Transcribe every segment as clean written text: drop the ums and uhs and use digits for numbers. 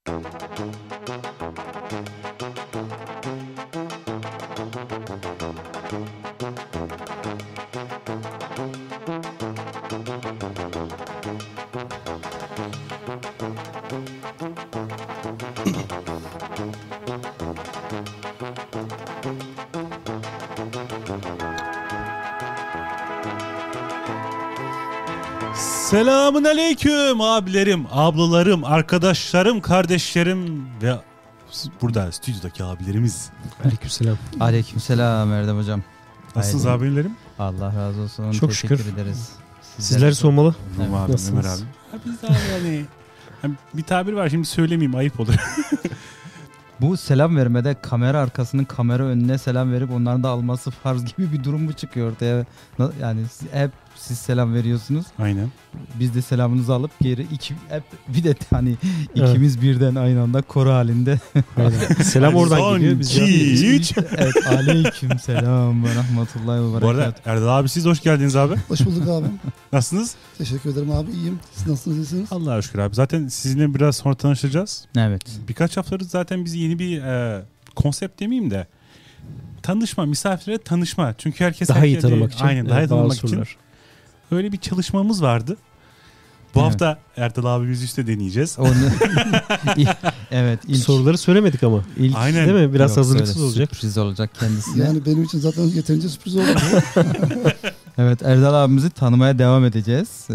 Selamun aleyküm abilerim, ablalarım, arkadaşlarım, kardeşlerim ve burada stüdyodaki abilerimiz. Aleykümselam. Aleykümselam Erdem hocam. Nasılsınız abilerim? Allah razı olsun. Çok teşekkür şükür ederiz. Sizler sormalı. Evet. Abi, Nasılsınız? Ömer abi. Ha, biz de abi yani bir tabir var, şimdi söylemeyeyim, ayıp olur. Bu selam vermede kamera arkasının kamera önüne selam verip onların da alması farz gibi bir durum mu çıkıyor ortaya? Yani hep siz selam veriyorsunuz. Aynen. Biz de selamınızı alıp geri hep bir de hani ikimiz birden aynı anda koro halinde. Selam oradan Son geliyor. Biz Evet, aleykümselam ve rahmetullahi ve Bu arada berekatuhu. Erdal abi, siz de hoş geldiniz abi. Hoş bulduk abi. Nasılsınız? Teşekkür ederim abi. İyiyim. Siz nasılsınız? İyisiniz? Allah'a şükür abi. Zaten sizinle biraz sonra tanışacağız. Evet. Birkaç haftadır zaten biz yeni bir konsept demeyeyim de tanışma, misafirlere tanışma. Çünkü herkes daha iyi herkese- tanımak için. Aynen, daha iyi tanımak için. sorular. Öyle bir çalışmamız vardı. Bu Evet. hafta Erdal abi yüzüstü deneyeceğiz. Onu evet, Soruları söylemedik ama. ilk Aynen. Değil mi? Biraz Yok, hazırlıksız öyle olacak. Sürpriz olacak kendisine. Yani benim için zaten yeterince sürpriz oldu. Evet, Erdal abimizi tanımaya devam edeceğiz.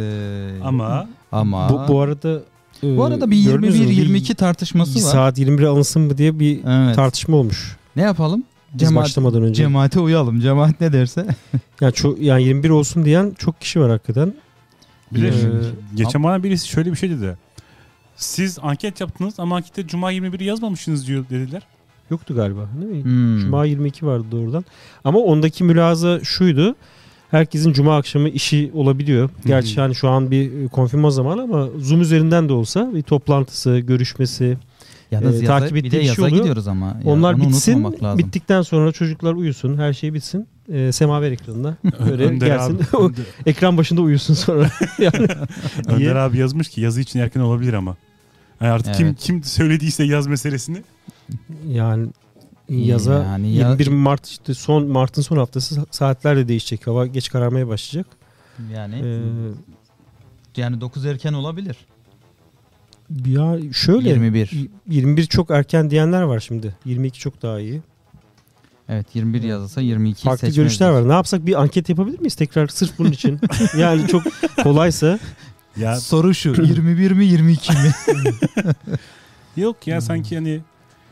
Ama Bu arada bu arada bir gördünüz mü? 21-22 tartışması Bir var. saat 21 alınsın mı diye bir Evet. tartışma olmuş. Ne yapalım? Biz başlamadan önce. Cemaate uyalım. Cemaat ne derse. Yani 21 olsun diyen çok kişi var hakikaten. Bir de Ee, geçen bana birisi şöyle bir şey dedi. Siz anket yaptınız ama ankette Cuma 21'i yazmamışsınız diyor dediler. Yoktu galiba. Değil mi? Hmm. Cuma 22 vardı doğrudan. Ama ondaki mülahaza şuydu. Herkesin cuma akşamı işi olabiliyor. Gerçi hani şu an bir konfirma zamanı ama Zoom üzerinden de olsa bir toplantısı, görüşmesi, Yalnız takip bir ettiği de bir şey yaza oluyor. gidiyoruz ama. Ya, onlar onu bitsin. unutmamak lazım. Bittikten sonra çocuklar uyusun. Her şey bitsin. Semaver ekranına böyle Önder gelsin. abi, O ekran başında uyusun sonra. Yani Önder abi yazmış ki yazı için erken olabilir ama. Yani artık Evet. kim söylediyse yaz meselesini. yani yaza Yani 21 Mart işte Mart'ın son haftası saatler de değişecek. Hava geç kararmaya başlayacak. Yani yani 9 erken olabilir. Ya şöyle 21 çok erken diyenler var şimdi. 22 çok daha iyi. Evet, 21 yazılsa 22 Farklı seçmezdik. görüşler var. Ne yapsak, bir anket yapabilir miyiz tekrar sırf bunun için? Yani çok kolaysa. Ya Soru şu: 21 mi 22 mi? yok ya, sanki hani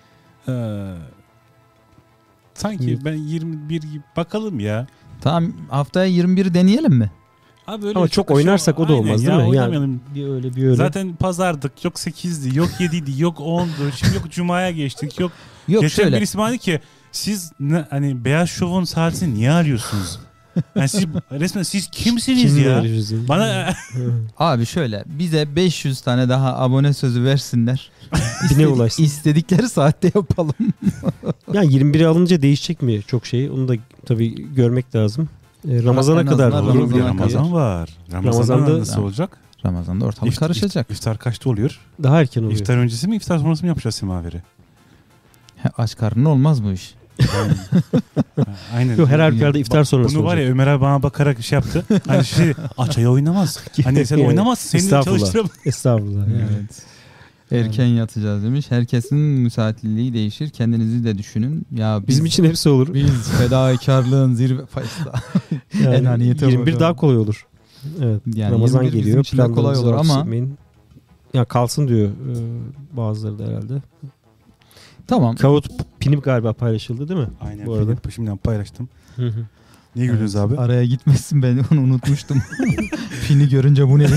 sanki ben 21 gibi bakalım ya. Tamam, haftaya 21 deneyelim mi? Abi öyle Ama çok oynarsak o da olmaz değil mi? Yani Oynamayalım. bir öyle bir öyle. Zaten pazardık, yok 8'di, yok 7'di, yok 10'du. Şimdi yok Cuma'ya geçtik, yok. Yok, Geçen şöyle. birisi bana dedi ki siz hani Beyaz Şov'un saatini niye arıyorsunuz? Yani siz resmen siz kimsiniz Kimle ya? yarışıyoruz yani? Bana Abi şöyle, bize 500 tane daha abone sözü versinler. Bine ulaşsın. İstedikleri saatte yapalım. Yani 21'e alınca değişecek mi çok şey? Onu da tabii görmek lazım. Ramazana En kadar azından olur. Ramazana Ramazan var. Ramazan'da Ramazan'da nasıl olacak? Ramazan'da ortalık karışacak. İftar kaçta oluyor? Daha erken oluyor. İftar öncesi mi, iftar sonrası mı yapacağız semaveri? Aç karnına olmaz bu iş. Aynen. Yok, her halükarda iftar sonrası Bunu var ya, olacak. Ömer abi bana bakarak şey yaptı. Hani Açay oynamaz. Hani sen Yani, oynamazsın. Seni estağfurullah. çalıştıramaz. Estağfurullah. Yani. Evet. Erken yatacağız demiş. Herkesin müsaitliliği değişir. Kendinizi de düşünün. Ya Bizim için hepsi olur. biz fedakarlığın zirve Yani enaniyete 21 bakalım. daha kolay olur. Evet. Yani Ramazan 21 bizim geliyor. için de kolay Planlarınızı olur ama aksatmayın. Ya kalsın diyor bazıları da herhalde. tamam. Kavut pini galiba paylaşıldı değil mi? Aynen. Bu arada. Şimdiden paylaştım. Hı hı. Niye güldünüz abi? Araya gitmesin, ben onu unutmuştum. Pini görünce bu ne?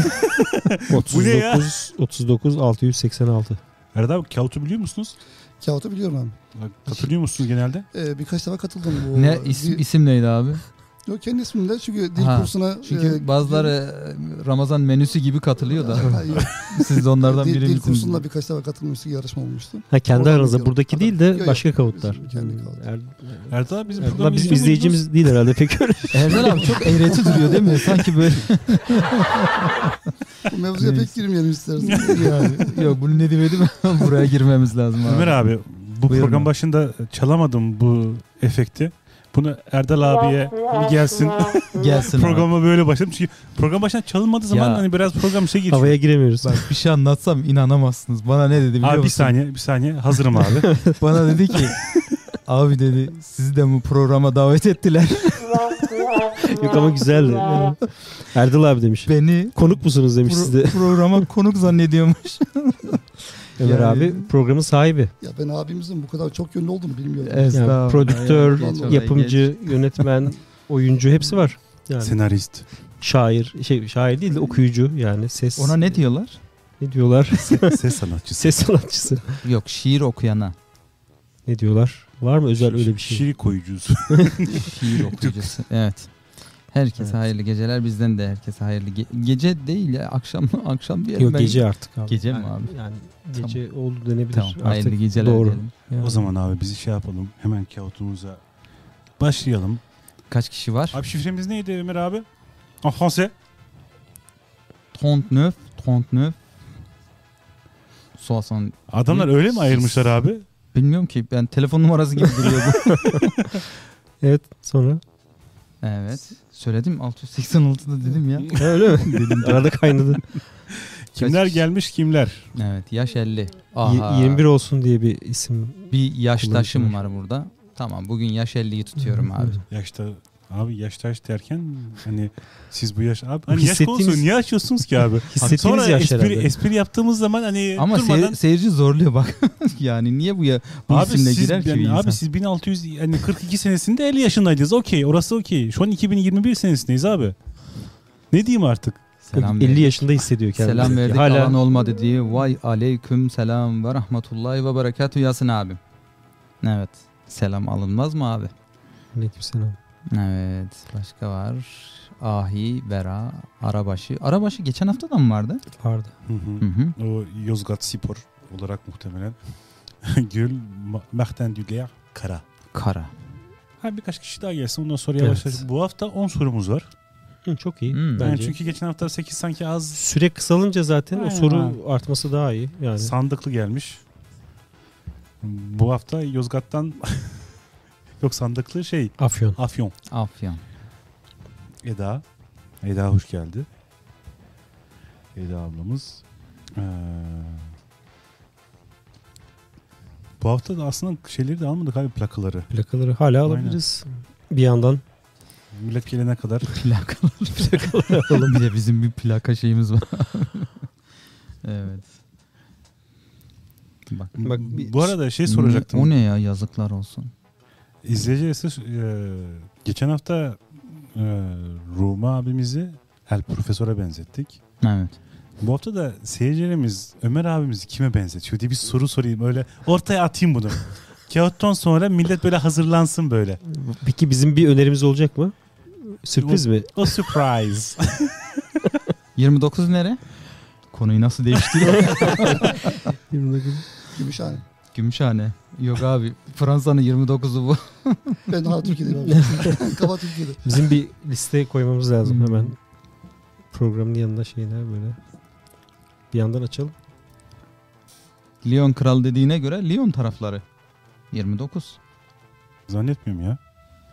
39 686. Erdal abi, Kavut'u biliyor musunuz? Kağıt'ı biliyorum abi. Katılıyor musunuz genelde? Birkaç defa katıldım. Bu Ne isim neydi abi? Yok, kendi ismimle, çünkü dil Ha, kursuna. Çünkü bazıları Ramazan menüsü gibi katılıyor da. Hayır, Siz de onlardan biri dil misiniz? kursunda birkaç defa katılmıştık, yarışma olmuştu. Ha, kendi Oradan aranızda, biliyorum. buradaki değil Yok, de yok. başka kavutlar. Bizim kendi Kavut. Erdal abi bizim Erdal programı bizim izliyor izleyicimiz değil herhalde pek öyle. Erdal abi çok eğreti duruyor değil mi? Sanki böyle Mevzuya pek girmeyelim istersen. Yani, yok bunu ne demedim buraya girmemiz lazım abi. Ömer abi bu Buyurun program abi. başında çalamadım bu efekti. Bunu Erdal abiye gelsin. Gelsin abi. Programa böyle başladım. Çünkü program başında çalınmadığı zaman Ya. hani biraz program şey geçiyor. Havaya giremiyoruz. Bak bir şey anlatsam inanamazsınız. Bana ne dedi biliyor Abi musun? bir saniye hazırım abi. Bana dedi ki abi dedi sizi de bu programa davet ettiler. Yok ama güzeldi. Yani. Erdal abi demiş. Beni Konuk musunuz demiş size. programa konuk zannediyormuş. Ömer Yani- abi programın sahibi. Ya ben abimizin bu kadar çok yönlü olduğunu bilmiyordum. Yani Estağfurullah. prodüktör, Geç oraya, yapımcı, yönetmen, oyuncu hepsi var. Yani Senarist. şair şair değil de okuyucu yani ses. geç. Ona ne diyorlar? ne diyorlar? Ses sanatçısı. Ses sanatçısı. Yok şiir okuyana. Ne diyorlar? Var mı özel öyle bir şey? Şiir koyucusu. Şiir okuyucusu. Evet. Herkese Evet. hayırlı geceler. Bizden de herkese hayırlı gece değil ya akşam diyelim. Yok ben. gece artık abi. Gece mi Yani- abi? Yani gece oldu denebilir. Tamam. Hayırlı Artık geceler doğru. diyelim. Yani. O zaman abi bizi şey yapalım. Hemen kağıtımıza başlayalım. Kaç kişi var? Abi şifremiz neydi Ömer abi? En français. 39 60. Adamlar öyle mi ayırmışlar abi? Bilmiyorum ki ben telefon numarası gibi duruyor bu. Evet sonra. Evet. Söyledim 686'da dedim ya. Ha, öyle mi? Dedim. Arada kaynadı. Kimler Kaç- gelmiş kimler? Evet yaş 50. Aha. 21 olsun diye bir isim. Bir yaştaşım Kullanıcı var burada. Tamam bugün yaş 50'yi tutuyorum abi. Yaşta abi yaştaş derken hani siz bu yaş abi hani yaş Hissettiğiniz- konusu niye açıyorsunuz ki abi? Hissettiğiniz Sonra yaş herhalde. espri yaptığımız zaman hani Ama durmadan seyirci zorluyor bak. Yani niye bu abi isimle siz, girer ki bir yani insan? abi siz 1642 senesinde 50 yaşındaydınız. Okey, orası okey. Şu an 2021 senesindeyiz abi. Ne diyeyim artık? Selam 50 verdik. yaşında hissediyor kendini. Selam verdik Hala alan olmadı diye. Vay aleyküm selam ve rahmetullahi ve berekatü Yasin abi. Evet. Selam alınmaz mı abi? Aleykümselam. Evet. Başka var. Ahi, Vera, Arabaşı. Arabaşı geçen hafta da mı vardı? Vardı. Hı Hı hı. hı. O Yozgat Spor olarak muhtemelen. Gül, Merten Düler, Kara. Kara. Ha birkaç kişi daha gelsin ondan sonra yavaş Evet. yavaş. Bu hafta 10 sorumuz var. Hı, çok iyi. Hmm. Bence. Yani çünkü geçen hafta 8 sanki az Süre kısalınca zaten o Aynen soru abi. artması daha iyi. Yani sandıklı gelmiş. Bu hafta Yozgat'tan yok sandıklı şey Afyon. Afyon. Afyon. Eda. Eda hoş geldi. Eda ablamız. Bu hafta da aslında şeyleri de almadık abi plakaları. Plakaları hala alabiliriz. Bir yandan Millet gelene kadar. Plakalar alalım. Bir de bizim bir plaka şeyimiz var. Evet. Bak. Bak Bu arada şey soracaktım. O ne ya yazıklar olsun. İzleyiciler geçen hafta Ruma abimizi El Profesör'e benzettik. Evet. Bu hafta da seyircilerimiz Ömer abimizi kime benzetiyor diye bir soru sorayım. Öyle ortaya atayım bunu. Kağıttan sonra millet böyle hazırlansın böyle. peki bizim bir önerimiz olacak mı? Sürpriz mi? O surprise. 29 nere? Konuyu nasıl değiştiriyor? Gümüşhane. Gümüşhane. Yok abi. Fransa'nın 29'u bu. Ben hala Türkiye'deyim abi. Kafa Türkiye'de. Bizim bir liste koymamız lazım Hmm. hemen. Programın yanında şeyler böyle. Bir yandan açalım. Lyon kral dediğine göre Lyon tarafları. 29. Zannetmiyorum ya.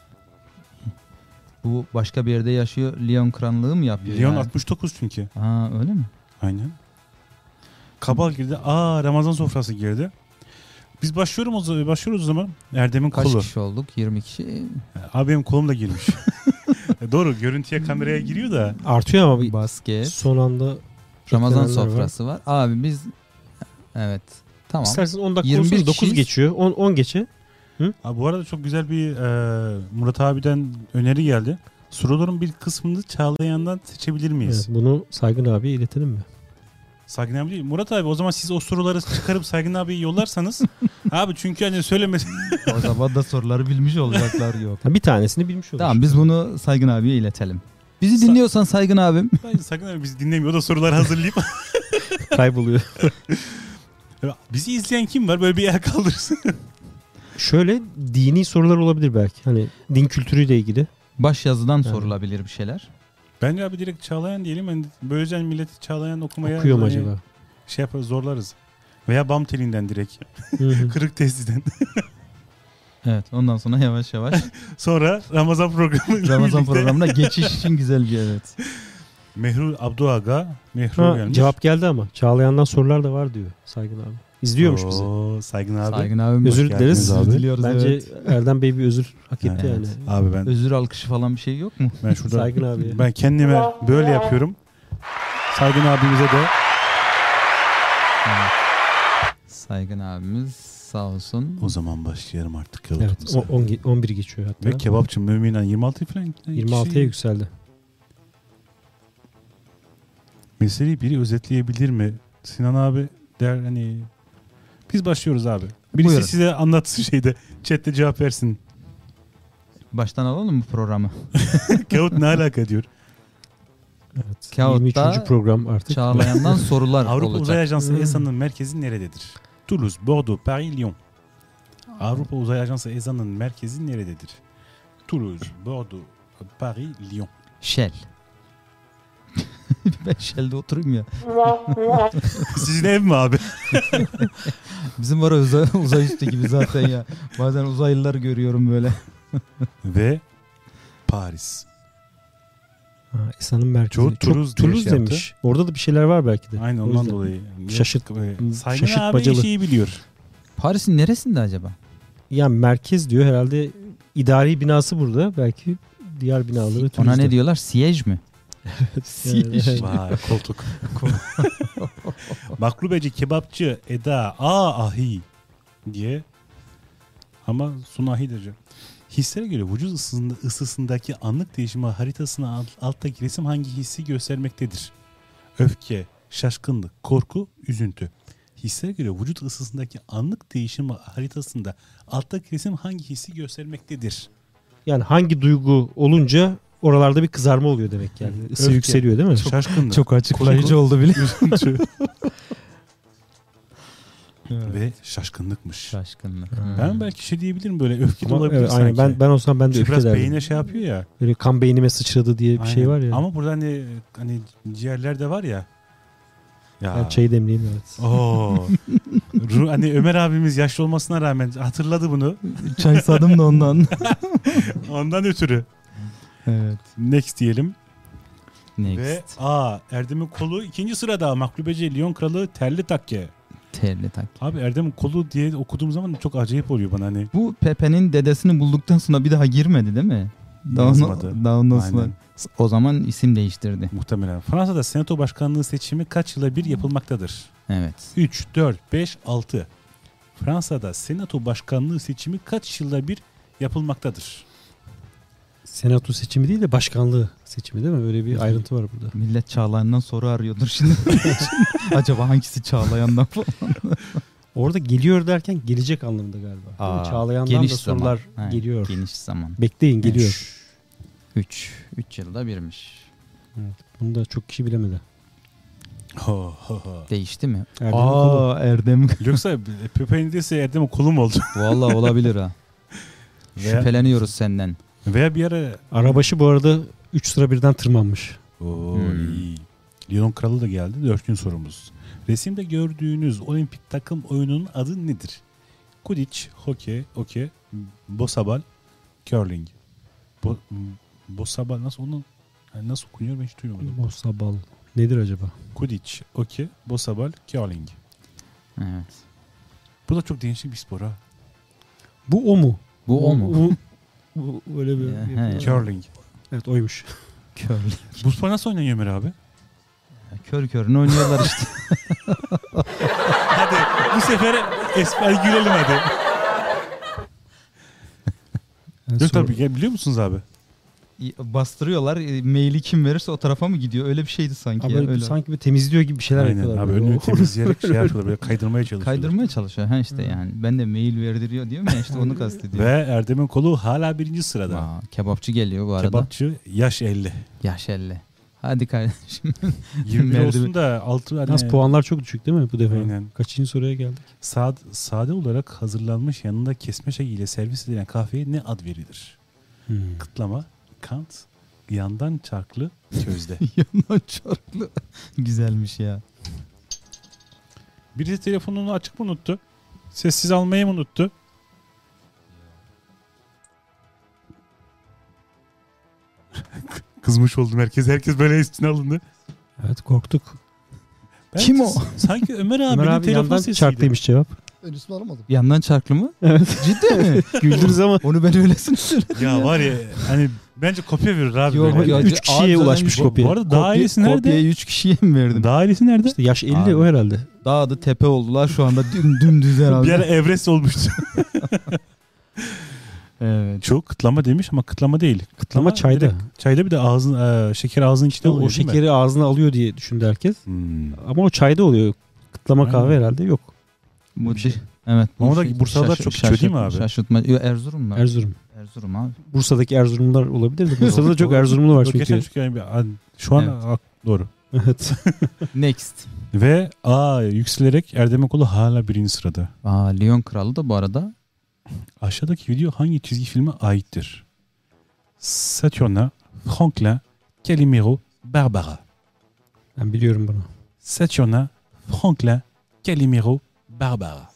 Bu başka bir yerde yaşıyor. Lyon krallığı mı yapıyor? Lyon yani? 69 çünkü. Ha öyle mi? Aynen. Kabal girdi. Ramazan sofrası girdi. Biz başlıyoruz o zaman. Erdem'in Kaç kolu. kişi olduk? 20 kişi. Abi benim kolum da girmiş. Doğru görüntüye kameraya giriyor da. Artıyor ama bir Basket. son anda Ramazan eklenenler var. sofrası var. Abi biz evet. Tamam. İstersen 10 dakika 21 olsun 9 kişiyiz. geçiyor. 10 geçe. Abi bu arada çok güzel bir Murat abiden öneri geldi. Soruların bir kısmını Çağlayan'dan seçebilir miyiz? Evet, bunu Saygın abiye iletelim mi? Saygın abi değil. Murat abi o zaman siz o soruları çıkarıp Saygın abiye yollarsanız. Abi çünkü hani söylemesin. O zaman da soruları bilmiş olacaklar yok. Ha, bir tanesini bilmiş olur. Tamam biz bunu Saygın abiye iletelim. Bizi dinliyorsan Saygın abim. Saygın abi bizi dinlemiyor. O da soruları hazırlayıp. Kayboluyor. Bizi izleyen kim var? Böyle bir el kaldırsın. Şöyle dini sorular olabilir belki. Hani din kültürüyle ilgili. Baş yazıdan Yani. sorulabilir bir şeyler. Bence abi direkt Çağlayan diyelim. Yani böylece milleti Çağlayan okumaya Okuyor mu hani acaba? şey yaparız, zorlarız. Veya BAM telinden direkt. Hı hı. Kırık testiden. Evet, ondan sonra yavaş yavaş Sonra Ramazan programıyla Ramazan birlikte programına geçiş için güzel bir evet. Mehrul Abduaga. Mehrul Ha, gelmiş. cevap geldi ama. Çağlayan'dan sorular da var diyor Saygın abi. İzliyormuş bizi. Oo, Saygın abi. Saygın abim Özür hoş dileriz. geldiniz abi. Diliyoruz, Bence evet. Erdem Bey bir özür hak etti Evet. yani. Abi ben Özür alkışı falan bir şey yok mu? şurada Saygın abi. ben kendime böyle yapıyorum. Saygın abimize de Evet. Saygın abimiz sağ olsun. o zaman başlayalım artık Evet. kağıtımıza. 11 geçiyor hatta. Ve kebapçı Müminen 26 falan. 26'ya yükseldi. Meseleyi biri özetleyebilir mi? Sinan abi der hani biz başlıyoruz abi. Birisi Buyurun. size anlatsın şeyde. Chat'te cevap versin. Baştan alalım mı programı? Kağıt ne alaka diyor. Evet. Kağıtta 23. program artık. Çağlayan'dan sorular Avrupa olacak. Uzay Ajansı ESA'nın merkezi nerededir? Toulouse, Bordeaux, Paris, Lyon. Avrupa Uzay Ajansı ESA'nın merkezi nerededir? Toulouse, Bordeaux, Paris, Lyon. Shell. Ben Shell'de oturayım ya. Sizin ev mi abi? Bizim var ya uzay üstü gibi zaten ya. Bazen uzaylılar görüyorum böyle. Ve Paris. Ha, İsa'nın merkezi. Çok Toulouse diye Toulouse şey demiş. Orada da bir şeyler var belki de. Aynen O ondan yüzden. dolayı. Saygın abi şaşırtmacalı. şeyi biliyor. Paris'in neresinde acaba? Yani merkez diyor herhalde idari binası burada. Belki diğer binaları Ona Toulouse'da. ne diyorlar? Siyej mi? Evet. Vay koltuk. Maklubeci, kebapçı, Eda, ahi diye ama sunahi diyeceğim. Hislere göre vücut ısısındaki anlık değişimi haritasına alttaki resim hangi hissi göstermektedir? Öfke, şaşkınlık, korku, üzüntü. Hislere göre vücut ısısındaki anlık değişimi haritasında alttaki resim hangi hissi göstermektedir? Yani hangi duygu olunca oralarda bir kızarma oluyor demek yani. Isı Öfke. yükseliyor değil mi? Şaşkınlık, Çok açıklayıcı oldu bile. üzüntü ve şaşkınlıkmış. Şaşkınlık. Ben belki şey diyebilirim böyle öfke de Ama olabilir evet, sanki. aynen. Ben olsam ben de Çünkü öfke biraz derdim. beyine şey yapıyor ya. Böyle kan beynime sıçradı diye bir şey Aynen. var ya. Ama burada hani ciğerler de var ya. Ya. Ben çayı demleyeyim evet. Oo. Hani Ömer abimiz yaşlı olmasına rağmen hatırladı bunu. Çay sadım da ondan. Ondan ötürü. Evet. Next diyelim. Next. Ve Erdem'in kolu ikinci sırada. Maklubeci Lyon Kralı Terli Takke. Terli tak. Abi Erdem'in kolu diye okuduğum zaman çok acayip oluyor bana hani. Bu Pepe'nin dedesini bulduktan sonra bir daha girmedi değil mi? Yazmadı. Daha ondan sonra. Aynen. O zaman isim değiştirdi. Muhtemelen. Fransa'da senato başkanlığı seçimi kaç yılda bir yapılmaktadır? Evet. 3, 4, 5, 6. Fransa'da senato başkanlığı seçimi kaç yılda bir yapılmaktadır? Senato seçimi değil de başkanlığı seçimi değil mi? Öyle bir ayrıntı var burada. Millet Çağlayan'dan soru arıyordur şimdi. Acaba hangisi Çağlayan'dan falan? Orada geliyor derken gelecek anlamında galiba. Değil mi? Çağlayan'dan geniş da sorular zaman. geliyor. Geniş zaman. Bekleyin geliyor. 3 yılda birmiş. Evet, bunu da çok kişi bilemedi. Ho, ho, ho. Değişti mi? Erdem'in kolu. Erdem. Yoksa Pepe'nin değilse Erdem'in kolu mu oldu? Vallahi olabilir ha. Veya- Şüpheleniyoruz senden. Veya bir ara... Arabaşı bu arada 3 sıra birden tırmanmış. Oo, iyi. Lyon Kralı da geldi. 4. sorumuz. Resimde gördüğünüz olimpik takım oyununun adı nedir? Quidditch, hokey, bosabal, curling. Bosabal nasıl onu nasıl okunuyor ben hiç duymadım. Bosabal. Nedir acaba? Quidditch, hokey, bosabal, curling. Evet. Bu da çok değişik bir spor ha. Bu o mu? Bu o mu? Bu öyle bir... He. Curling. Evet oymuş. Körlü. Bu spor nasıl oynanıyor Ömer abi? Kör körüne oynuyorlar işte. Hadi bu sefer esmer gülelim hadi. Yok tabii biliyor musunuz abi? Bastırıyorlar. Maili kim verirse o tarafa mı gidiyor? Öyle bir şeydi sanki. Abi Ya, böyle öyle. sanki bir temizliyor gibi bir şeyler Aynen yapıyorlar. abi böyle. önünü temizleyerek şey yapıyorlar böyle kaydırmaya çalışıyorlar. Kaydırmaya çalışıyor. Ha işte yani. Ben de mail verdiriyor diyorum ya işte onu kastediyorum. Ve Erdem'in kolu hala 1. sırada. Aa, kebapçı geliyor bu arada. Kebapçı yaş 50. Yaş 50. Hadi kardeşim. 21 Merdiven- olsun da 6 Yalnız puanlar çok düşük değil mi bu defa? Aynen. Kaçıncı soruya geldik? Sade olarak hazırlanmış yanında kesme şeklinde servis edilen kahveye ne ad verilir? Kıtlama, kant, yandan çarklı közde. Yandan çarklı. Güzelmiş ya. Birisi telefonunu açık mı unuttu? Sessiz almayı mı unuttu? Kızmış oldum herkes. Herkes böyle üstüne alındı. Evet, korktuk. Kim o? Sanki Ömer abinin Ömer abi telefon yandan sesiydi. çarklıymış cevap. Ben üstüme alamadım. Yandan çarklı mı? Evet. Ciddi mi? Güldünüz ama. Onu ben öylesine söyledim. Ya var ya hani bence kopya verir abi. Yok böyle. ya, 3 kişiye abi ulaşmış zaten kopya. Bu arada daha iyisi nerede? Kopyayı 3 kişiye mi verdim? Daha iyisi nerede? İşte yaş 50 Abi. o herhalde. Daha da tepe oldular şu anda dümdüz herhalde. Bir ara Everest olmuştu. Evet. Çok kıtlama demiş ama kıtlama değil. Ama çayda. direkt- Çayda bir de ağzın şeker ağzının içinde oluyor O değil mi? şekeri ağzına alıyor diye düşündü herkes. Hmm. Ama o çayda oluyor. Kıtlama Aynen. kahve herhalde yok. Bu evet. Ama da Bursa'da çok içiyor değil mi abi? Şaşırtma. Yok, Erzurum mu? Erzurum. Erzurum abi. Bursa'daki Erzurumlular olabilir de Bursa'da da çok Erzurumlu var Yok, çünkü. geçen çünkü şu an Evet. doğru. Evet. Next. Ve yükselerek Erdemekoğlu hala birinci sırada. Lyon Kralı da bu arada. Aşağıdaki video hangi çizgi filme aittir? Saturnin, Franklin, Calimero, Barbara. Ben biliyorum bunu. Saturnin, Franklin, Calimero, Barbara.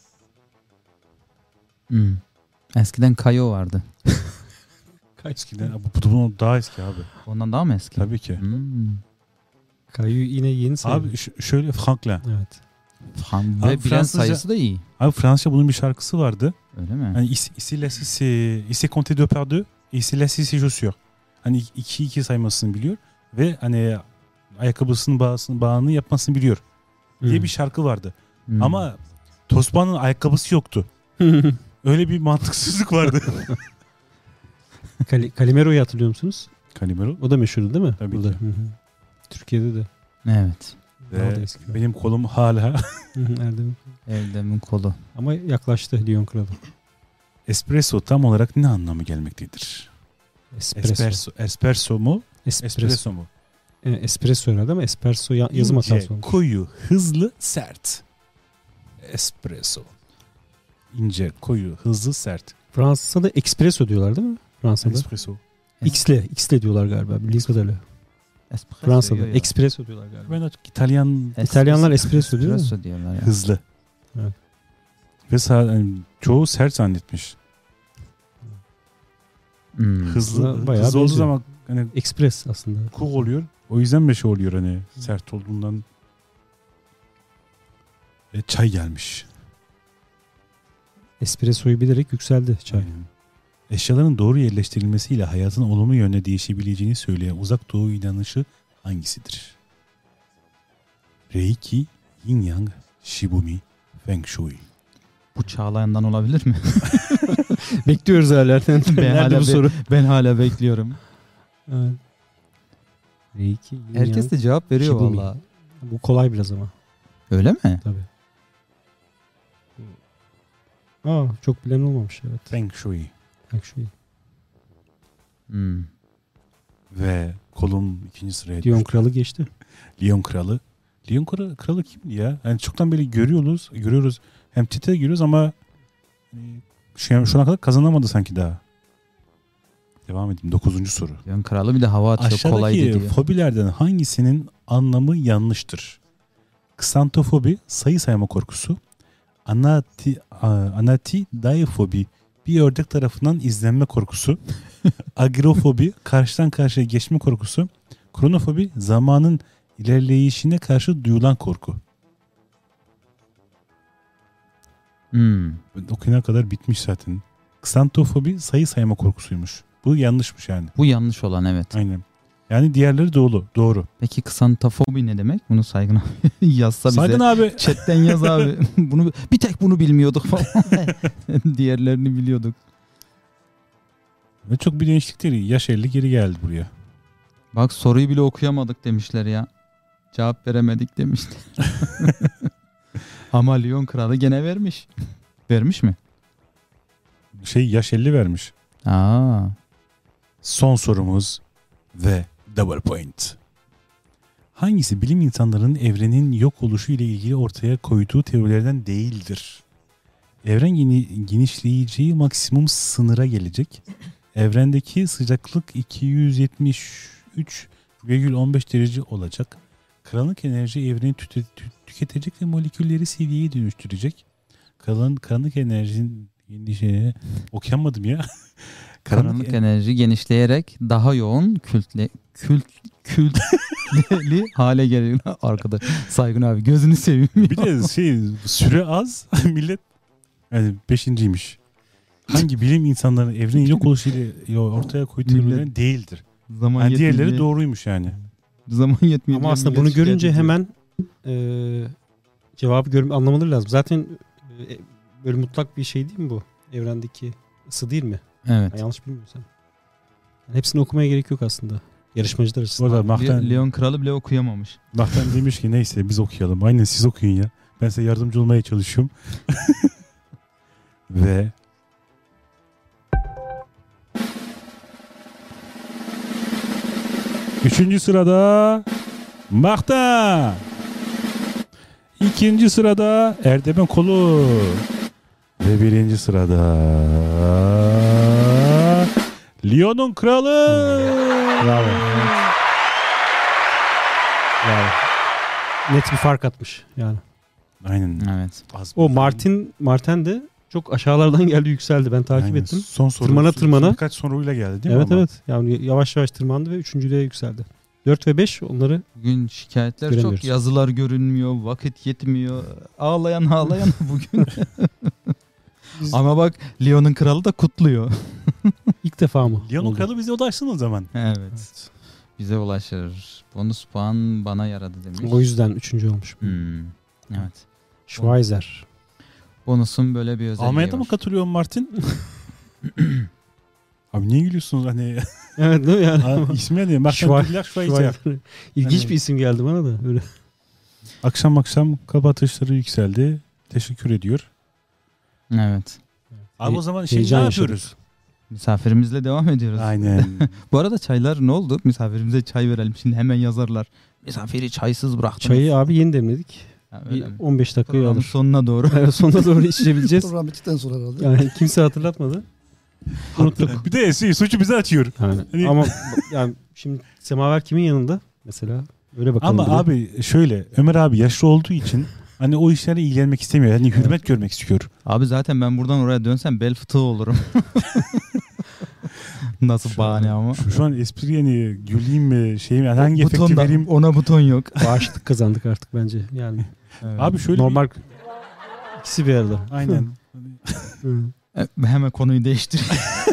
Eskiden Kayo vardı. Eskiden bu daha eski abi. Ondan daha mı eski? Tabii ki. Kayu yine yeni sayılır. Abi şöyle Franklin. Evet. Ve Abi bilen Fransızca- sayısı da iyi. Abi Fransızca bunun bir şarkısı vardı. Öyle mi? Hani ici la c'est compté deux par deux, ici la c'est chaussures. Hani 2-2 saymasını biliyor ve hani ayakkabısının bağını yapmasını biliyor diye bir şarkı vardı. Ama Tosbağa'nın ayakkabısı yoktu. Öyle bir mantıksızlık vardı. Calimero'yu hatırlıyor musunuz? Calimero. O da meşhurdu değil mi? Tabii Burada. ki. Hı hı. Türkiye'de de. Evet. O da Ve eski. benim kolum hala Erdem'in. Erdem'in kolu. Ama yaklaştı Lyon Kralı. espresso tam olarak ne anlamı gelmektedir? Espresso mu? Espresso mu? Espresso herhalde ama espresso yazım İnce, hatası olmuş. koyu, hızlı, sert. Espresso. İnce, koyu, hızlı, sert. Fransa'da espresso diyorlar değil mi? Fransa'da. Espresso. X'le diyorlar galiba bildiğiniz kadarıyla. Espresso Fransa'da diyor ya. espresso diyorlar galiba. Ben açık İtalyan İtalyanlar espresso diyor mu? Espresso diyorlar ya. hızlı. Evet. Ve yani çoğu sert zannetmiş. Hızlı Bayağı hızlı olduğu benziyor. zaman hani Express aslında. cool oluyor. O yüzden bir şey oluyor hani sert olduğundan. Ve çay gelmiş. Espresso'yu bilerek yükseldi çay. Aynen. Eşyaların doğru yerleştirilmesiyle hayatın olumlu yönde değişebileceğini söyleyen uzak doğu inanışı hangisidir? Reiki, Yin Yang, Shibumi, Feng Shui. Bu Çağlayan'dan olabilir mi? Bekliyoruz hala. Nerede bu soru? Ben hala bekliyorum. Evet. Reiki, Yin Herkes Yang. de cevap veriyor Shibumi. valla. Bu kolay biraz ama. Öyle mi? Tabii. Çok bilen olmamış evet. Feng Shui. Bak şu iyi. Ve kolum ikinci sıraya Lyon düştü. Kralı geçti. Lyon Kralı. Lyon Kralı kimdi ya? Yani çoktan beri görüyoruz. Hem Tite görüyoruz ama şu ana kadar kazanamadı sanki daha. Devam edeyim. 9. soru. Lyon Kralı bir de hava atıyor. Kolaydı Aşağıdaki diyor. fobilerden hangisinin anlamı yanlıştır? Ksantofobi, sayı sayma korkusu. Anatidaefobi, bir ördek tarafından izlenme korkusu. Agirofobi, karşıdan karşıya geçme korkusu. Kronofobi, zamanın ilerleyişine karşı duyulan korku. Okuyana kadar bitmiş zaten. Ksantofobi, sayı sayma korkusuymuş. Bu yanlışmış yani. Bu yanlış olan evet. Aynen. Yani diğerleri doğru. Peki ksantofobi ne demek? Bunu Saygın abi yazsa bize. Saygın abi. Chatten yaz abi. Bir tek bunu bilmiyorduk falan. Diğerlerini biliyorduk. Ve çok bir değişiklik değil. Yaş 50 geri geldi buraya. Bak soruyu bile okuyamadık demişler ya. Cevap veremedik demişler. Ama Lyon Kralı gene vermiş. Vermiş mi? Yaş 50 vermiş. Aa. Son sorumuz ve double point. Hangisi bilim insanlarının evrenin yok oluşu ile ilgili ortaya koyduğu teorilerden değildir? Evren genişleyeceği maksimum sınıra gelecek. Evrendeki sıcaklık 3,15 derece olacak. Karanlık enerji evreni tüketecek ve molekülleri seviyeye dönüştürecek. Karanlık enerjinin şeyine okuyamadım ya. Karanlık enerji genişleyerek daha yoğun kültli hale geliyor. Arkada Saygın abi gözünü seveyim. Bir de süre az millet yani 5.'ymiş. Hangi bilim insanların evrenin yok oluşuyla ortaya koyduğu ürün değildir. Zaman Yani diğerleri doğruymuş yani. Zaman yetmiyor. Ama aslında bunu görünce hemen cevabı anlamaları lazım. Zaten böyle mutlak bir şey değil mi bu? Evrendeki ısı değil mi? Evet. Ben yanlış bilmiyorsam. Yani hepsini okumaya gerek yok aslında. Yarışmacılar açısından. Orada Mahten, Leon Kralı bile okuyamamış. Mahten demiş ki neyse biz okuyalım. Aynen siz okuyun ya. Ben size yardımcı olmaya çalışıyorum. Ve üçüncü sırada Mahten. İkinci sırada Erdem'in kolu. Ve birinci sırada Lyon'un kralı. Bravo. Bravo. Net bir fark atmış yani. Aynen. Evet. O Martin de çok aşağılardan geldi, yükseldi. Ben takip Aynen. ettim. Son soru. Tırmana. Birkaç soruyla geldi değil Evet mi? evet. Yani yavaş yavaş tırmandı ve üçüncülüğe yükseldi. 4 ve 5 onları Bugün şikayetler göremiyoruz. çok, yazılar görünmüyor, vakit yetmiyor. Ağlayan bugün. Ama bak Lyon'un kralı da kutluyor. ilk defa mı? Lyon'un oldu? kralı bize ulaşsın o zaman. Evet. Bize ulaşır. Bonus puan bana yaradı demiş. O yüzden üçüncü olmuş. Evet. Schweizer. Bonus'un böyle bir özelliği Almanya'da mı var. katılıyor Martin? Abi niye gülüyorsunuz hani? Evet değil mi yani? İsmi ne? Martin Schweizer. Schweizer. İlginç Hani- bir isim geldi bana da. Öyle. Akşam kapatışları yükseldi. Teşekkür ediyor. Evet. Abi o zaman şimdi Heyecan ne yaşadık. yapıyoruz? Misafirimizle devam ediyoruz. Aynen. Bu arada çaylar ne oldu? Misafirimize çay verelim. Şimdi hemen yazarlar. Misafiri çaysız bıraktınız. Çayı abi yeni demledik. Ha, Bir öyle mi? 15 dakikayı Programın alır. sonuna doğru. Evet, sonuna doğru içebileceğiz. Program bittikten sonra herhalde. Yani kimse hatırlatmadı. Unuttuk. Bir de suçu bize atıyor. Yani. Hani- Ama yani şimdi Semaver kimin yanında mesela? Öyle bakalım. Ama bir de. abi şöyle Ömer abi yaşlı olduğu için hani o işlere ilgilenmek istemiyor. Hani hürmet görmek istiyor. Abi zaten ben buradan oraya dönsem bel fıtığı olurum. Nasıl bahane ama. Şu an espri yani güleyim mi mi hangi efekti Butonda, vereyim? ona buton yok. Bağışıklık kazandık artık bence. Yani Evet. Abi şöyle normal ikisi bir arada. aynen. Hemen konuyu değiştir.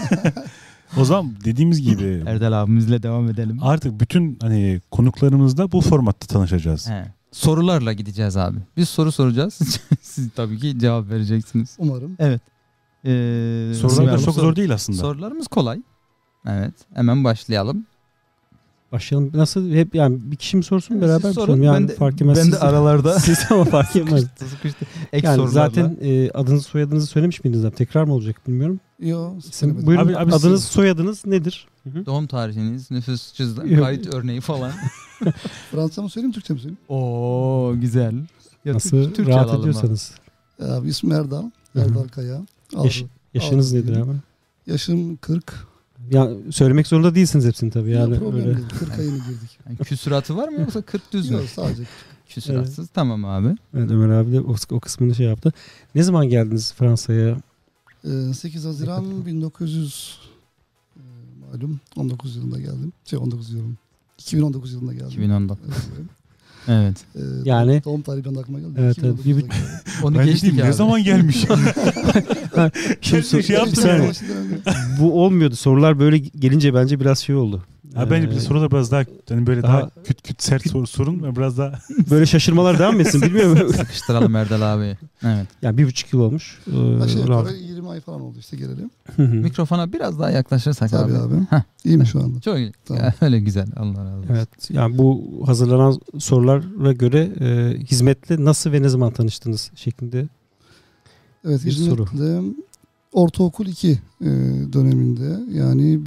O zaman dediğimiz gibi Erdal abimizle devam edelim. artık bütün hani konuklarımızla bu formatta tanışacağız. He. Sorularla gideceğiz abi. Biz soru soracağız. Siz tabii ki cevap vereceksiniz. Umarım. Evet. Sorular da çok zor değil aslında. Sorularımız kolay. Evet. Hemen başlayalım. Başlayalım. Nasıl? Hep yani bir kişi mi sorsun Siz beraber mi sorun, soralım? Yani ben de- fark etmez. ben de Siz- aralarda- Siz ama fark etmez. Sıkıştı. Ek Yani sorularla. zaten adınızı soyadınızı söylemiş miydiniz abi? Tekrar mı olacak bilmiyorum. Yok. İsim, buyurun. Abi adınız siz- soyadınız nedir? Hı hı. Doğum tarihiniz, nüfus cüzdan, Yok. kayıt örneği falan. Fransa mı söyleyeyim, Türkçe mi söyleyeyim? Oo güzel. Ya Nasıl Türkçe rahat alalım ediyorsanız. Abi ismim Erdal. Hı hı. Erdal Kaya. Yaş- Yaşınız Aldım. nedir abi? Yaşım 40. Ya söylemek zorunda değilsiniz hepsini tabii yani Ya, problem öyle. değil. 40 ayını girdik. Yani küsuratı var mı yoksa 40 düz mü? Yok, sadece. Küsuratsız. Tamam abi. Evet, Ömer abi de o kısmını şey yaptı. Ne zaman geldiniz Fransa'ya? 8 Haziran 1900 malum 19 yılında geldim. 19 diyorum. 2019 yılında geldim. 2019. Evet. Evet. Yani- doğum tarihi benim de aklıma geldi. Evet, 2019 evet. yılında geldim. Onu Ben geçtik dedim, abi. ne zaman gelmiş? Şimdi şey yaptım bir saniye. yani. Bu olmuyordu. Sorular böyle gelince bence biraz şey oldu. Ha, bence bir soruda biraz daha hani böyle Daha- daha küt sert sorun ve biraz daha Böyle şaşırmalar devam etsin bilmiyorum. Sıkıştıralım Erdal abi. Evet. Yani 1,5 yıl olmuş. Aşağı Rahat. yukarı 20 ay falan oldu işte gelelim. Mikrofona biraz daha yaklaşırsak Tabii abi. abi. Heh. İyi mi şu anda? Çok iyi. Tamam. Ya, öyle güzel. Allah razı olsun. Evet. Yani bu hazırlanan sorulara göre hizmetle nasıl ve ne zaman tanıştınız şeklinde. Evet, Bir soru. hizmetle ortaokul 2 döneminde yani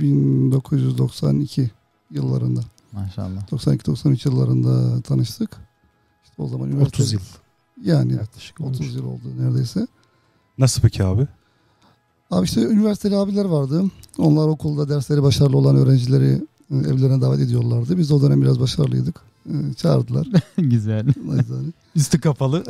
1992 yıllarında. Maşallah. 92-93 yıllarında tanıştık. İşte o zaman üniversite. 30 yıl. Yani Yaklaşık olmuş. 30 yıl oldu neredeyse. nasıl peki abi? Abi işte üniversiteli abiler vardı. Onlar okulda dersleri başarılı olan öğrencileri Evlerine davet ediyorlardı. Biz de o dönem biraz başarılıydık. Çağırdılar. Güzel. Neyse. Üstü kapalı.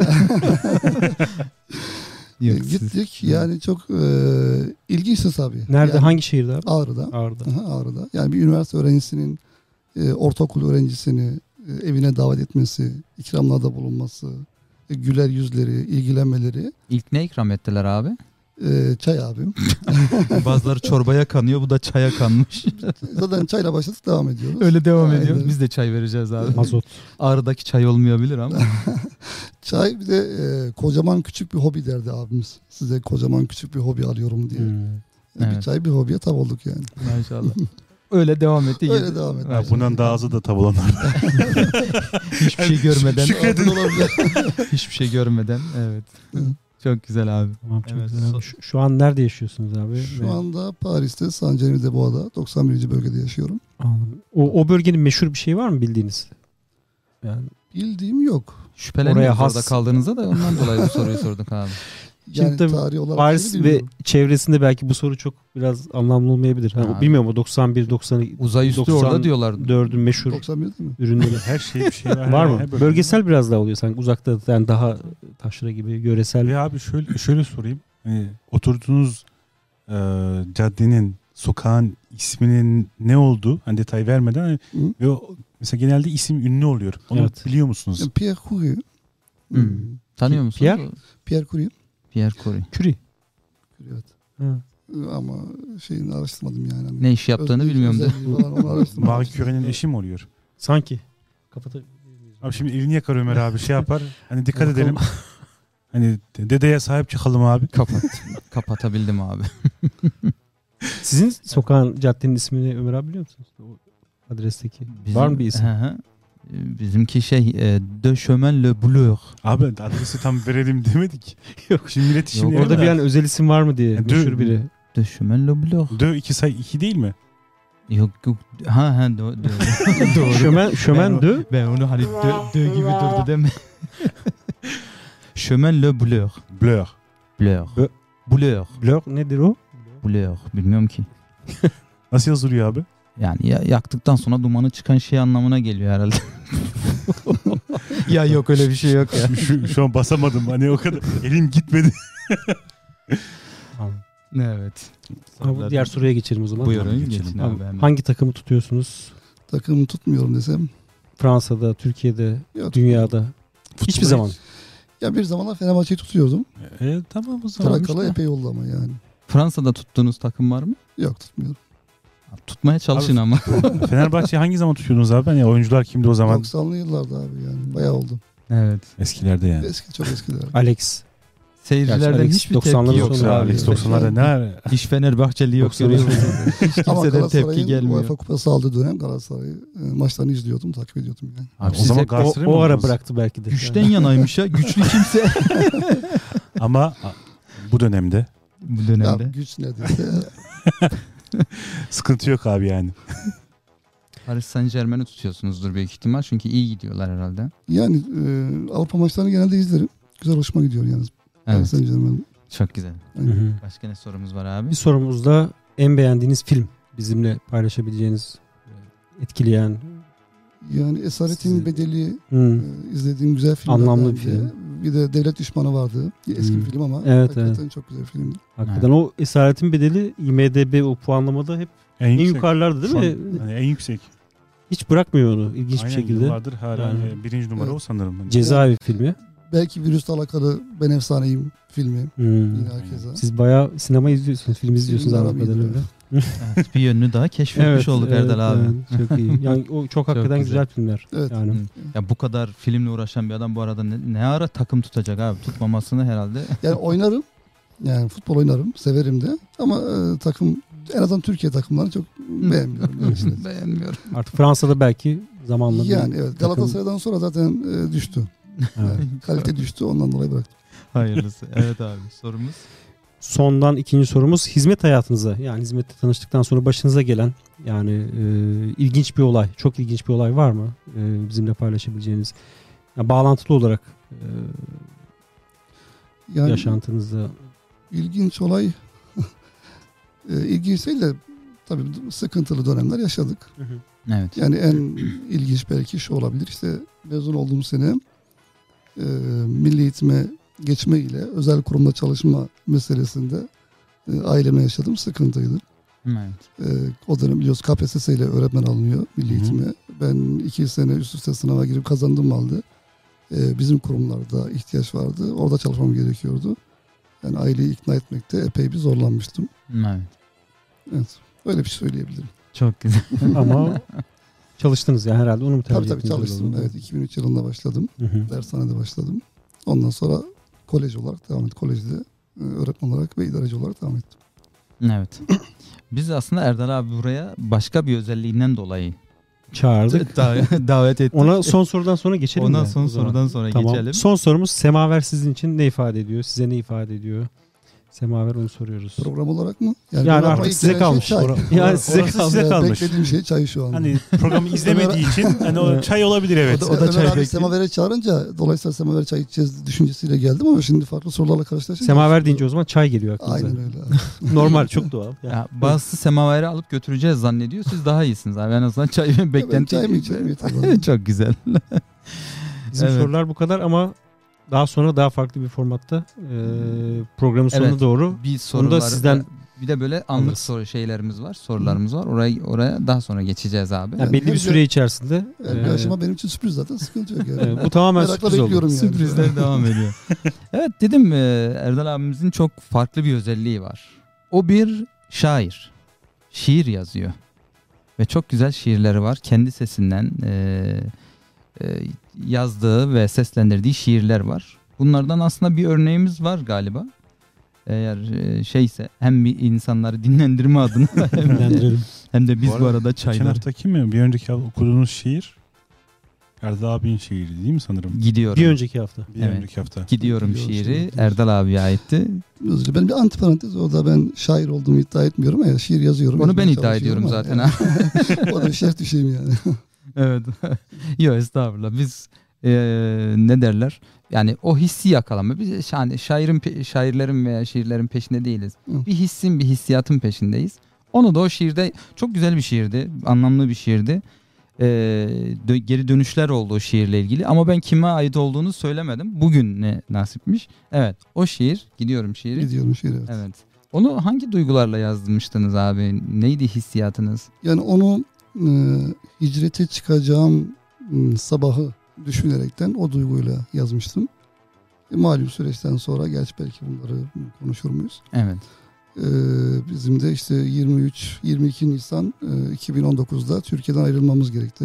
Gittik. Yani çok ilginçti tabii. Nerede? Yani Hangi şehirde abi? Ağrı'da. Ağrı'da. Aha, Ağrı'da. Yani bir üniversite öğrencisinin ortaokul öğrencisini evine davet etmesi, ikramlarda bulunması, güler yüzleri, ilgilenmeleri. İlk ne ikram ettiler abi? Çay abim. Bazıları çorbaya kanıyor, bu da çaya kanmış. Zaten çayla başladık, devam ediyoruz. Öyle devam Aynen. ediyoruz. Biz de çay vereceğiz abi. Mazot. Ağrı'daki çay olmayabilir ama. Çay bir de kocaman küçük bir hobi derdi abimiz. Size kocaman küçük bir hobi alıyorum diye. Bir Evet. çay bir hobiye tav olduk yani. Maşallah. Öyle devam etti. Öyle devam etti. Ha, bundan daha azı da tav olanlar. Hiçbir şey görmeden. Şükredin. Olabilir. Hiçbir şey görmeden. Evet. Çok güzel abi. Tamam, çok Evet. güzel abi. Şu an nerede yaşıyorsunuz abi? Şu anda Paris'te Saint-Denis-de-Bois'da 91. bölgede yaşıyorum. Anladım. O bölgenin meşhur bir şey var mı bildiğiniz? Yani Bildiğim yok. Şüpheleniyoruz Oraya has- orada kaldığınızda da ondan dolayı bu soruyu sorduk abi. Şimdi Yani tabii tarihi olarak Paris şeyini ve bilmiyorum. çevresinde belki bu soru çok biraz anlamlı olmayabilir. Ha. Bilmiyorum o 91 92 Uzay üstü orada diyorlar. 4'ün meşhur 91 değil mi? ürünleri Her şey bir şey var. var mı? Her bölgede. Bölgesel biraz daha oluyor sanki uzakta yani daha taşra gibi yöresel. Ve abi şöyle sorayım. Oturduğunuz caddenin, sokağın isminin ne olduğu, hani detay vermeden hani, Hı? ve mesela genelde isim ünlü oluyor. Onu Evet. biliyor musunuz? Yani Pierre Curie. Hı. Tanıyor musun? Pierre? Pierre Curie. Pierre Curie. Curie. Evet. Ha. Ama şeyini araştırmadım yani. Hani Ne iş yaptığını özelliği bilmiyorum da. falan onu araştırmadım. Marie Curie'nin eşi mi oluyor? Sanki. Kapatabilir miyiz? Abi şimdi elini yakar Ömer abi şey yapar. Hani dikkat Bakalım. edelim. Hani dedeye sahip çıkalım abi. Kapatabildim abi. Sizin sokağın caddenin ismini Ömer abi biliyor musunuz? O adresteki. Var mı bir isim? Hı hı. Bizimki De Chemin Le Bleu. Abi adresi tam verelim demedik. Yok. Şimdi millet şimdi Orada bir an özel isim var mı diye. Ya, Meşhur biri. De Chemin Le Bleu. Dö 2 say 2 değil mi? Yok. Doğru. Şömen de. Ben onu hani de gibi durdu değil mi? Chemin Le Bleu. Blur. Bleu. Bö- Bleu. Blur nedir o? Bleu. Bilmiyorum ki. Nasıl yazılıyor abi? Yani yaktıktan sonra dumanı çıkan şey anlamına geliyor herhalde. Ya yok öyle bir şey yok ya. Şu an basamadım. Hani o kadar elim gitmedi. Evet. Abi, diğer soruya geçelim o zaman. Buyurun Geçelim. geçin Abi, abi hemen. hangi takımı tutuyorsunuz? Takım tutmuyorum desem. Fransa'da, Türkiye'de, Yok, dünyada. Hiçbir zaman. Ya bir zamanlar Fenerbahçe'yi tutuyordum. Tamam o zaman. Trakalı epey oldu ama yani. Fransa'da tuttuğunuz takım var mı? Yok, tutmuyorum. Tutmaya çalışın Abi- ama. Fenerbahçe'yi hangi zaman tutuyordunuz abi? Yani oyuncular kimdi o zaman? 90'lı yıllarda abi yani. Bayağı oldu. Evet. Eskilerde yani. Eski, çok eskiler. Alex. Seyircilerden Alex hiçbir 90'ların tepki yok. sonu Yoksa abi. Alex 90'larda ne ara? Hiç Fenerbahçeli yok. 90'lı yıllarda. Hiç Ama kimseden tepki Galatasaray'ın gelmiyor. UEFA Kupası aldığı dönem Galatasaray'ı maçlarını izliyordum, takip ediyordum yani. Abi O siz zaman hep Galatasaray mı O ara oldunuz? bıraktı belki de. güçten yanaymış ya. Güçlü kimse. Ama bu dönemde Bu Ya dönemde. güç neredeyse. sıkıntı yok abi yani. Paris Saint Germain'i tutuyorsunuzdur büyük ihtimal. Çünkü iyi gidiyorlar herhalde. Yani Avrupa maçlarını genelde izlerim. Güzel, hoşuma gidiyor yani. Evet. Saint Germain. Çok güzel. Hı hı. Başka ne sorumuz var abi? Bir sorumuzda en beğendiğiniz film bizimle paylaşabileceğiniz etkileyen Yani Esaretin Sizin- Bedeli hı. izlediğim güzel filmlerden Anlamlı bir biri. film. Bir de Devlet Düşmanı vardı. Eski bir film ama Evet, hakikaten çok güzel filmdi. Hakikaten o Esaretin Bedeli IMDb o puanlamada hep en yüksek. yukarılarda değil Şu mi? an hani en yüksek. Hiç bırakmıyor onu ilginç Aynen, bir şekilde. yıllardır hala Yani. birinci numara Evet. o sanırım. Hani. Cezaevi filmi. Belki virüsle alakalı Ben Efsaneyim filmi. Hmm. Yine herkese. Siz bayağı sinema izliyorsunuz, film izliyorsunuz Filmler anladığım kadarıyla. iyidir. Evet, bir yönünü daha keşfetmiş olduk Erdal abi. evet, çok iyi. Yani o çok hakikaten güzel. güzel filmler. Evet. Yani. Hı. Ya bu kadar filmle uğraşan bir adam bu arada ne ara takım tutacak abi? Tutmamasını herhalde. Yani oynarım. Yani futbol oynarım. Severim de. Ama takım, en azından Türkiye takımlarını çok beğenmiyorum. Yani işte. Beğenmiyorum. Artık Fransa'da belki zamanla Yani bir evet. takım- Galatasaray'dan sonra zaten düştü. Evet. Yani kalite düştü. Ondan dolayı bıraktım. Hayırlısı. Evet abi sorumuz. Sondan ikinci sorumuz hizmet hayatınıza yani hizmette tanıştıktan sonra başınıza gelen yani ilginç bir olay, çok ilginç bir olay var mı bizimle paylaşabileceğiniz? Yani bağlantılı olarak Yani yaşantınızda. ilginç olay ilginç değil de tabii sıkıntılı dönemler yaşadık. Evet. Yani en ilginç belki şu olabilir. İşte mezun olduğum sene milli eğitime geçme ile özel kurumda çalışma meselesinde ailemle yaşadığım sıkıntıydı. Evet. O dönem biliyoruz KPSS ile öğretmen alınıyor milli eğitime. Ben 2 sene üst üste sınava girip kazandığım halde bizim kurumlarda ihtiyaç vardı. Orada çalışmam gerekiyordu. Yani aileyi ikna etmekte epey bir zorlanmıştım. Evet. Evet. Öyle bir şey söyleyebilirim. Çok güzel. Ama çalıştınız ya herhalde onu mu tercih Tabii ettiniz? çalıştım. Evet, 2003 yılında başladım. Hı hı. Dershanede başladım. Ondan sonra kolej olarak devam ettim. Kolejde öğretmen olarak ve idareci olarak devam ettim. Evet. Biz aslında Erdal abi buraya başka bir özelliğinden dolayı Çağırdık. davet ettik. Ona son sorudan sonra geçelim mi? Ona son O zaman? sorudan sonra Tamam. geçelim. Son sorumuz semaver sizin için ne ifade ediyor? Size ne ifade ediyor? Semaver onu soruyoruz. Program olarak mı? Yani programa artık ilk size gelen şey kalmış. çay. Yani size Orası kalmış. size kalmış. Beklediğim şey çay şu anda. Hani programı izlemediği için hani o çay olabilir evet. O da Ömer çay abi bekliyor. Semaver'e çağırınca dolayısıyla Semaver'e çay içeceğiz düşüncesiyle geldim ama şimdi farklı sorularla karşılaşınca. Semaver deyince o zaman çay geliyor aklınıza. Aynen öyle. abi. Normal, çok doğal. Ya, bazısı semaveri alıp götüreceğiz zannediyor. Siz daha iyisiniz abi. En azından çay Ben beklenti. çay mı içerim yeter. Çok güzel. Bizim Evet. sorular bu kadar ama daha sonra daha farklı bir formatta programın sonuna Evet. doğru Bir onu sorular da sizden bir de böyle anlık alırız. şeylerimiz var, sorularımız var. Oraya daha sonra geçeceğiz abi. yani belli bir süre içerisinde Yani bir aşama benim için sürpriz zaten sıkıntı yok yani. bu tamamen Merakla sürpriz oldu. bekliyorum yani. Sürprizler devam ediyor. Evet dedim Erdal abimizin çok farklı bir özelliği var. O bir şair. Şiir yazıyor. Ve çok güzel şiirleri var. Kendi sesinden yazdığı ve seslendirdiği şiirler var. Bunlardan aslında bir örneğimiz var galiba. Eğer şeyse hem bir insanları dinlendirme adına hem de biz bu arada Geçen çayları haftaki mi? Bir önceki okuduğunuz şiir Erdal abinin şiiri değil mi sanırım? gidiyorum. Bir önceki hafta. Bir Evet. önceki hafta. Gidiyorum Gidiyorum şiiri şiiri. Erdal abiye aitti. Özür dilerim. Ben bir antiparantez orada ben şair olduğumu iddia etmiyorum ama şiir yazıyorum. Onu ben yazmaya iddia ediyorum çalışıyorum zaten. ama o da bir şerh düşeyim yani. Evet. Yok estağfurullah. Biz ne derler? Yani o hissi yakalama. Biz yani şairlerin veya şiirlerin peşinde değiliz. Hı. Bir hissin, bir hissiyatın peşindeyiz. Onu da o şiirde çok güzel bir şiirdi. Anlamlı bir şiirdi. Geri dönüşler oldu o şiirle ilgili. Ama ben kime ait olduğunu söylemedim. Bugün ne nasipmiş. Evet. O şiir. Gidiyorum şiiri. Gidiyorum şiir evet. Evet. Onu hangi duygularla yazmıştınız abi? Neydi hissiyatınız? Yani onu hicrete çıkacağım sabahı düşünerekten o duyguyla yazmıştım. Malum süreçten sonra gerçi belki bunları konuşur muyuz? Evet. Bizim de işte 22 Nisan 2019'da Türkiye'den ayrılmamız gerekti.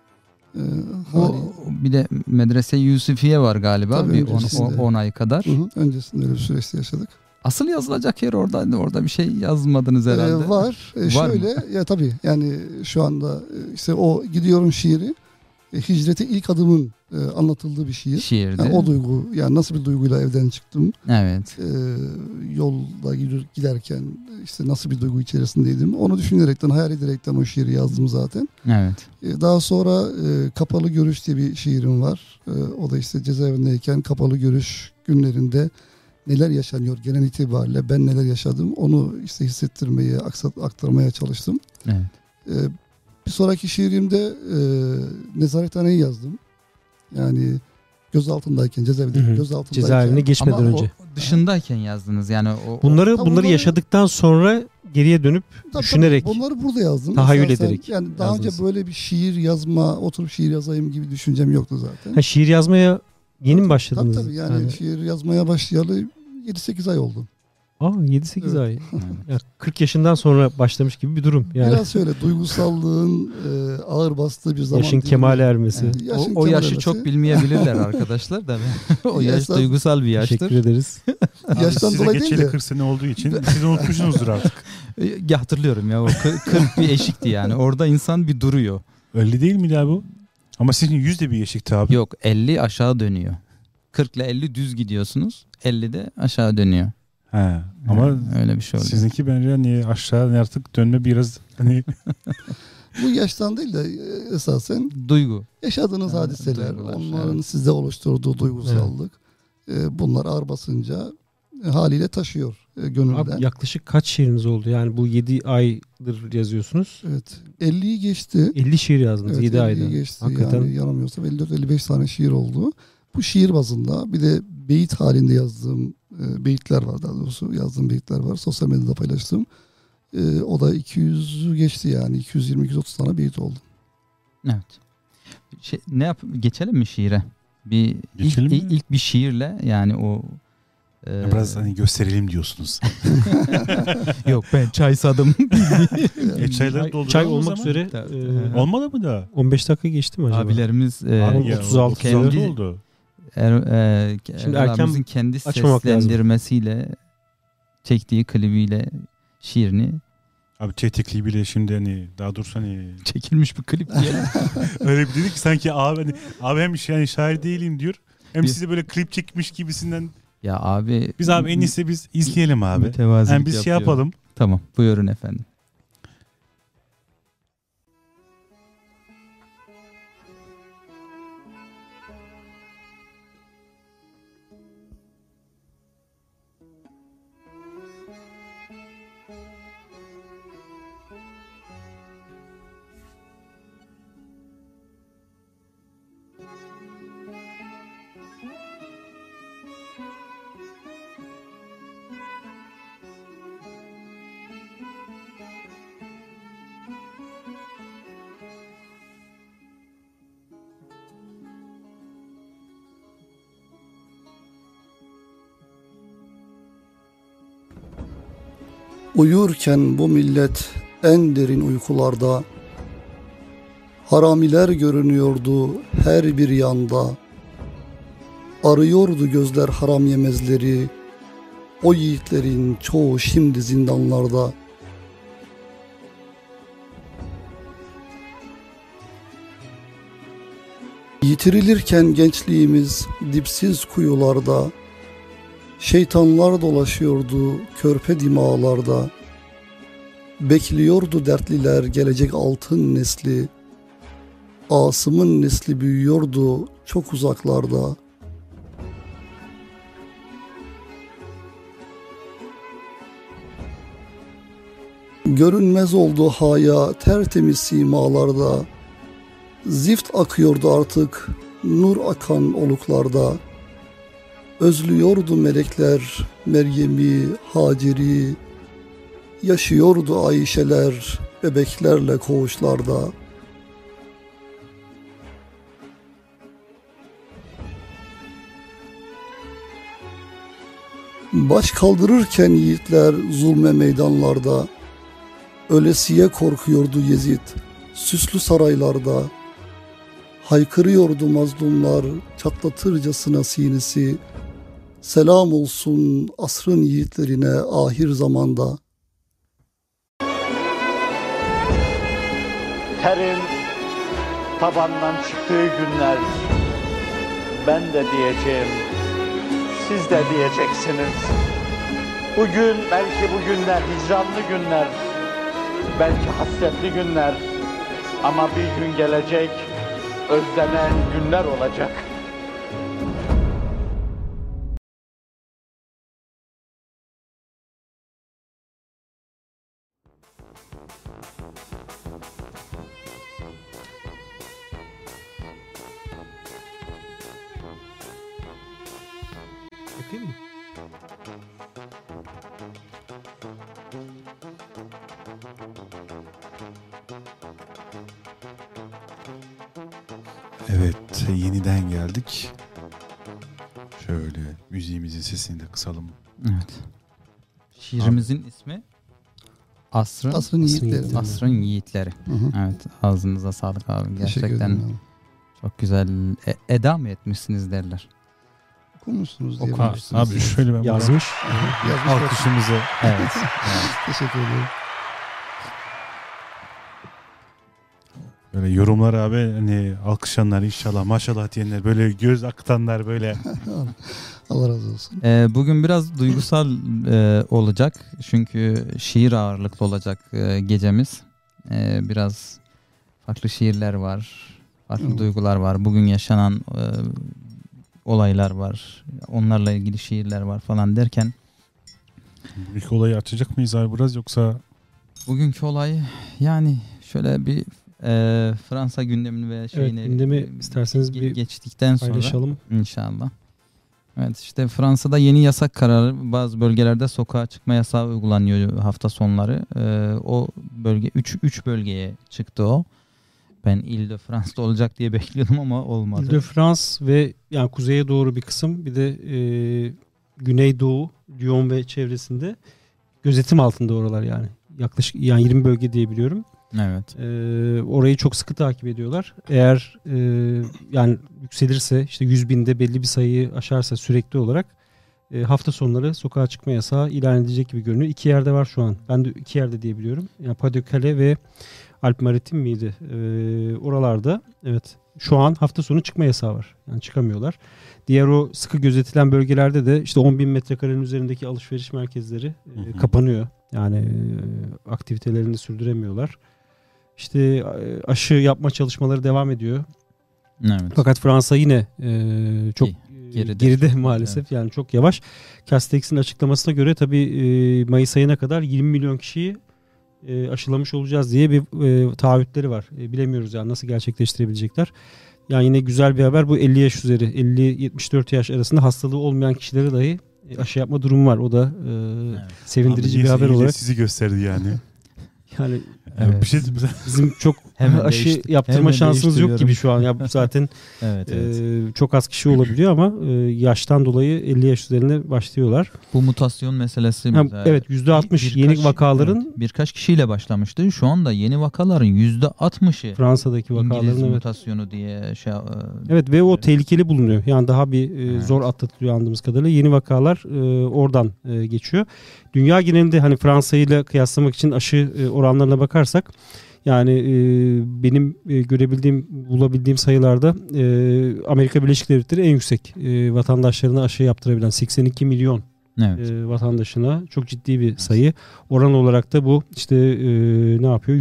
Bir de medrese Yusufiye var galiba. Tabii Bir öncesinde. 10 ay kadar. Öncesinde öyle bir süreçte yaşadık. Asıl yazılacak yer orada bir şey yazmadınız herhalde. Var. Var Şöyle mı? ya tabii yani şu anda işte o gidiyorum şiiri hicrete ilk adımın anlatıldığı bir şiir. Şiirde. Yani o duygu yani nasıl bir duyguyla evden çıktım. Evet. Yolda giderken işte nasıl bir duygu içerisindeydim. Onu düşünerekten hayal ederekten o şiiri yazdım zaten. Evet. Daha sonra Kapalı Görüş diye bir şiirim var. O da işte cezaevindeyken kapalı görüş günlerinde neler yaşanıyor genel itibariyle ben neler yaşadım onu işte hissettirmeye, aktarmaya çalıştım. Evet. Bir sonraki şiirimde Nezarethane'yi yazdım. Yani gözaltındayken, cezaevindeyken, gözaltındayken. Cezaevine geçmeden Ama önce. o dışındayken yazdınız yani Bunları yaşadıktan sonra geriye dönüp Tabii, düşünerek bunları burada yazdım. tahayyül Esasen ederek yani daha yazdınız. önce böyle bir şiir yazma, oturup şiir yazayım gibi düşüncem yoktu zaten. ha, şiir yazmaya yeni mi başladınız? Tabii yani şiir yazmaya başlayalı 7-8 ay oldu. 7-8 Evet. ay. Yani 40 yaşından sonra başlamış gibi bir durum. Yani Biraz şöyle duygusallığın ağır bastığı bir zaman. yaşın dilimi. kemale ermesi. Evet. Yaşın O yaşı kemale çok ermesi. bilmeyebilirler arkadaşlar da. O yaş Esas- duygusal bir yaştır. Teşekkür ederiz. Abi Yaştan size dolayı değil geçeli de. 40 sene olduğu için siz unutmuşsunuzdur artık. Ya hatırlıyorum ya o 40 bir eşikti yani. Orada insan bir duruyor. Öyle değil miydi abi bu? Ama sizin 100 de bir eşikti abi. Yok 50 aşağı dönüyor. 40 ile 50 düz gidiyorsunuz. 50 de aşağı dönüyor. He. Ama öyle bir şey oluyor. sizinki bence hani aşağı artık dönme biraz hani Bu yaştan değil de esasen Duygu. yaşadığınız Evet, hadiseler, duygular, onların evet. sizde oluşturduğu duygusallık. Bunlar ağır basınca haliyle taşıyor gönülden. Abi yaklaşık kaç şiiriniz oldu? Yani bu 7 aydır yazıyorsunuz. Evet. 50'yi geçti. 50 şiir yazdınız Evet, 7 ayda. 50'yi geçti. Hakikaten. Yani yanılmıyorsam 54-55 tane şiir oldu. Bu şiir bazında bir de beyit halinde yazdığım beyitler var, daha doğrusu yazdığım beyitler var. Sosyal medyada paylaştım. O da 200'ü geçti yani. 220-230 tane beyit oldu. Evet. Geçelim mi şiire? Geçelim mi? İlk bir şiirle yani o Biraz hani gösterelim diyorsunuz. yok ben çay sadım. Çayları dolduralım Çay o olmak zaman. üzere Olmadı mı daha? 15 dakika geçti mi acaba? Abilerimiz Abi 36 kendi oldu. Şimdi erken kendi açmamak lazım. seslendirmesiyle çektiği klibiyle şiirini Abi çektikliği bile şimdi hani daha doğrusu hani çekilmiş bir klip diye. öyle bir dedik ki sanki abi hani abi hem yani şair değilim diyor. Hem Bir- size böyle klip çekmiş gibisinden. Ya abi Biz abi en iyisi biz izleyelim abi. mütevazilik Yani biz şey yapıyor. yapalım. Tamam buyurun efendim. Uyurken bu millet en derin uykularda, haramiler görünüyordu her bir yanda. Arıyordu gözler haram yemezleri, o yiğitlerin çoğu şimdi zindanlarda. Yitirilirken gençliğimiz dipsiz kuyularda, şeytanlar dolaşıyordu körpe dimağlarda. Bekliyordu dertliler gelecek altın nesli. Asım'ın nesli büyüyordu çok uzaklarda. Görünmez oldu haya tertemiz simalarda. Zift akıyordu artık nur akan oluklarda. Özlüyordu melekler Meryem'i, Hacer'i. Yaşıyordu Ayşeler bebeklerle koğuşlarda. Baş kaldırırken yiğitler zulme meydanlarda. Ölesiye korkuyordu Yezid süslü saraylarda. Haykırıyordu mazlumlar çatlatırcasına sinesi. Selam olsun asrın yiğitlerine ahir zamanda. Terin tabandan çıktığı günler, ben de diyeceğim, siz de diyeceksiniz. Bugün belki bu günler hicranlı günler, belki hasretli günler, ama bir gün gelecek, özlenen günler olacak. Bakayım mı? Evet, yeniden geldik. Şöyle müziğimizin sesini de kısalım. Evet. Şiirimizin ismi Asrın Asrın yiğitleri. Asrın Yiğitleri. Hı hı. Evet, ağzınıza sağlık abi. Teşekkür Gerçekten ederim. çok güzel eda mı etmişsiniz derler. Okumuşsunuz diye. Okumuşsunuz. Abi şöyle ben Yazmış. Yazmış. alkışımızı Evet. Teşekkür ederim. böyle yorumlar abi hani alkışlayanlar inşallah maşallah diyenler böyle göz akıtanlar böyle Allah razı olsun. Bugün biraz duygusal olacak. Çünkü şiir ağırlıklı olacak gecemiz. Biraz farklı şiirler var. Farklı Evet. duygular var. Bugün yaşanan olaylar var. Onlarla ilgili şiirler var falan derken İlk olayı açacak mıyız abi biraz yoksa? Bugünkü olay yani şöyle bir Fransa gündemini ve şeyini gündemi isterseniz bir geçtikten sonra paylaşalım. inşallah. Evet, işte Fransa'da yeni yasak kararı, bazı bölgelerde sokağa çıkma yasağı uygulanıyor hafta sonları. O bölge 3 bölgeye çıktı o. Ben Ile-de-France'da olacak diye bekliyordum ama olmadı. Ile-de-France ve yani kuzeye doğru bir kısım, bir de Güneydoğu, Lyon ve çevresinde gözetim altında oralar yani. Yaklaşık yani 20 bölge diye biliyorum. Evet. Orayı çok sıkı takip ediyorlar. Eğer yani yükselirse, işte 100.000'de belli bir sayıyı aşarsa sürekli olarak hafta sonları sokağa çıkma yasağı ilan edilecek gibi görünüyor. 2 yerde var şu an. Ben de 2 yerde diye biliyorum. Yani Pas-de-Calais ve Alpes-Maritimes miydi? Oralarda evet şu an hafta sonu çıkma yasağı var. Yani çıkamıyorlar. Diğer o sıkı gözetilen bölgelerde de işte 10.000 metrekarenin üzerindeki alışveriş merkezleri kapanıyor. Yani aktivitelerini sürdüremiyorlar. İşte aşı yapma çalışmaları devam ediyor. Evet. Fakat Fransa yine çok geride maalesef. Evet. Yani çok yavaş. Castex'in açıklamasına göre tabii Mayıs ayına kadar 20 milyon kişiyi aşılamış olacağız diye bir taahhütleri var. Bilemiyoruz yani nasıl gerçekleştirebilecekler. Yani yine güzel bir haber, bu 50 yaş üzeri, 50-74 yaş arasında hastalığı olmayan kişilere dahi aşı yapma durumu var. O da sevindirici bir haber olarak. Sizi gösterdi yani. Yani evet. Bir şey bizim çok aşı yaptırma şansımız yok gibi şu an. Ya zaten evet. Çok az kişi olabiliyor ama yaştan dolayı 50 yaş üzerine başlıyorlar. Bu mutasyon meselesi evet, %60 yeni vakaların Fransa'daki vakaların İngiliz mutasyonu diye evet ve o tehlikeli bulunuyor. Yani daha bir zor atlatılıyor anladığımız kadarıyla. Yeni vakalar oradan geçiyor. Dünya genelinde hani Fransa ile kıyaslamak için aşı oranlarına bakarsak yani benim bulabildiğim sayılarda Amerika Birleşik Devletleri en yüksek vatandaşlarına aşı yaptırabilen 82 milyon vatandaşına çok ciddi bir sayı. Oran olarak da bu işte ne yapıyor?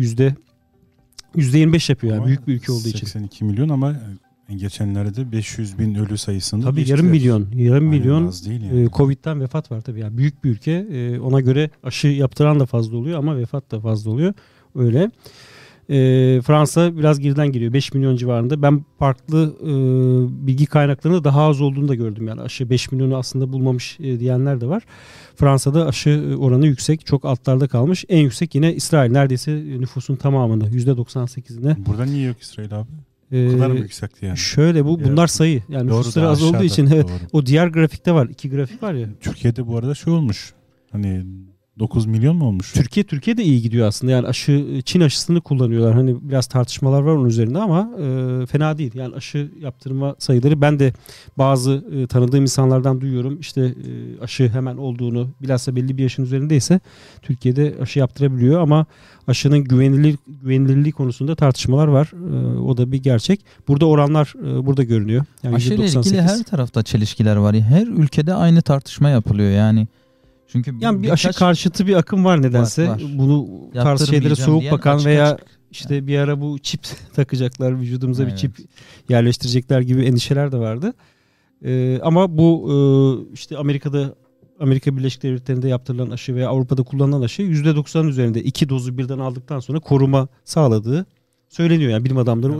%25 yapıyor yani, büyük bir ülke olduğu için. 82 milyon ama geçenlerde 500 bin ölü sayısında. Tabii yarım milyon az değil yani. Covid'den vefat var tabii. Yani büyük bir ülke. Ona göre aşı yaptıran da fazla oluyor ama vefat da fazla oluyor. Öyle. Fransa biraz geriden geliyor. 5 milyon civarında. Ben farklı bilgi kaynaklarında daha az olduğunu da gördüm. Yani aşı 5 milyonu aslında bulmamış diyenler de var. Fransa'da aşı oranı yüksek. Çok altlarda kalmış. En yüksek yine İsrail. Neredeyse nüfusun tamamını. %98'ine. Burada niye yok İsrail abi? O kadar mı yüksekti yani? Şöyle bunlar sayı. Yani nüfusları az olduğu için evet. O diğer grafikte var. 2 grafik var ya. Türkiye'de bu arada olmuş. Hani 9 milyon mu olmuş? Türkiye de iyi gidiyor aslında. Yani Çin aşısını kullanıyorlar. Hani biraz tartışmalar var onun üzerinde ama fena değil. Yani aşı yaptırma sayıları, ben de bazı tanıdığım insanlardan duyuyorum. İşte aşı hemen olduğunu, bilhassa belli bir yaşın üzerindeyse Türkiye'de aşı yaptırabiliyor ama aşının güvenilirliği konusunda tartışmalar var. O da bir gerçek. Burada oranlar burada görünüyor. Yani aşıyla ilgili her tarafta çelişkiler var. Her ülkede aynı tartışma yapılıyor yani. Çünkü yani bir aşı karşıtı bir akım var nedense. Var. Bunu tarz şeylere soğuk bakan veya işte bir ara bu çip takacaklar, vücudumuza bir çip yerleştirecekler gibi endişeler de vardı. Ama bu işte Amerika Birleşik Devletleri'nde yaptırılan aşı veya Avrupa'da kullanılan aşı %90'ın üzerinde 2 dozu birden aldıktan sonra koruma sağladığı söyleniyor. Yani bilim adamları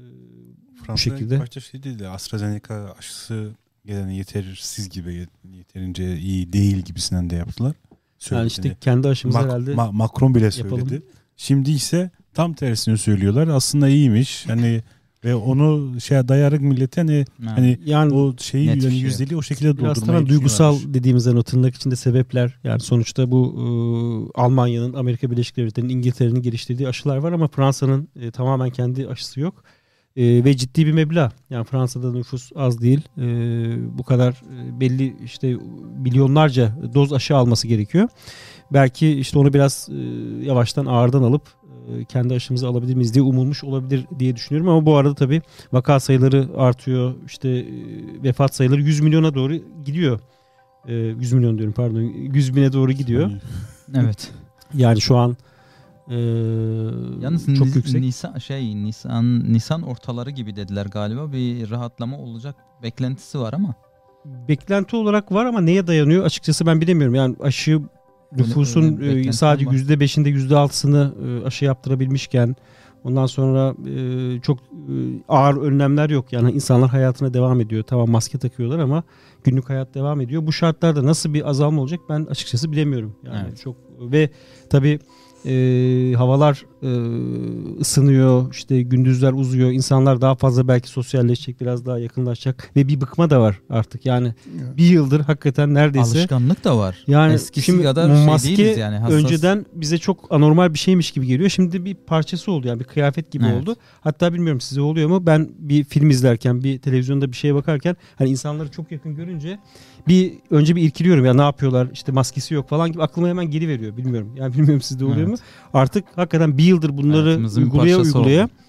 bu şekilde. Başta şey değil de AstraZeneca aşısı yetersiz gibi, yeterince iyi değil gibisinden de yaptılar. Yani işte kendi aşımız herhalde Macron bile söyledi. Yapalım. Şimdi ise tam tersini söylüyorlar. Aslında iyiymiş. Hani ve onu dayarak millete yani o şeyi yani yüzdeliği o şekilde doldurmayı düşünüyorlar. Duygusal dediğimizden o tırnak içinde sebepler. Yani sonuçta bu Almanya'nın, Amerika Birleşik Devletleri'nin, İngiltere'nin geliştirdiği aşılar var ama Fransa'nın tamamen kendi aşısı yok. Ve ciddi bir meblağ. Yani Fransa'da nüfus az değil. Bu kadar belli işte milyonlarca doz aşı alması gerekiyor. Belki işte onu biraz yavaştan ağırdan alıp kendi aşımızı alabilir miyiz diye umulmuş olabilir diye düşünüyorum. Ama bu arada tabii vaka sayıları artıyor. İşte vefat sayıları 100 milyona doğru gidiyor. 100 milyon diyorum pardon. 100 bine doğru gidiyor. Evet. Yani şu an yalnız çok yüksek. Nisan ortaları gibi dediler galiba, bir rahatlama olacak beklentisi var ama. Beklenti olarak var ama neye dayanıyor açıkçası ben bilemiyorum. Yani aşı nüfusun beklentiler sadece var. %5'inde %6'sını aşı yaptırabilmişken ondan sonra çok ağır önlemler yok. Yani insanlar hayatına devam ediyor. Tamam maske takıyorlar ama günlük hayat devam ediyor. Bu şartlarda nasıl bir azalma olacak ben açıkçası bilemiyorum. Yani Evet. çok ve tabii havalar ısınıyor, işte gündüzler uzuyor, insanlar daha fazla belki sosyalleşecek, biraz daha yakınlaşacak ve bir bıkma da var artık. Yani Evet. bir yıldır hakikaten neredeyse Alışkanlık da var. yani Eskisi şimdi kadar maske değiliz yani. Hassas. önceden bize çok anormal bir şeymiş gibi geliyor. Şimdi bir parçası oldu yani bir kıyafet gibi Evet. oldu. Hatta bilmiyorum size oluyor mu? Ben bir film izlerken, bir televizyonda bir şeye bakarken hani insanları çok yakın görünce önce bir irkiliyorum ya ne yapıyorlar işte maskesi yok falan gibi aklıma hemen geri veriyor. Bilmiyorum. Yani bilmiyorum sizde oluyor mu? Artık hakikaten bir yıldır bunları Hayatımızın bir uygulaya parçası uygulaya oldu.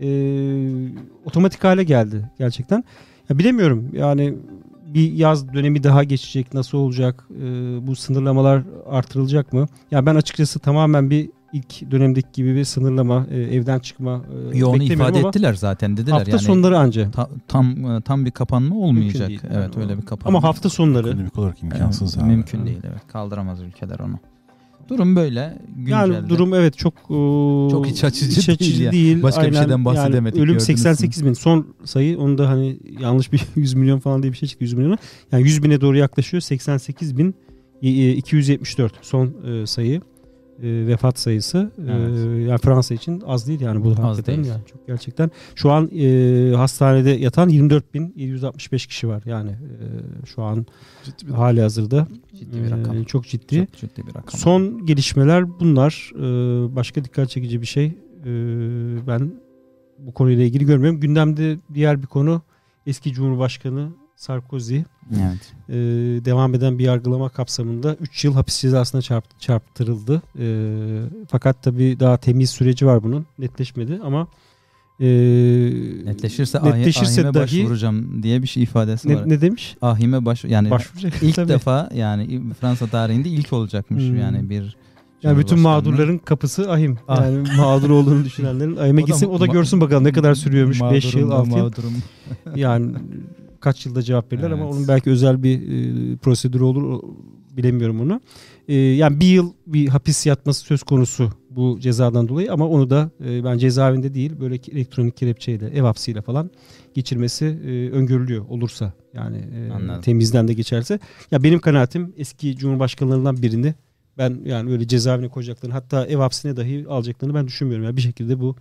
otomatik hale geldi gerçekten. Ya bilemiyorum yani bir yaz dönemi daha geçecek nasıl olacak bu sınırlamalar artırılacak mı? Ya ben açıkçası tamamen bir ilk dönemdeki gibi bir sınırlama evden çıkma Onu beklemiyorum ifade ama ettiler zaten dediler hafta yani. sonları anca. Tam bir kapanma olmayacak. değil. Evet öyle bir kapanma. Ama hafta sonları Ekonomik olarak imkansız abi. Mümkün değil evet. Kaldıramaz ülkeler onu. Durum böyle. Güncelde. yani durum evet çok iç açıcı değil ya. değil. Başka bir şeyden bahsedemedik, Yani ölüm gördünüz 88 bin son sayı onu da hani yanlış bir 100 milyon falan diye bir şey çıktı 100 milyona. Yani 100 bine doğru yaklaşıyor 88 bin 274 son sayı vefat sayısı. Evet. Yani Fransa için az değil yani bu Az hakikaten değil. yani çok gerçekten. Şu an hastanede yatan 24.765 kişi var yani şu an Ciddi bir hali hazırda. Ciddi bir rakam. Çok ciddi. Çok ciddi bir rakam. Son gelişmeler bunlar. Başka dikkat çekici bir şey ben bu konuyla ilgili görmüyorum. Gündemde diğer bir konu eski Cumhurbaşkanı Sarkozy Evet. devam eden bir yargılama kapsamında 3 yıl hapis cezasına çarptırıldı. Fakat tabii daha temiz süreci var bunun. Netleşmedi ama Netleşirse netleşirse ahime dahi başvuracağım diye bir şey ifadesi var. ne demiş? Ahime yani Başvuracak. ilk Tabii. defa yani Fransa tarihinde ilk olacakmış yani bir Yani bütün Cumhurbaşkanlığı. mağdurların kapısı ahim. Yani mağdur olduğunu düşünenlerin ahime O da gitsin. O da görsün bakalım ne kadar sürüyormuş. 5 yıl, 6 yıl. Mağdurum. Yani kaç yılda cevap verirler ama Evet. onun belki özel bir prosedürü olur. Bilemiyorum onu. Yani bir yıl bir hapis yatması söz konusu bu cezadan dolayı ama onu da ben cezaevinde değil böyle elektronik kelepçeyle ev hapsiyle falan geçirmesi öngörülüyor olursa yani temizden de geçerse. Ya benim kanaatim eski cumhurbaşkanlarından birini ben yani öyle cezaevine koyacaklarını hatta ev hapsine dahi alacaklarını ben düşünmüyorum. Yani bir şekilde bu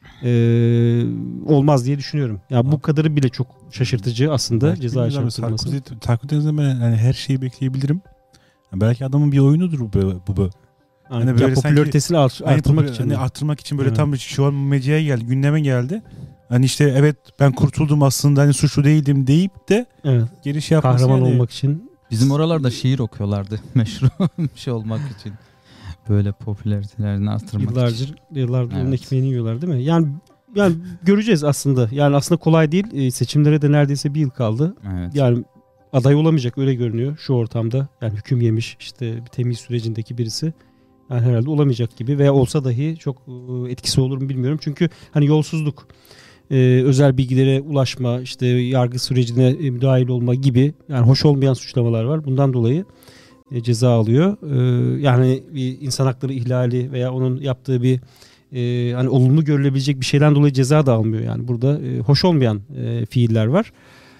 olmaz diye düşünüyorum. Ya bu kadarı bile çok şaşırtıcı aslında ceza çarptırılması. Takdirde ben yani her şeyi bekleyebilirim. Belki adamın bir oyunudur bu. Yani Hani böyle popülaritesini artırmak için. Hani arttırmak için böyle tam şu an medyaya geldi, gündeme geldi. Hani işte evet ben kurtuldum aslında hani suçlu değildim deyip de geri şey yapması kahraman yani. olmak için. Bizim oralarda şiir okuyorlardı meşru bir şey olmak için. Böyle popülaritelerini arttırmak için. Yıllardır onun ekmeğini yiyorlar değil mi? Yani göreceğiz aslında. Yani aslında kolay değil. Seçimlere de neredeyse bir yıl kaldı. Evet. Yani aday olamayacak öyle görünüyor şu ortamda. Yani hüküm yemiş işte bir temiz sürecindeki birisi. Yani herhalde olamayacak gibi veya olsa dahi çok etkisi olur mu bilmiyorum. Çünkü hani yolsuzluk, özel bilgilere ulaşma, işte yargı sürecine müdahil olma gibi yani hoş olmayan suçlamalar var. Bundan dolayı ceza alıyor. Yani bir insan hakları ihlali veya onun yaptığı bir hani olumlu görülebilecek bir şeyden dolayı ceza da almıyor. Yani burada hoş olmayan fiiller var.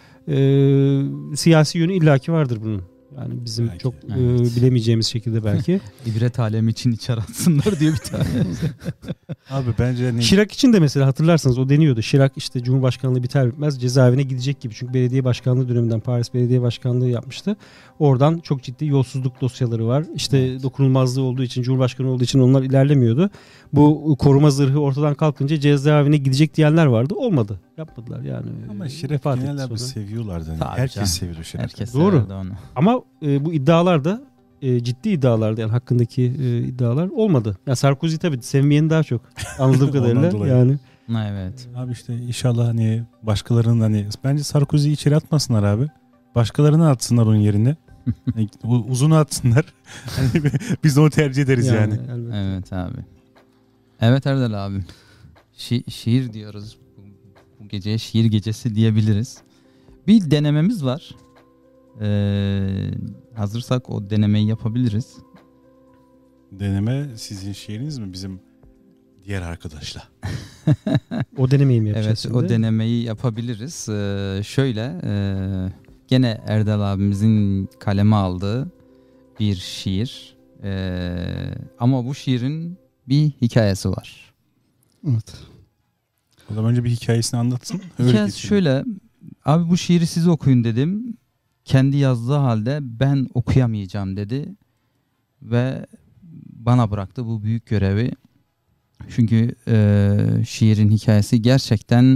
Siyasi yönü illaki vardır bunun. Yani bizim belki, çok evet. Bilemeyeceğimiz şekilde belki. İbret alemi için içer atsınlar diyor bir tane. Abi bence hani Şirak için de mesela hatırlarsanız o deniyordu. Şirak işte Cumhurbaşkanlığı biter bitmez cezaevine gidecek gibi. Çünkü belediye başkanlığı döneminden Paris Belediye Başkanlığı yapmıştı. Oradan çok ciddi yolsuzluk dosyaları var. İşte dokunulmazlığı olduğu için, Cumhurbaşkanı olduğu için onlar ilerlemiyordu. Bu koruma zırhı ortadan kalkınca cezaevine gidecek diyenler vardı. Olmadı. Yapmadılar yani. ama Şiref Vefat etti genelde sonra. seviyorlardı. Yani. Tabii Herkes canım. seviyordu Şiref'i. Herkes Doğru. severdi onu. Ama bu iddialar da ciddi iddialardı yani hakkındaki iddialar olmadı. Ya Sarkozy tabii sevmeyeni daha çok anladığım Ondan kadarıyla dolayı. yani. Evet. Abi işte inşallah hani başkalarının hani bence Sarkozy'yi içeri atmasınlar abi. Başkalarını atsınlar onun yerine. Yani uzunu atsınlar. Hani biz onu tercih ederiz yani. elbette. Evet abi. Evet Erdal abi. Şiir diyoruz. Bu geceye şiir gecesi diyebiliriz. Bir denememiz var. Hazırsak o denemeyi yapabiliriz. deneme sizin şiiriniz mi bizim diğer arkadaşla? O denemeyi mi yapacağız Evet, şimdi? o denemeyi yapabiliriz. Gene Erdal abimizin kaleme aldığı bir şiir. Ama bu şiirin bir hikayesi var. Evet. O zaman önce bir hikayesini anlatsın. Öyle Hikayesi geçelim. şöyle. Abi bu şiiri siz okuyun dedim. Kendi yazdığı halde ben okuyamayacağım dedi. Ve bana bıraktı bu büyük görevi. Çünkü şiirin hikayesi gerçekten,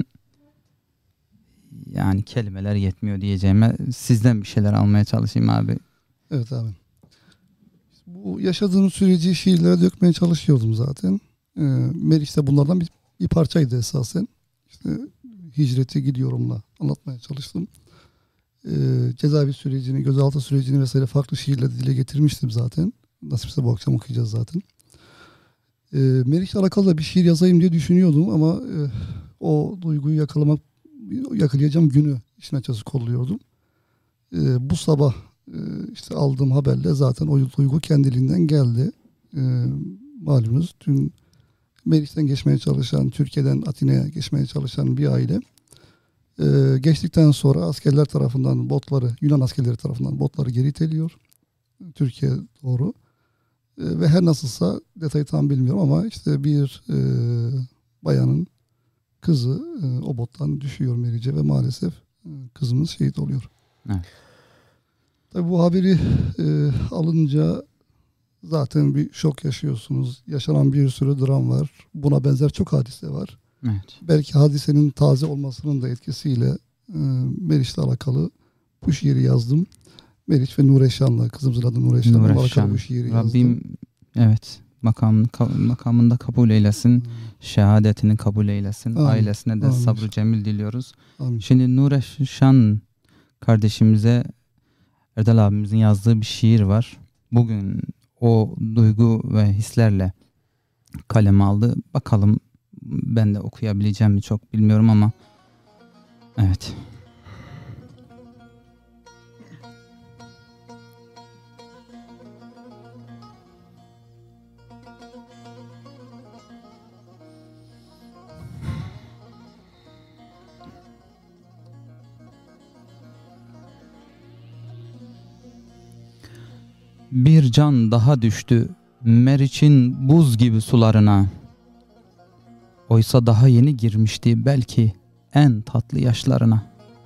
yani kelimeler yetmiyor diyeceğime sizden bir şeyler almaya çalışayım abi. Evet abi. Bu yaşadığım süreci şiirlere dökmeye çalışıyordum zaten. Meriç de bunlardan bir parçaydı esasen. İşte hicreti gidiyorumla anlatmaya çalıştım. Cezaevi sürecini, gözaltı sürecini vesaire farklı şiirle dile getirmiştim zaten. Nasipse bu akşam okuyacağız zaten. Meriç'le alakalı da bir şiir yazayım diye düşünüyordum ama o duyguyu yakalayacağım günü işin açıkçası kolluyordum. Bu sabah işte aldığım haberle zaten o duygu kendiliğinden geldi. Malumunuz dün Meriç'ten geçmeye çalışan, Türkiye'den Atina'ya geçmeye çalışan bir aile geçtikten sonra askerler tarafından Yunan askerleri tarafından botları geri iteliyor Türkiye doğru. Ve her nasılsa detayı tam bilmiyorum ama işte bir bayanın kızı o bottan düşüyor Meriç'e ve maalesef kızımız şehit oluyor. Evet. Tabii bu haberi alınca zaten bir şok yaşıyorsunuz. Yaşanan bir sürü dram var. Buna benzer çok hadise var. Evet. Belki hadisenin taze olmasının da etkisiyle Meriç'le alakalı bu şiiri yazdım. Meriç ve Nureşan'la, kızımızın adı Nureşan'la alakalı bu şiiri yazdım. Rabbim evet makamında kabul eylesin. Şehadetini kabul eylesin. Amin. Ailesine de Amin. sabrı cemil diliyoruz. Amin. Şimdi Nureşan kardeşimize Erdal abimizin yazdığı bir şiir var. Bugün o duygu ve hislerle kaleme aldı. Bakalım ben de okuyabileceğim mi çok bilmiyorum ama evet. Bir can daha düştü Meriç'in buz gibi sularına. Oysa daha yeni girmişti belki en tatlı yaşlarına.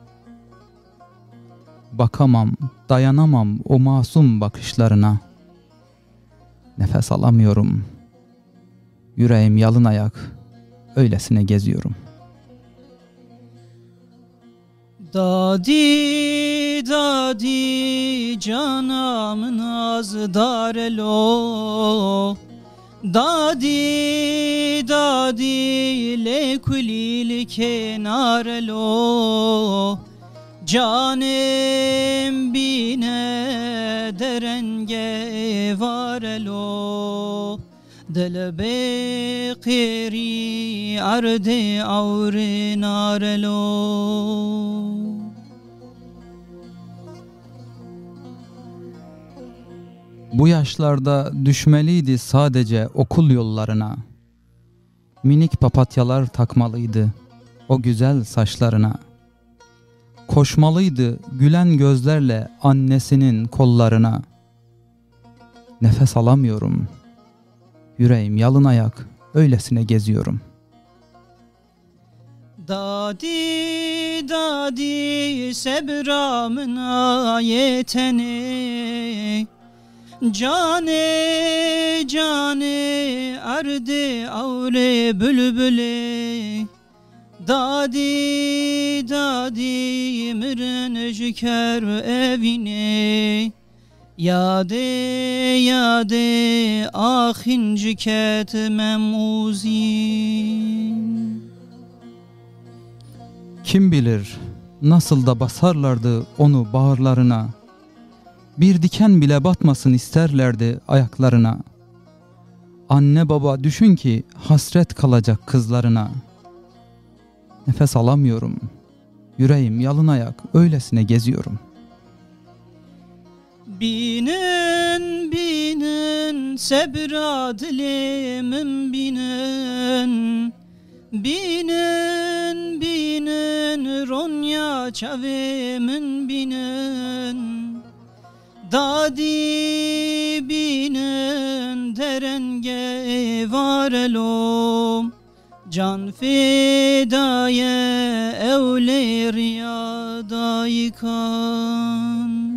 Bakamam, dayanamam o masum bakışlarına. Nefes alamıyorum. Yüreğim yalın ayak, öylesine geziyorum. Dadi dadi canamın ağzı darelo. Dadi dadi lekulil kenarelo. Canem bine derenge varelo. Delebe qiri arde avre narelo. Bu yaşlarda düşmeliydi sadece okul yollarına. Minik papatyalar takmalıydı o güzel saçlarına. Koşmalıydı gülen gözlerle annesinin kollarına. Nefes alamıyorum. Yüreğim yalın ayak, öylesine geziyorum. Dadi dadi sebramın ayetene. Cane cane arde avre bülbüle. Dadi dadi mırın jüker evine. Yade yade ahin ciket memuzin. Kim bilir nasıl da basarlardı onu bağırlarına. Bir diken bile batmasın isterlerdi ayaklarına. Anne baba düşün ki hasret kalacak kızlarına. Nefes alamıyorum. Yüreğim yalın ayak, öylesine geziyorum. Binin binin sebra dilimin binin. Binin, binin, Ronya çavimin binin. Dadi binin, derenge varelom. Can fidaye evle riyadaykan.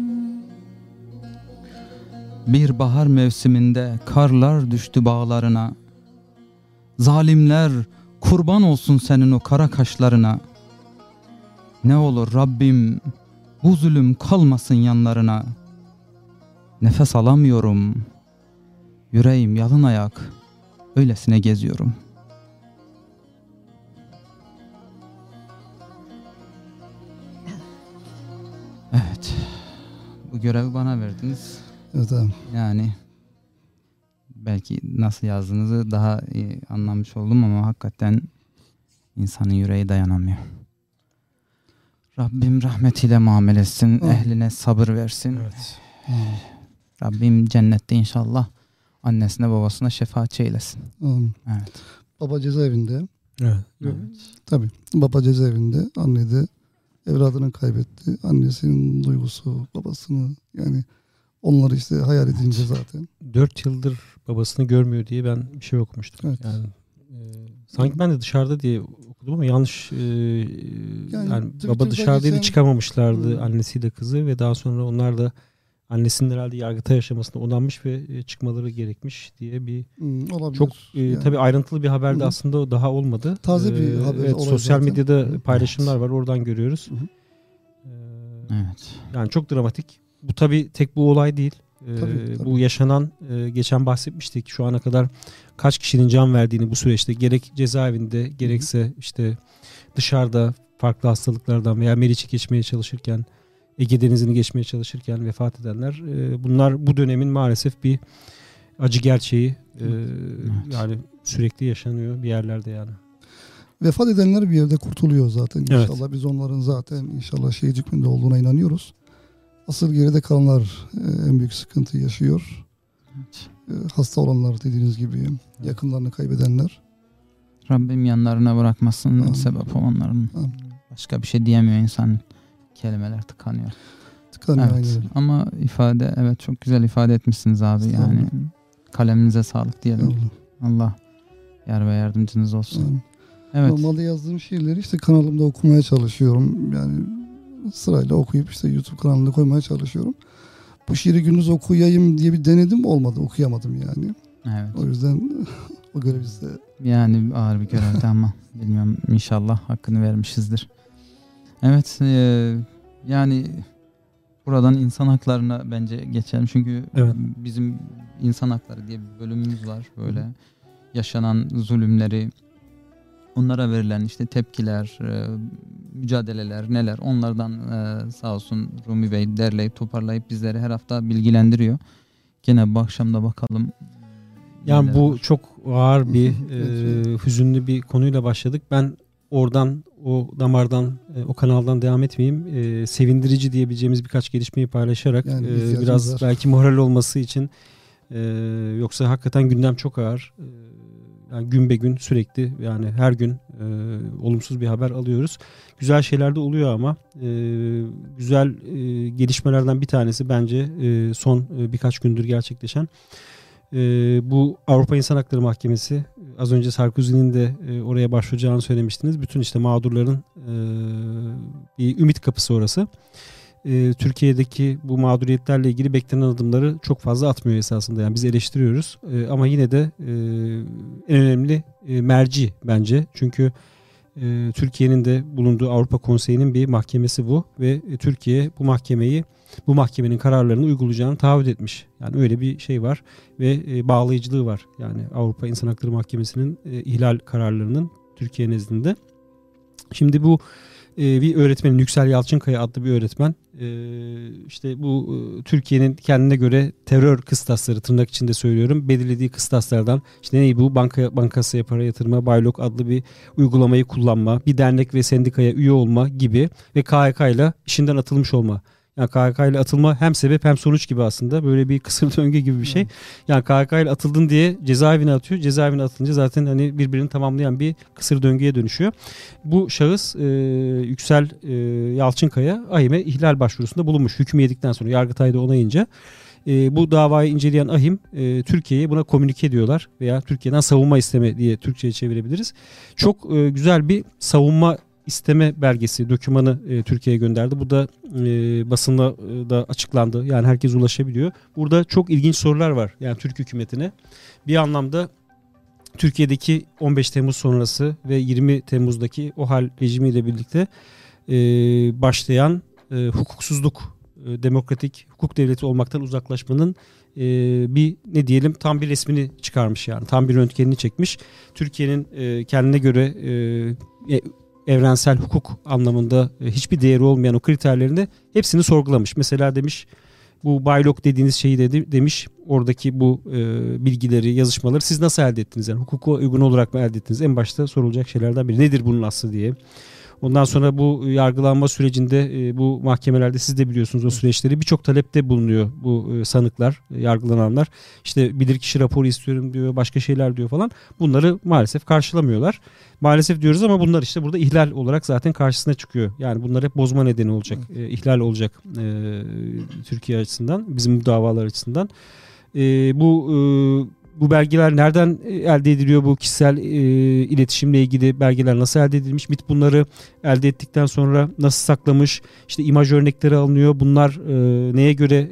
Bir bahar mevsiminde karlar düştü bağlarına. Zalimler kurban olsun senin o kara kaşlarına. Ne olur Rabbim bu zulüm kalmasın yanlarına. Nefes alamıyorum. Yüreğim yalın ayak. Öylesine geziyorum. Evet. Bu görevi bana verdiniz. Evet abi. Yani belki nasıl yazdığınızı daha iyi anlamış oldum ama hakikaten insanın yüreği dayanamıyor. Rabbim rahmetiyle muamele etsin. Ehline sabır versin. Evet. Rabbim cennette inşallah annesine babasına şefaatçi eylesin. Amin. Evet. Baba cezaevinde. Evet. Tabii. Baba cezaevinde. Anne de evladını kaybetti. Annesinin duygusu, babasını, yani onları işte hayal edince zaten. 4 yıldır babasını görmüyor diye ben bir şey okumuştum. Evet. Yani sanki ben de dışarıda diye okudum ama yanlış. Yani baba dışarıdaydı, çıkamamışlardı annesiyle kızı ve daha sonra onlar da annesinin herhalde Yargıtay aşamasında onanmış ve çıkmaları gerekmiş diye bir olabilir. çok Yani. tabii ayrıntılı bir haberde aslında daha olmadı. Taze bir haber. Evet, sosyal zaten. medyada paylaşımlar var, oradan görüyoruz. Evet. Yani çok dramatik. Bu tabii tek bu olay değil. Tabii. Bu yaşanan, geçen bahsetmiştik, şu ana kadar kaç kişinin can verdiğini bu süreçte, gerek cezaevinde gerekse işte dışarıda farklı hastalıklardan veya Meriç'i geçmeye çalışırken, Ege Denizi'ni geçmeye çalışırken vefat edenler, bunlar bu dönemin maalesef bir acı gerçeği. Yani sürekli yaşanıyor bir yerlerde yani. Vefat edenler bir yerde kurtuluyor zaten. Evet. İnşallah biz onların zaten inşallah şehit hükmünde olduğuna inanıyoruz. Asıl geride kalanlar en büyük sıkıntı yaşıyor. Evet. Hasta olanlar, dediğiniz gibi yakınlarını kaybedenler. Rabbim yanlarına bırakmasın Amin. sebep olanların. Amin. Başka bir şey diyemiyor insan. Kelimeler tıkanıyor. Tıkanıyor Evet. aynen. Ama ifade, evet, çok güzel ifade etmişsiniz abi. Yani kaleminize sağlık diyelim. Allah. Allah yar ve yardımcınız olsun. Amin. Evet. Normalde yazdığım şiirleri işte kanalımda okumaya çalışıyorum. Yani sırayla okuyup işte YouTube kanalında koymaya çalışıyorum. Bu şiiri gündüz okuyayım diye bir denedim, olmadı. Okuyamadım yani. Evet. O yüzden o görev size. Yani ağır bir görevdi ama bilmiyorum, inşallah hakkını vermişizdir. Evet, yani buradan insan haklarına bence geçelim. Çünkü Evet. bizim insan hakları diye bir bölümümüz var. Böyle yaşanan zulümleri, onlara verilen işte tepkiler, mücadeleler neler, onlardan sağ olsun Rumi Bey derleyip toparlayıp bizleri her hafta bilgilendiriyor. Gene bu akşam da bakalım. Yani neler bu var. çok ağır bir, Evet. hüzünlü bir konuyla başladık. Ben oradan, o damardan, o kanaldan devam etmeyeyim. Sevindirici diyebileceğimiz birkaç gelişmeyi paylaşarak Yani ihtiyacımız biraz var. belki moral olması için, yoksa hakikaten gündem çok ağır. Yani gün be gün sürekli, yani her gün olumsuz bir haber alıyoruz. Güzel şeyler de oluyor ama güzel gelişmelerden bir tanesi bence son birkaç gündür gerçekleşen. Bu Avrupa İnsan Hakları Mahkemesi, az önce Sarkozy'nin de oraya başvuracağını söylemiştiniz. Bütün işte mağdurların bir ümit kapısı orası. Türkiye'deki bu mağduriyetlerle ilgili beklenen adımları çok fazla atmıyor esasında. Yani biz eleştiriyoruz ama yine de en önemli merci bence. Çünkü Türkiye'nin de bulunduğu Avrupa Konseyi'nin bir mahkemesi bu ve Türkiye bu mahkemenin kararlarını uygulayacağını taahhüt etmiş. Yani öyle bir şey var ve bağlayıcılığı var. Yani Avrupa İnsan Hakları Mahkemesi'nin ihlal kararlarının Türkiye nezdinde. Şimdi bu bir öğretmenin, Yüksel Yalçınkaya adlı bir öğretmen, işte bu Türkiye'nin kendine göre terör kıstasları, tırnak içinde söylüyorum, belirlediği kıstaslardan, işte neydi bu, bankasaya para yatırma, Baylok adlı bir uygulamayı kullanma, bir dernek ve sendikaya üye olma gibi ve KHK ile işinden atılmış olma Yani KHK ile atılma hem sebep hem sonuç gibi aslında. Böyle bir kısır döngü gibi bir şey. Yani KHK ile atıldın diye cezaevine atıyor. Cezaevine atılınca zaten hani birbirini tamamlayan bir kısır döngüye dönüşüyor. Bu şahıs Yüksel Yalçınkaya AİHM'e ihlal başvurusunda bulunmuş. Hükmü yedikten sonra Yargıtay'da onayınca bu davayı inceleyen AİHM Türkiye'ye buna komünike ediyorlar veya Türkiye'den savunma isteme diye Türkçe'ye çevirebiliriz. Çok güzel bir savunma isteme belgesi, dokümanı Türkiye'ye gönderdi. Bu da basında da açıklandı. Yani herkes ulaşabiliyor. Burada çok ilginç sorular var. Yani Türk hükümetine. Bir anlamda Türkiye'deki 15 Temmuz sonrası ve 20 Temmuz'daki OHAL rejimiyle birlikte başlayan hukuksuzluk, demokratik hukuk devleti olmaktan uzaklaşmanın bir ne diyelim tam bir resmini çıkarmış yani. Tam bir röntgenini çekmiş. Türkiye'nin kendine göre evrensel hukuk anlamında hiçbir değeri olmayan o kriterlerini hepsini sorgulamış. Mesela demiş bu Baylok dediğiniz şeyi demiş oradaki bu bilgileri, yazışmaları siz nasıl elde ettiniz? Yani hukuka uygun olarak mı elde ettiniz? En başta sorulacak şeylerden biri. Nedir bunun aslı diye. Ondan sonra bu yargılanma sürecinde bu mahkemelerde siz de biliyorsunuz o süreçleri birçok talepte bulunuyor bu sanıklar, yargılananlar. İşte bilirkişi raporu istiyorum diyor, başka şeyler diyor falan. Bunları maalesef karşılamıyorlar. Maalesef diyoruz ama bunlar işte burada ihlal olarak zaten karşısına çıkıyor. Yani bunlar hep bozma nedeni olacak, ihlal olacak Türkiye açısından, bizim davalar açısından. Bu belgeler nereden elde ediliyor? Bu kişisel iletişimle ilgili belgeler nasıl elde edilmiş? MİT bunları elde ettikten sonra nasıl saklamış? İşte imaj örnekleri alınıyor. Bunlar neye göre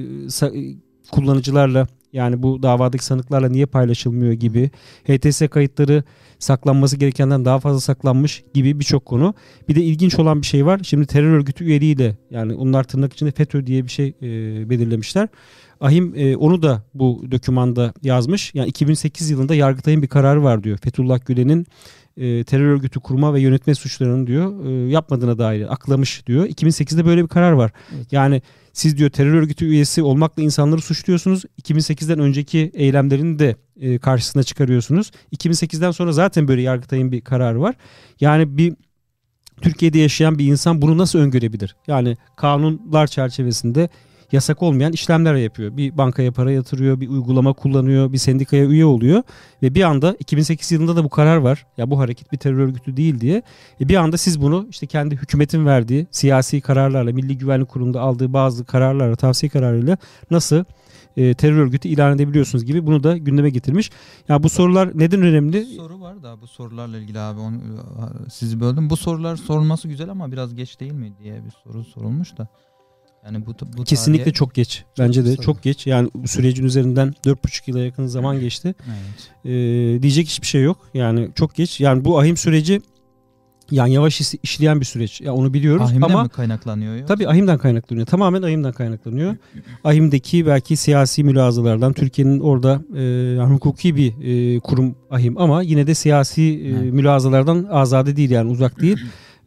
kullanıcılarla yani bu davadaki sanıklarla niye paylaşılmıyor gibi. HTS kayıtları saklanması gerekenden daha fazla saklanmış gibi birçok konu. Bir de ilginç olan bir şey var. Şimdi terör örgütü üyeliğiyle yani onlar tırnak içinde FETÖ diye bir şey belirlemişler. AİHM onu da bu dokümanda yazmış. Yani 2008 yılında Yargıtay'ın bir kararı var diyor. Fethullah Gülen'in terör örgütü kurma ve yönetme suçlarını diyor yapmadığına dair aklamış diyor. 2008'de böyle bir karar var. Evet. Yani siz diyor terör örgütü üyesi olmakla insanları suçluyorsunuz. 2008'den önceki eylemlerini de karşısına çıkarıyorsunuz. 2008'den sonra zaten böyle Yargıtay'ın bir kararı var. Yani bir Türkiye'de yaşayan bir insan bunu nasıl öngörebilir? Yani kanunlar çerçevesinde yasak olmayan işlemler yapıyor. Bir bankaya para yatırıyor, bir uygulama kullanıyor, bir sendikaya üye oluyor ve bir anda 2008 yılında da bu karar var. Ya bu hareket bir terör örgütü değil diye. Bir anda siz bunu işte kendi hükümetin verdiği siyasi kararlarla, Milli Güvenlik Kurulu'nda aldığı bazı kararlarla, tavsiye kararıyla nasıl terör örgütü ilan edebiliyorsunuz gibi bunu da gündeme getirmiş. Ya bu sorular neden önemli? Soru var da bu sorularla ilgili abi sizi böldüm. Bu sorular sorulması güzel ama biraz geç değil mi diye bir soru sorulmuş da. Yani bu kesinlikle tarihe... çok geç. Bence de çok geç. Yani sürecin üzerinden 4,5 yıla yakın zaman geçti. Evet. Diyecek hiçbir şey yok. Yani çok geç. Yani bu AİHM süreci yani yavaş işleyen bir süreç. Ya onu biliyoruz AİHM'den ama mi kaynaklanıyor? Yoksa? Tabii AİHM'den kaynaklanıyor. Tamamen AİHM'den kaynaklanıyor. AİHM'deki belki siyasi mülazalardan Türkiye'nin orada yani hukuki bir kurum AİHM ama yine de siyasi mülazalardan azade değil yani uzak değil.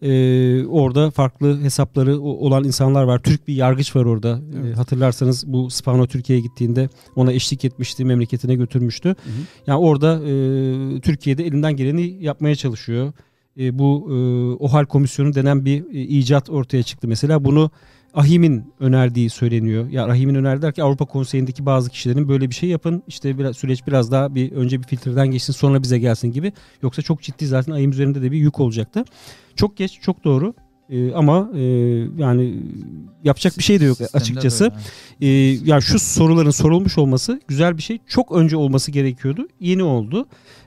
Orada farklı hesapları olan insanlar var. Türk bir yargıç var orada. Evet. Hatırlarsanız bu Spano Türkiye'ye gittiğinde ona eşlik etmişti, memleketine götürmüştü. Hı hı. Yani orada Türkiye'de elinden geleni yapmaya çalışıyor. Bu OHAL komisyonu denen bir icat ortaya çıktı. Mesela bunu AİHM'in önerdiği söyleniyor. Yani AİHM'in önerdiler ki Avrupa Konseyi'ndeki bazı kişilerin böyle bir şey yapın. İşte süreç biraz daha önce bir filtreden geçsin sonra bize gelsin gibi. Yoksa çok ciddi zaten AİHM üzerinde de bir yük olacaktı. Çok geç, çok doğru. Ama yani yapacak bir şey de yok açıkçası. Yani şu soruların sorulmuş olması güzel bir şey. Çok önce olması gerekiyordu. Yeni oldu.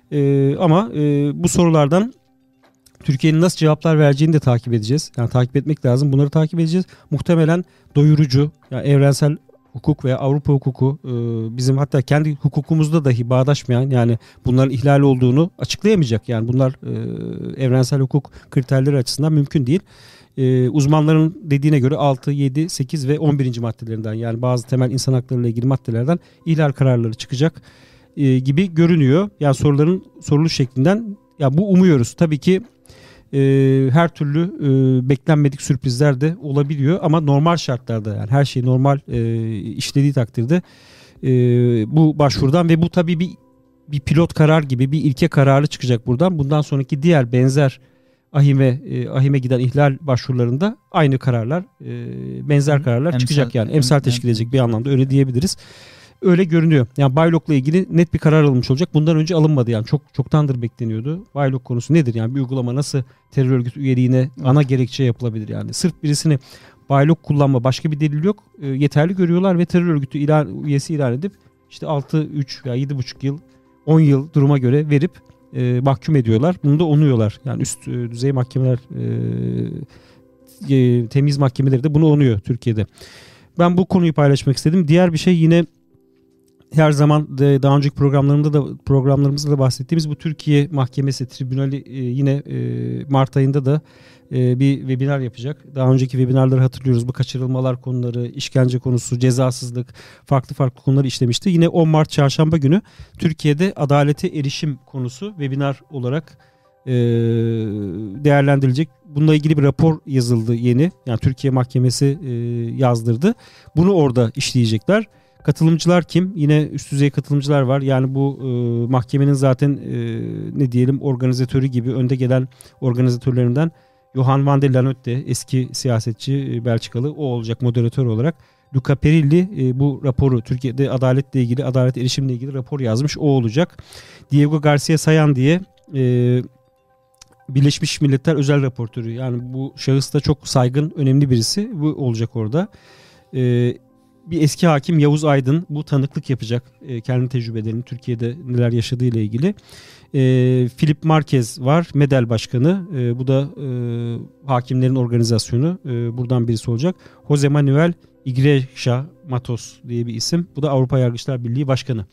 Ama bu sorulardan Türkiye'nin nasıl cevaplar vereceğini de takip edeceğiz. Yani takip etmek lazım. Bunları takip edeceğiz. Muhtemelen doyurucu, yani evrensel hukuk veya Avrupa hukuku bizim hatta kendi hukukumuzda dahi bağdaşmayan yani bunların ihlal olduğunu açıklayamayacak. Yani bunlar evrensel hukuk kriterleri açısından mümkün değil. Uzmanların dediğine göre 6, 7, 8 ve 11. maddelerinden yani bazı temel insan hakları ile ilgili maddelerden ihlal kararları çıkacak gibi görünüyor. Yani soruların soruluş şeklinden ya bu umuyoruz. Tabii ki her türlü beklenmedik sürprizler de olabiliyor ama normal şartlarda yani her şey normal işlediği takdirde bu başvurudan ve bu tabii bir pilot karar gibi bir ilke kararı çıkacak buradan. Bundan sonraki diğer benzer AİHM'e giden ihlal başvurularında aynı kararlar, benzer kararlar çıkacak yani. Emsal teşkil edecek bir anlamda öyle diyebiliriz. Öyle görünüyor. Yani Baylok'la ilgili net bir karar alınmış olacak. Bundan önce alınmadı yani. Çoktandır bekleniyordu. Baylok konusu nedir? Yani bir uygulama nasıl terör örgütü üyeliğine ana gerekçe yapılabilir yani? Sırf birisini Baylok kullanma, başka bir delil yok. Yeterli görüyorlar ve terör örgütü üyesi ilan edip işte 6, 3 veya 7,5 yıl, 10 yıl duruma göre verip mahkum ediyorlar. Bunu da onuyorlar. Yani üst düzey mahkemeler, temiz mahkemeleri de bunu onuyor Türkiye'de. Ben bu konuyu paylaşmak istedim. Diğer bir şey yine her zaman daha önceki programlarımızda da bahsettiğimiz bu Türkiye Mahkemesi Tribünali yine Mart ayında da bir webinar yapacak. Daha önceki webinarları hatırlıyoruz. Bu kaçırılmalar konuları, işkence konusu, cezasızlık, farklı konuları işlemişti. Yine 10 Mart Çarşamba günü Türkiye'de adalete erişim konusu webinar olarak değerlendirilecek. Bununla ilgili bir rapor yazıldı yeni. Yani Türkiye Mahkemesi yazdırdı. Bunu orada işleyecekler. Katılımcılar kim? Yine üst düzey katılımcılar var. Yani bu mahkemenin zaten ne diyelim organizatörü gibi önde gelen organizatörlerinden Johan van der Lanotte, eski siyasetçi Belçikalı, o olacak moderatör olarak. Luca Perilli bu raporu, Türkiye'de adaletle ilgili, adalet erişimle ilgili rapor yazmış, o olacak. Diego Garcia Sayan diye Birleşmiş Milletler özel raportörü, yani bu şahıs da çok saygın, önemli birisi, bu olacak orada. Bir eski hakim Yavuz Aydın bu tanıklık yapacak, kendi tecrübelerini, Türkiye'de neler yaşadığı ile ilgili. Philip Marquez var, MEDEL Başkanı, bu da hakimlerin organizasyonu, buradan birisi olacak. Jose Manuel Igreja Matos diye bir isim, bu da Avrupa Yargıçlar Birliği Başkanı.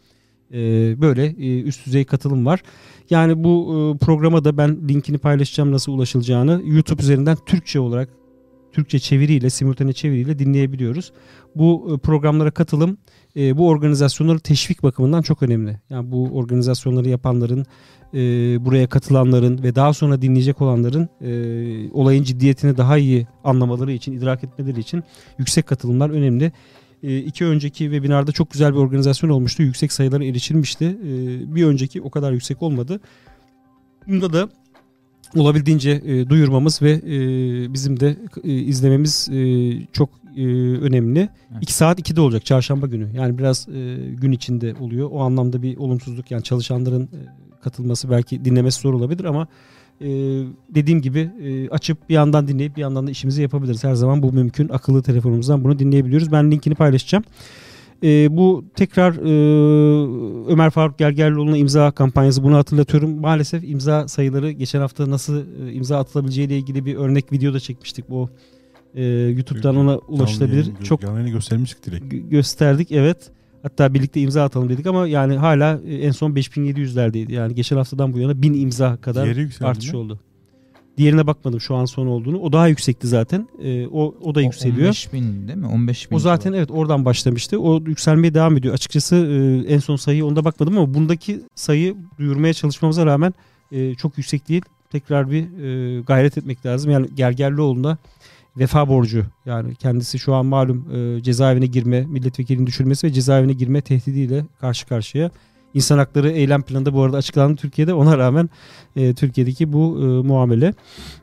Böyle üst düzey katılım var. Yani bu programa da ben linkini paylaşacağım, nasıl ulaşılacağını. YouTube üzerinden Türkçe olarak, Türkçe çeviriyle, simultane çeviriyle dinleyebiliyoruz. Bu programlara katılım, bu organizasyonları teşvik bakımından çok önemli. Yani bu organizasyonları yapanların, buraya katılanların ve daha sonra dinleyecek olanların olayın ciddiyetini daha iyi anlamaları için, idrak etmeleri için yüksek katılımlar önemli. 2 önceki webinarda çok güzel bir organizasyon olmuştu. Yüksek sayılara erişilmişti. Bir önceki o kadar yüksek olmadı. Bunda da olabildiğince duyurmamız ve bizim de izlememiz çok önemli. Evet. 2 saat 2'de olacak çarşamba günü. Yani biraz gün içinde oluyor. O anlamda bir olumsuzluk, yani çalışanların katılması, belki dinlemesi zor olabilir ama dediğim gibi açıp bir yandan dinleyip bir yandan da işimizi yapabiliriz. Her zaman bu mümkün. Akıllı telefonumuzdan bunu dinleyebiliyoruz. Ben linkini paylaşacağım. Bu tekrar Ömer Faruk Gergerlioğlu'na imza kampanyası, bunu hatırlatıyorum. Maalesef imza sayıları, geçen hafta nasıl imza atılabileceği ile ilgili bir örnek video da çekmiştik. Bu YouTube'dan ona ulaşılabilir. Çok göstermiştik direkt. Gösterdik, evet. Hatta birlikte imza atalım dedik ama yani hala en son 5700'lerdeydi. Yani geçen haftadan bu yana 1000 imza kadar artış oldu. Diğerine bakmadım şu an son olduğunu. O daha yüksekti zaten. O da yükseliyor. 15.000 değil mi? 15.000. O zaten evet, oradan başlamıştı. O yükselmeye devam ediyor. Açıkçası en son sayıyı onda bakmadım ama bundaki sayı duyurmaya çalışmamıza rağmen çok yüksek değil. Tekrar bir gayret etmek lazım. Yani Gergerlioğlu'nda vefa borcu, yani kendisi şu an malum cezaevine girme, milletvekilinin düşürmesi ve cezaevine girme tehdidiyle karşı karşıya. İnsan hakları eylem planında bu arada açıklandı Türkiye'de. Ona rağmen Türkiye'deki bu muamele.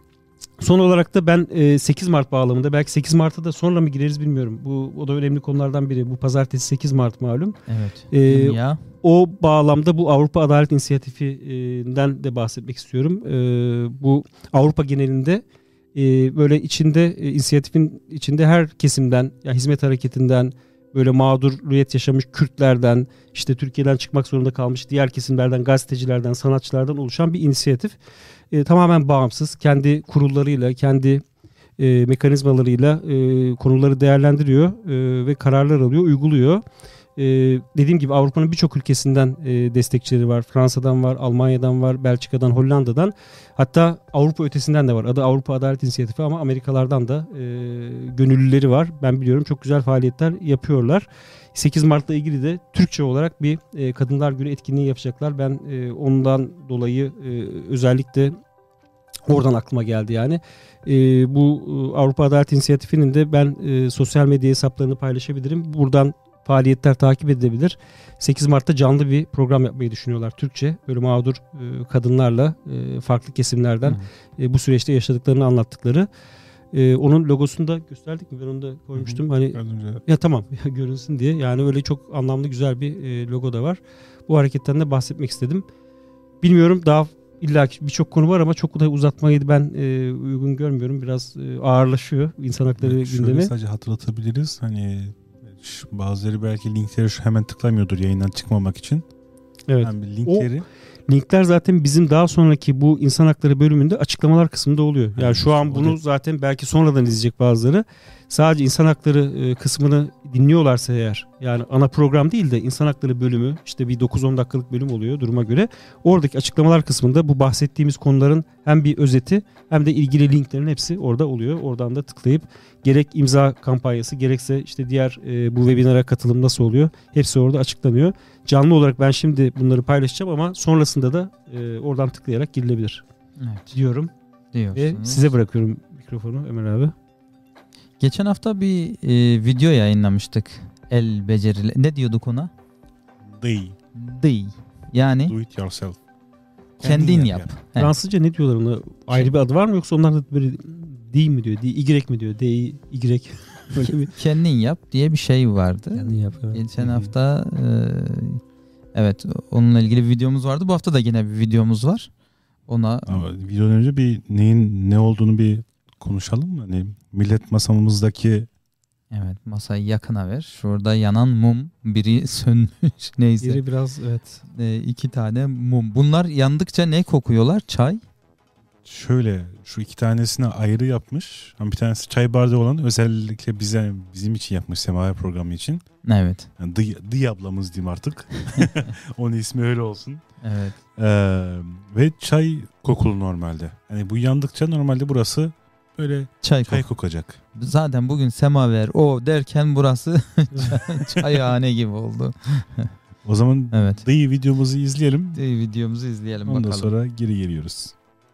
Son olarak da ben 8 Mart bağlamında, belki 8 Mart'a da sonra mı gireriz bilmiyorum. O da önemli konulardan biri. Bu pazartesi 8 Mart malum. Evet. O bağlamda bu Avrupa Adalet İnisiyatifi'nden de bahsetmek istiyorum. Bu Avrupa genelinde böyle içinde, inisiyatifin içinde her kesimden, yani hizmet hareketinden, böyle mağduriyet yaşamış Kürtlerden, işte Türkiye'den çıkmak zorunda kalmış diğer kesimlerden, gazetecilerden, sanatçılardan oluşan bir inisiyatif. Tamamen bağımsız, kendi kurullarıyla, kendi mekanizmalarıyla konuları değerlendiriyor ve kararlar alıyor, uyguluyor. Dediğim gibi Avrupa'nın birçok ülkesinden destekçileri var. Fransa'dan var, Almanya'dan var, Belçika'dan, Hollanda'dan. Hatta Avrupa ötesinden de var. Adı Avrupa Adalet İnisiyatifi ama Amerikalardan da gönüllüleri var. Ben biliyorum, çok güzel faaliyetler yapıyorlar. 8 Mart'la ilgili de Türkçe olarak bir Kadınlar Günü etkinliği yapacaklar. Ben ondan dolayı özellikle oradan aklıma geldi yani. Bu Avrupa Adalet İnisiyatifi'nin de ben sosyal medya hesaplarını paylaşabilirim. Buradan faaliyetler takip edilebilir. 8 Mart'ta canlı bir program yapmayı düşünüyorlar Türkçe. Böyle mağdur kadınlarla farklı kesimlerden bu süreçte yaşadıklarını anlattıkları. Onun logosunu da gösterdik mi? Ben onu da koymuştum. Hani ya tamam görünsün diye. Yani öyle çok anlamlı güzel bir logo da var. Bu hareketten de bahsetmek istedim. Bilmiyorum daha illa birçok konu var ama çok da uzatmayı ben uygun görmüyorum. Biraz ağırlaşıyor insan hakları gündemi. Şöyle sadece hatırlatabiliriz. Hani bazıları belki linkleri hemen tıklamıyordur yayından çıkmamak için. Evet. Yani linkleri Linkler zaten bizim daha sonraki bu insan hakları bölümünde açıklamalar kısmında oluyor. Yani şu an bunu zaten belki sonradan izleyecek bazıları. Sadece insan hakları kısmını dinliyorlarsa eğer, yani ana program değil de insan hakları bölümü, işte bir 9-10 dakikalık bölüm oluyor duruma göre. Oradaki açıklamalar kısmında bu bahsettiğimiz konuların hem bir özeti hem de ilgili linklerin hepsi orada oluyor. Oradan da tıklayıp gerek imza kampanyası gerekse işte diğer bu webinara katılım nasıl oluyor hepsi orada açıklanıyor. Canlı olarak ben şimdi bunları paylaşacağım ama sonrasında da oradan tıklayarak girilebilir diyorum. Ve size bırakıyorum mikrofonu Ömer abi. Geçen hafta bir video yayınlamıştık. El becerileri. Ne diyorduk ona? Dıy. Yani do it yourself. Kendin yap. Fransızca ne diyorlar ona? Ayrı bir adı var mı yoksa onlar da böyle D mi diyor? Y mi diyor? D, Y. Böyle bir... Kendin yap diye bir şey vardı. Kendin yap. Evet. Geçen hafta evet onunla ilgili bir videomuz vardı. Bu hafta da yine bir videomuz var. Ama videodan önce bir neyin ne olduğunu bir konuşalım mı? Hani millet masamızdaki evet masayı yakına ver. Şurada yanan mum biri sönmüş neyse. Biri biraz evet. 2 tane mum. Bunlar yandıkça ne kokuyorlar? Çay. Şöyle şu 2 tanesini ayrı yapmış. Ama bir tanesi çay bardağı olan özellikle bizim için yapmış Semaver programı için. Evet. Yani Dıy ablamız diyeyim artık. Onun ismi öyle olsun. Evet. Ve çay kokulu normalde. Yani bu yandıkça normalde burası böyle çay kokacak. Zaten bugün semaver o derken burası çayhane gibi oldu. O zaman evet. Dıy videomuzu izleyelim. Dıy videomuzu izleyelim ondan bakalım. sonra geri geliyoruz.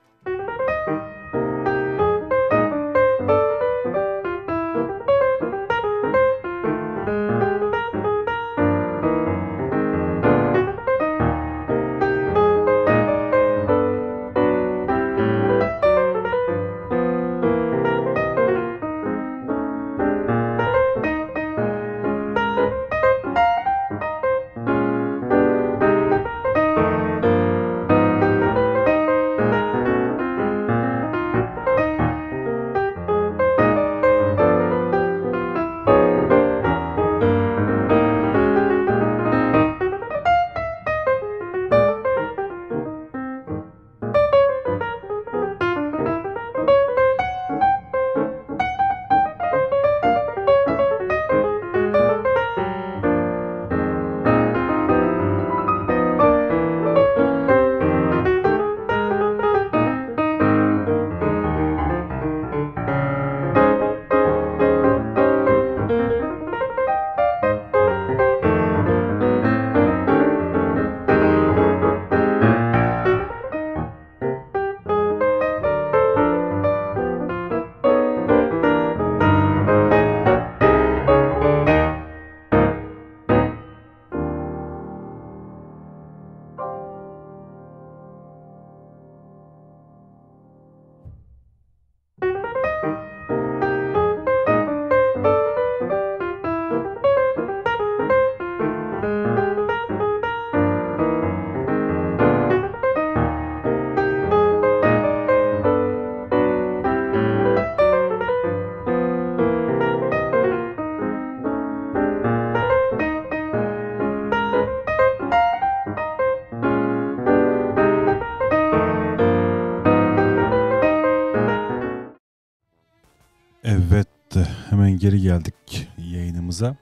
Evet, hemen geri geldik yayınımıza.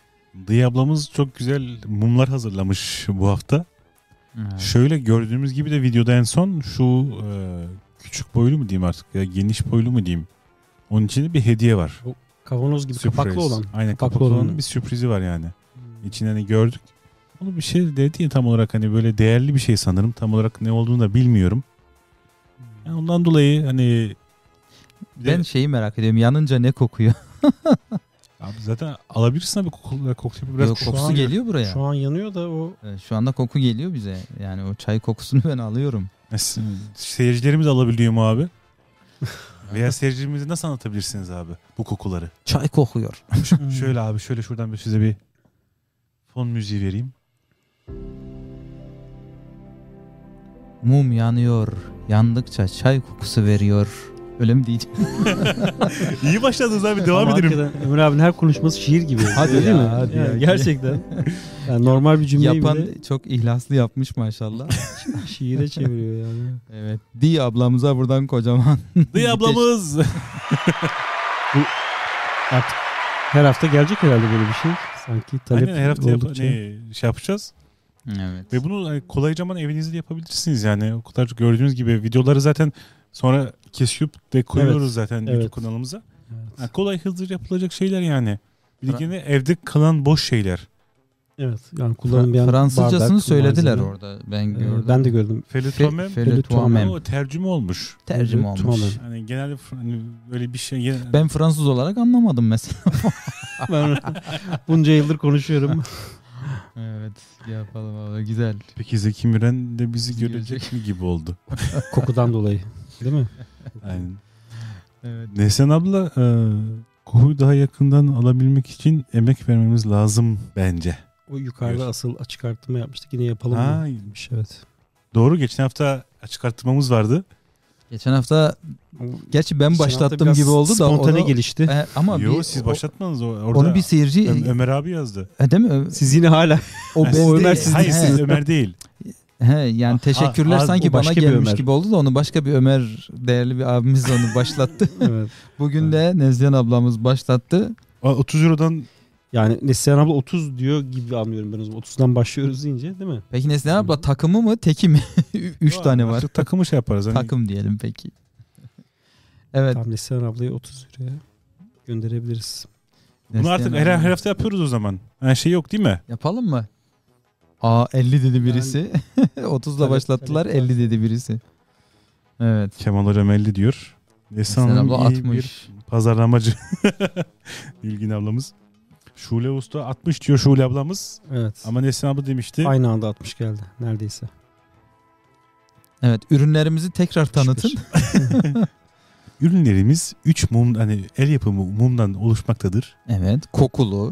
Dıy ablamız çok güzel mumlar hazırlamış bu hafta. Evet. Şöyle gördüğümüz gibi de videoda en son şu küçük boylu mu diyeyim artık ya geniş boylu mu diyeyim. Onun içinde bir hediye var. O kavanoz gibi sürpriz. Kapaklı olan. Aynen kapaklı olan bir sürprizi var yani. İçinden hani gördük. Onu bir şey dedi ya tam olarak hani böyle değerli bir şey sanırım. Tam olarak ne olduğunu da bilmiyorum. Yani ondan dolayı hani ben şeyi merak ediyorum. Yanınca ne kokuyor? Abi zaten alabilirsin abi kokteyl biraz Yok, kokusu geliyor buraya. Şu an yanıyor da o Şu anda koku geliyor bize. Yani o çay kokusunu ben alıyorum. Seyircilerimiz alabiliyor mu abi? Veya seyircilerimize nasıl anlatabilirsiniz abi bu kokuları? Çay kokuyor. Şöyle abi şöyle şuradan size bir fon müziği vereyim. Mum yanıyor. Yandıkça çay kokusu veriyor. Öyle mi diyeceğim? İyi başladınız abi devam Ama edelim. hakikaten Ömer abinin her konuşması şiir gibi. Hadi Öyle ya, değil mi? hadi Yani ya. gerçekten. Yani normal bir cümleyi Yapan bile çok ihlaslı yapmış maşallah. şiire çeviriyor yani. Evet. Di ablamıza buradan kocaman. Dıyı ablamız. Artık her hafta gelecek herhalde böyle bir şey. Sanki talep Aynen her hafta oldukça. şey yapacağız. Evet. Ve bunu hani kolayca evinizde de yapabilirsiniz yani. O kadar gördüğünüz gibi videoları zaten sonra kesip de koyuyoruz Evet. zaten Evet. YouTube kanalımıza. Evet. Yani kolay hızlı yapılacak şeyler yani. Bir de yine evde kalan boş şeyler. Evet. Yani kullanılmayan Fransızcasını bardak, söylediler malzeme. orada. Ben gördüm. Ben de gördüm. Felutomem. Felutomem. O tercüme olmuş. Tercüme olmuş. Felutomem. Hani genelde hani böyle bir şey. Ben Fransız olarak anlamadım mesela. Ben bunca yıldır konuşuyorum. Evet. Yapalım abi. Güzel. Peki Zeki Müren de bizi Bizi görecek mi gibi oldu. Kokudan dolayı. Değil mi? Aynen. Evet. Neslihan abla kokuyu daha yakından alabilmek için emek vermemiz lazım bence. O yukarıda Buyur. asıl açık arttırma yapmıştık. Yine yapalım Ha, mı? Demiş, evet. doğru geçen hafta açık arttırmamız vardı. Geçen hafta gerçi ben Geçen hafta başlattım biraz gibi oldu da. spontane onu- gelişti. Ama Yo bir, siz başlatmadınız orada. onu bir seyirci Ömer abi yazdı. değil mi? Siz yine hala O Ha, ben siz değil. değil. Hayır He. siz Ömer değil. He, yani teşekkürler o sanki bana başka bir gelmiş Ömer. gibi oldu da onu başka bir Ömer değerli bir abimiz onu başlattı. evet. Bugün de Nezlihan ablamız başlattı. 30 Euro'dan Yani Neslihan abla 30 diyor gibi anlıyorum ben o zaman. 30'dan başlıyoruz deyince değil mi? Peki Neslihan abla takımı mı teki mi? 3 tane var. Artık takımı şey yaparız. Hani Takım diyelim peki. Evet. Tamam Neslihan ablayı 30 liraya gönderebiliriz. bunu artık Neslihan her abla. hafta yapıyoruz o zaman. Her şey yok değil mi? Yapalım mı? 50 dedi birisi. 30'la Talep- başlattılar talep 50 dedi birisi. Evet. Kemal Hocam 50 diyor. Neslihan Neslihan Hanım abla iyi 60. bir pazarlamacı. Bilgin ablamız. Şule Usta 60 diyor Şule ablamız. Evet. Ama Neslihan abla demişti. Aynı anda 60 geldi neredeyse. Evet, ürünlerimizi tekrar tanıtın. Ürünlerimiz 3 mum hani el yapımı mumdan oluşmaktadır. Evet, kokulu.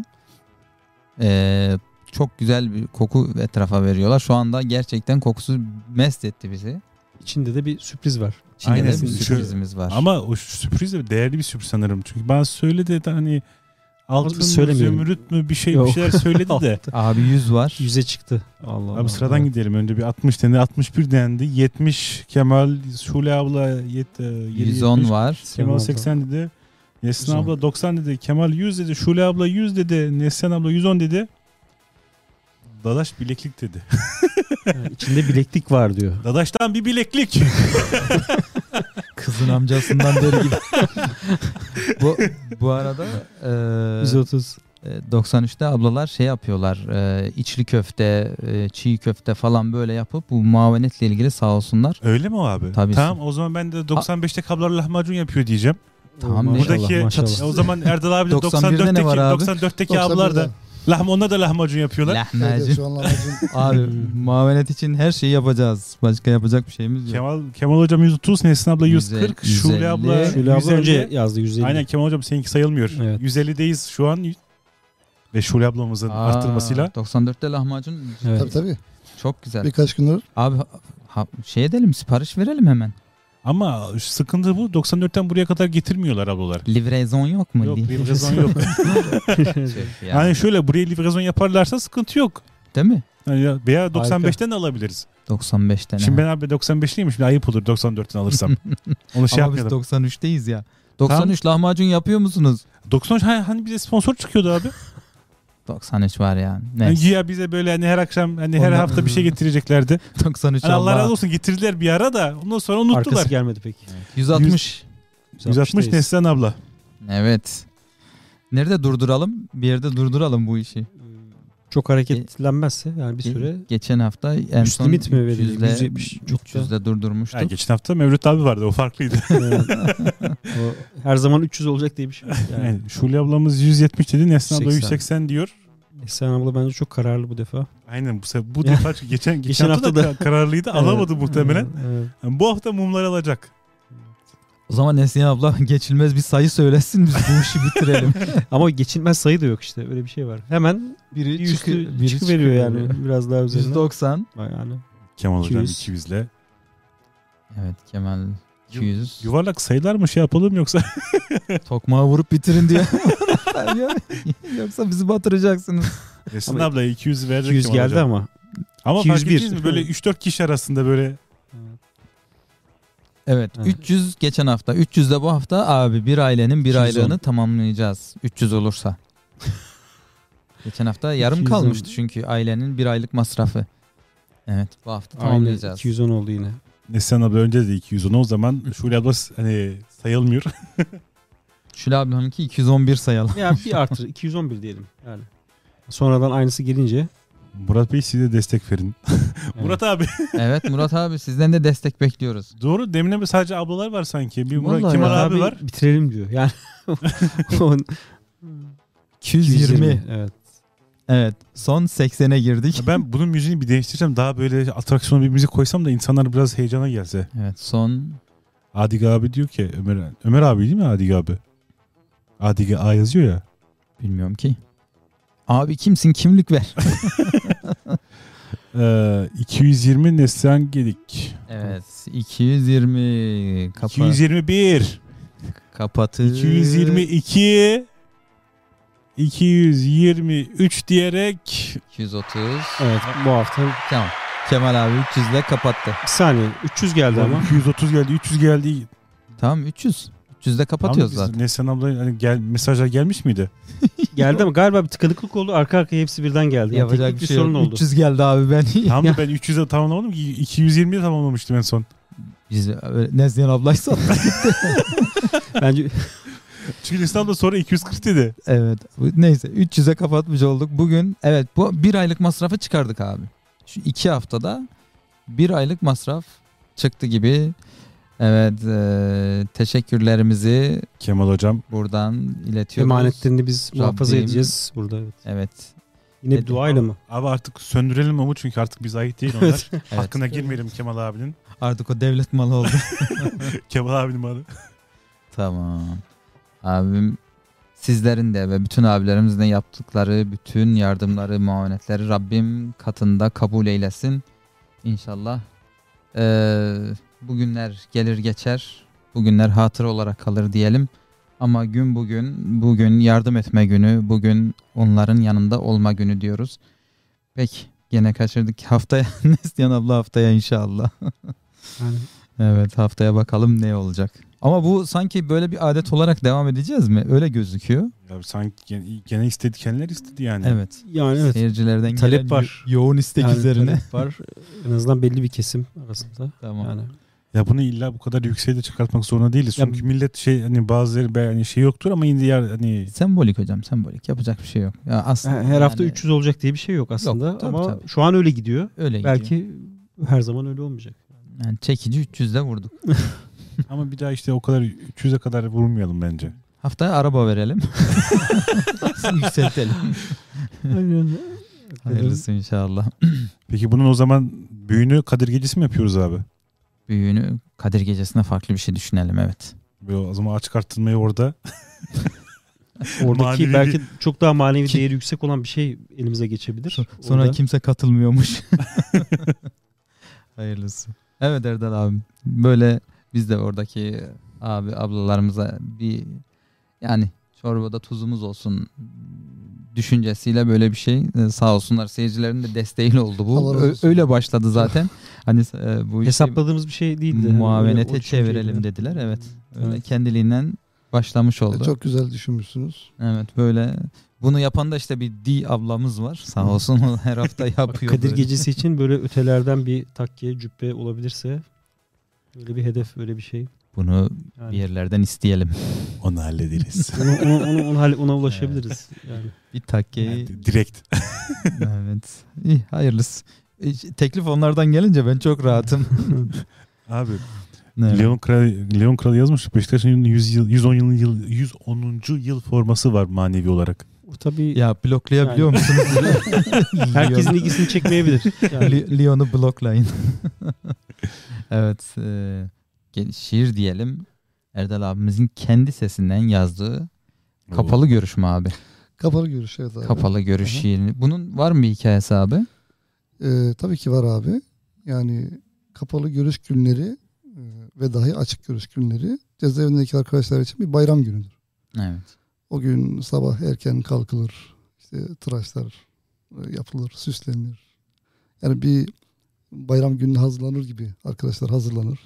Çok güzel bir koku etrafa veriyorlar. Şu anda gerçekten kokusu mest etti bizi. İçinde de bir sürpriz var. İçinde Aynen. de bir Şu- sürprizimiz var. Ama o sürpriz de değerli bir sürpriz sanırım. Çünkü bana söyledi de hani altın mı, söylemiyorum. zümrüt mü bir Yok. şeyler söyledi de. Abi 100 var. 100'e çıktı. Allah Allah. Abi sıradan gidelim. Önce bir 60 dendi, 61 dendi. 70 Kemal, Şule abla 110 var. Kemal 80 dedi. Neslihan 110. abla 90 dedi. Kemal 100 dedi. Şule abla 100 dedi. Neslihan abla 110 dedi. Dadaş bileklik dedi. Yani içinde bileklik var diyor. Dadaş'tan bir bileklik. Kızın amcasından deri gibi. bu arada 130. 93'te ablalar şey yapıyorlar. İçli köfte, çiğ köfte falan böyle yapıp bu muavenetle ilgili sağ olsunlar. Öyle mi o abi? Tabii. Tamam o zaman ben de 95'te kablar lahmacun yapıyor diyeceğim. Tamam, Maşallah, Buradaki maşallah. o zaman Erdal abi de 91'de ne var abi? 94'teki ablalar da onlar da lahmacun yapıyorlar. Lahmacun. Şu an lahmacun. Abi muavenet için her şeyi yapacağız. Başka yapacak bir şeyimiz yok. Kemal hocam 130, Neslihan abla 140, 150, Şule abla Şöyle abla 150. önce yazdı 150. Aynen Kemal hocam seninki sayılmıyor. Evet. 150'deyiz şu an. Ve Şule ablamızın arttırmasıyla. 94'te lahmacun Evet. Tabii tabii. çok güzel. Birkaç gündür. Abi şey edelim, sipariş verelim hemen. Ama sıkıntı bu. 94'ten buraya kadar getirmiyorlar ablalar. Livrezon yok mu? Yok livrezon yok. Yani, Yani şöyle buraya livrezon yaparlarsa sıkıntı yok. değil mi? Yani veya 95'ten de alabiliriz. 95'ten. Şimdi ben abi 95'liyim şimdi ayıp olur 94'ten alırsam. Onu şey Ama biz yapmayalım. 93'teyiz ya. 93 lahmacun yapıyor musunuz? 93 hani bize sponsor çıkıyordu abi. 93 var yani. Yani Neyse. güya bize böyle hani her akşam hani her Ondan- hafta bir şey getireceklerdi. 93 Hani Allah Allah. razı olsun getirdiler bir ara da ondan sonra unuttular. Arkası gelmedi peki. 160. 160 Neslihan abla. Evet. Nerede durduralım? Bir yerde durduralım bu işi. Çok hareketlenmezse yani bir süre Geçen hafta en üst son limit mi verildi? 300'le 170 çok da. 300'de durdurmuştuk. Ha, geçen hafta Mevlüt abi vardı, o farklıydı. Evet. O her zaman 300 olacak diye bir şey yok. Yani. Yani Şule ablamız 170 dedi, Neslihan abla 180. 180 diyor. Sen abla bence çok kararlı bu defa. Aynen bu defa çünkü geçen hafta da kararlıydı, alamadı muhtemelen. Evet. Yani bu hafta mumlar alacak. O zaman Neslihan abla geçilmez bir sayı söylesin, biz bu işi bitirelim. Ama geçilmez sayı da yok işte, öyle bir şey var. Hemen Biri bir üstü çıkıveriyor yani biraz daha üzerine. 190. Yani. Kemal hocam 200. 200'le. Evet, Kemal 200. Yuvarlak sayılar mı şey yapalım yoksa? Tokmağı vurup bitirin diyor. Yoksa bizi batıracaksınız. Neslihan Ama abla 200 verecek 200 Kemal geldi hocam. ama. Ama 201. fark ettiniz mi? Böyle 3-4 kişi arasında böyle. Evet, Evet. 300 geçen hafta. 300 de bu hafta abi, bir ailenin bir 210. aylığını tamamlayacağız. 300 olursa. Geçen hafta yarım 210. kalmıştı çünkü ailenin bir aylık masrafı. Evet, bu hafta Aynen tamamlayacağız. 210 oldu yine. Neslihan abla önce de 210, o zaman Şule abla hani sayılmıyor. Şule ablanınki 211 sayalım. Ya bir artır 211 diyelim yani. Sonradan aynısı gelince. Murat Bey size destek verin. Murat abi. Evet Murat abi, sizden de destek bekliyoruz. Doğru, demine sadece ablalar var sanki. Bir Murat Vallahi Kemal ya, abi var. Bitirelim diyor. Yani 220. Evet. Evet, son 80'e girdik. Ben bunun müziğini bir değiştireceğim. Daha böyle atraksiyonlu bir müzik koysam da insanlar biraz heyecana gelse. Evet, son Adig abi diyor ki Ömer abi değil mi Adig abi? Adig A yazıyor ya. bilmiyorum ki. Abi kimsin, kimlik ver. 220 Neslihan Gedik. Evet, 220 221. kapatı. 222. 223 diyerek 230. Evet bu hafta Tamam. Kemal abi 300 ile kapattı. bir saniye 300 geldi ama. 230 geldi, 300 geldi. Tamam 300. 300 de kapatıyoruz Tamam, zaten. Neslihan abla hani mesajlar gelmiş miydi? Geldi ama galiba bir tıkanıklık oldu. Arka arkaya hepsi birden geldi. Yani Yapacak teknik bir şey sorun yok. oldu. 300 geldi abi ben. Tamam da ben 300'e tamamlamadım ki, 220'ye tamamlamıştım en son. Biz Nezlihan ablaysa. Bence Çünkü Neslihan abla sonra 240 dedi. Evet. Neyse 300'e kapatmış olduk. Bugün evet bu bir aylık masrafı çıkardık abi. Şu 2 haftada bir aylık masraf çıktı gibi. Evet, teşekkürlerimizi Kemal hocam. buradan iletiyoruz. emanetlerini biz muhafaza Rabbim. edeceğiz burada. Evet. Evet. Yine bir duayla mı? Abi artık söndürelim ama çünkü artık biz ait değil onlar. Evet. Hakkına girmeyelim Kemal abinin. Artık o devlet malı oldu. Kemal abinin malı. Tamam. Abim, sizlerin de ve bütün abilerimizin de yaptıkları bütün yardımları, muavenetleri Rabbim katında kabul eylesin. İnşallah. Bugünler gelir geçer. Bugünler hatıra olarak kalır diyelim. Ama gün bugün yardım etme günü, bugün onların yanında olma günü diyoruz. Peki, gene kaçırdık. Haftaya Neslihan abla, haftaya inşallah. Yani Evet, haftaya bakalım ne olacak. Ama bu sanki böyle bir adet olarak devam edeceğiz mi? Öyle gözüküyor. Ya sanki gene istedi, kendileri istedi yani. Evet. evet. Seyircilerden Talep gelen var. yoğun istek Yani üzerine. talep var. En azından belli bir kesim arasında. Tamam. Yani Ya bunu illa bu kadar yükseğe de çıkartmak zorunda değiliz. Çünkü millet hani bazıları yani şey yoktur ama yine hani Sembolik hocam, sembolik. Yapacak bir şey yok. Ya aslında her hafta yani 300 olacak diye bir şey yok aslında. Yok, tabii, ama tabii. şu an öyle gidiyor. öyle gidiyor. Belki her zaman öyle olmayacak. Yani çekici 300'de vurduk. ama bir daha işte o kadar 300'e kadar vurmayalım bence. Haftaya araba verelim. Yükseltelim. Hayırlısı inşallah. Peki bunun o zaman büyüğünü Kadir Gecesi mi yapıyoruz abi? Büyüğünü Kadir Gecesi'ne farklı bir şey düşünelim, evet. Böyle o zaman açık arttırmayı orada. Oradaki Manevi belki çok daha manevi Ki- değeri yüksek olan bir şey elimize geçebilir. Sonra Orada. kimse katılmıyormuş. Hayırlısı. Evet Erdal abim. Böyle biz de oradaki abi ablalarımıza bir yani çorbada tuzumuz olsun düşüncesiyle böyle bir şey, sağ olsunlar seyircilerin de desteğiyle oldu bu. Allah razı olsun. Öyle başladı zaten. Hani bu işi Hesapladığımız bir şey değildi. muavenete Öyle o çevirelim düşünceyle. dediler. Evet. Öyle Evet. kendiliğinden başlamış oldu. Çok güzel düşünmüşsünüz. Evet, böyle bunu yapan da işte bir Di ablamız var. Sağ olsun, o her hafta yapıyor. Kadir böyle. Gecesi için böyle ötelerden bir takke, cübbe olabilirse böyle bir hedef, öyle bir şey. Bunu Yani. bir yerlerden isteyelim. Onu hallederiz. Ona ulaşabiliriz. Yani. Bir takkeyi. Yani direkt. Evet. İyi, hayırlısı. Teklif onlardan gelince ben çok rahatım. Abi Evet. Leon Kral yazmış. Beşiktaş'ın 110. yıl forması var manevi olarak. O tabii Ya bloklayabiliyor musunuz? herkesin ilgisini çekmeyebilir. Yani. Leon'u bloklayın. Evet. Şiir diyelim. Erdal abimizin kendi sesinden yazdığı kapalı görüşme abi. Kapalı görüş, evet abi. Kapalı görüş Aha. şiirini. Bunun var mı bir hikayesi abi? Tabii ki var abi. Yani kapalı görüş günleri ve dahi açık görüş günleri cezaevindeki arkadaşlar için bir bayram günüdür. Evet. O gün sabah erken kalkılır, işte tıraşlar yapılır, süslenir. Yani bir bayram gününe hazırlanır gibi arkadaşlar hazırlanır.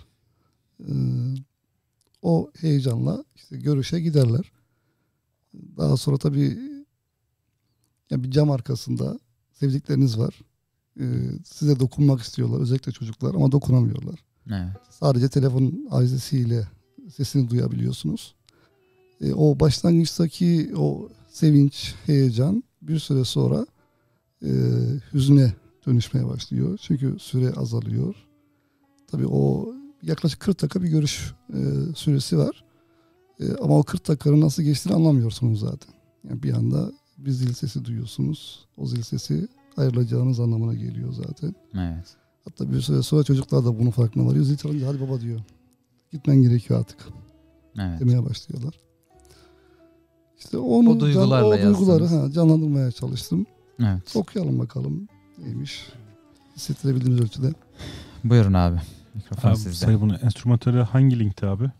O heyecanla işte görüşe giderler. Daha sonra tabii yani bir cam arkasında sevdikleriniz var. Size dokunmak istiyorlar, özellikle çocuklar, ama dokunamıyorlar. Evet. Sadece telefon ajisiyle sesini duyabiliyorsunuz. O başlangıçtaki o sevinç, heyecan bir süre sonra hüzne dönüşmeye başlıyor. Çünkü süre azalıyor. Tabii o yaklaşık 40 dakika bir görüş süresi var. Ama o 40 dakikanın nasıl geçtiğini anlamıyorsunuz zaten. Yani bir anda bir zil sesi duyuyorsunuz. O zil sesi ayrılacağınız anlamına geliyor zaten. Evet. Hatta bir süre sonra çocuklar da bunun farkına varıyor. Zil çalınca hadi baba diyor. Gitmen gerekiyor artık Evet. demeye başlıyorlar. İşte onu O duyguları yazdınız. canlandırmaya çalıştım. Evet. Okuyalım bakalım neymiş. Hissettirebildiğiniz ölçüde. Buyurun abi. Mikrofon Abi, sizde. say bunu. Enstrümantarı hangi linkti abi?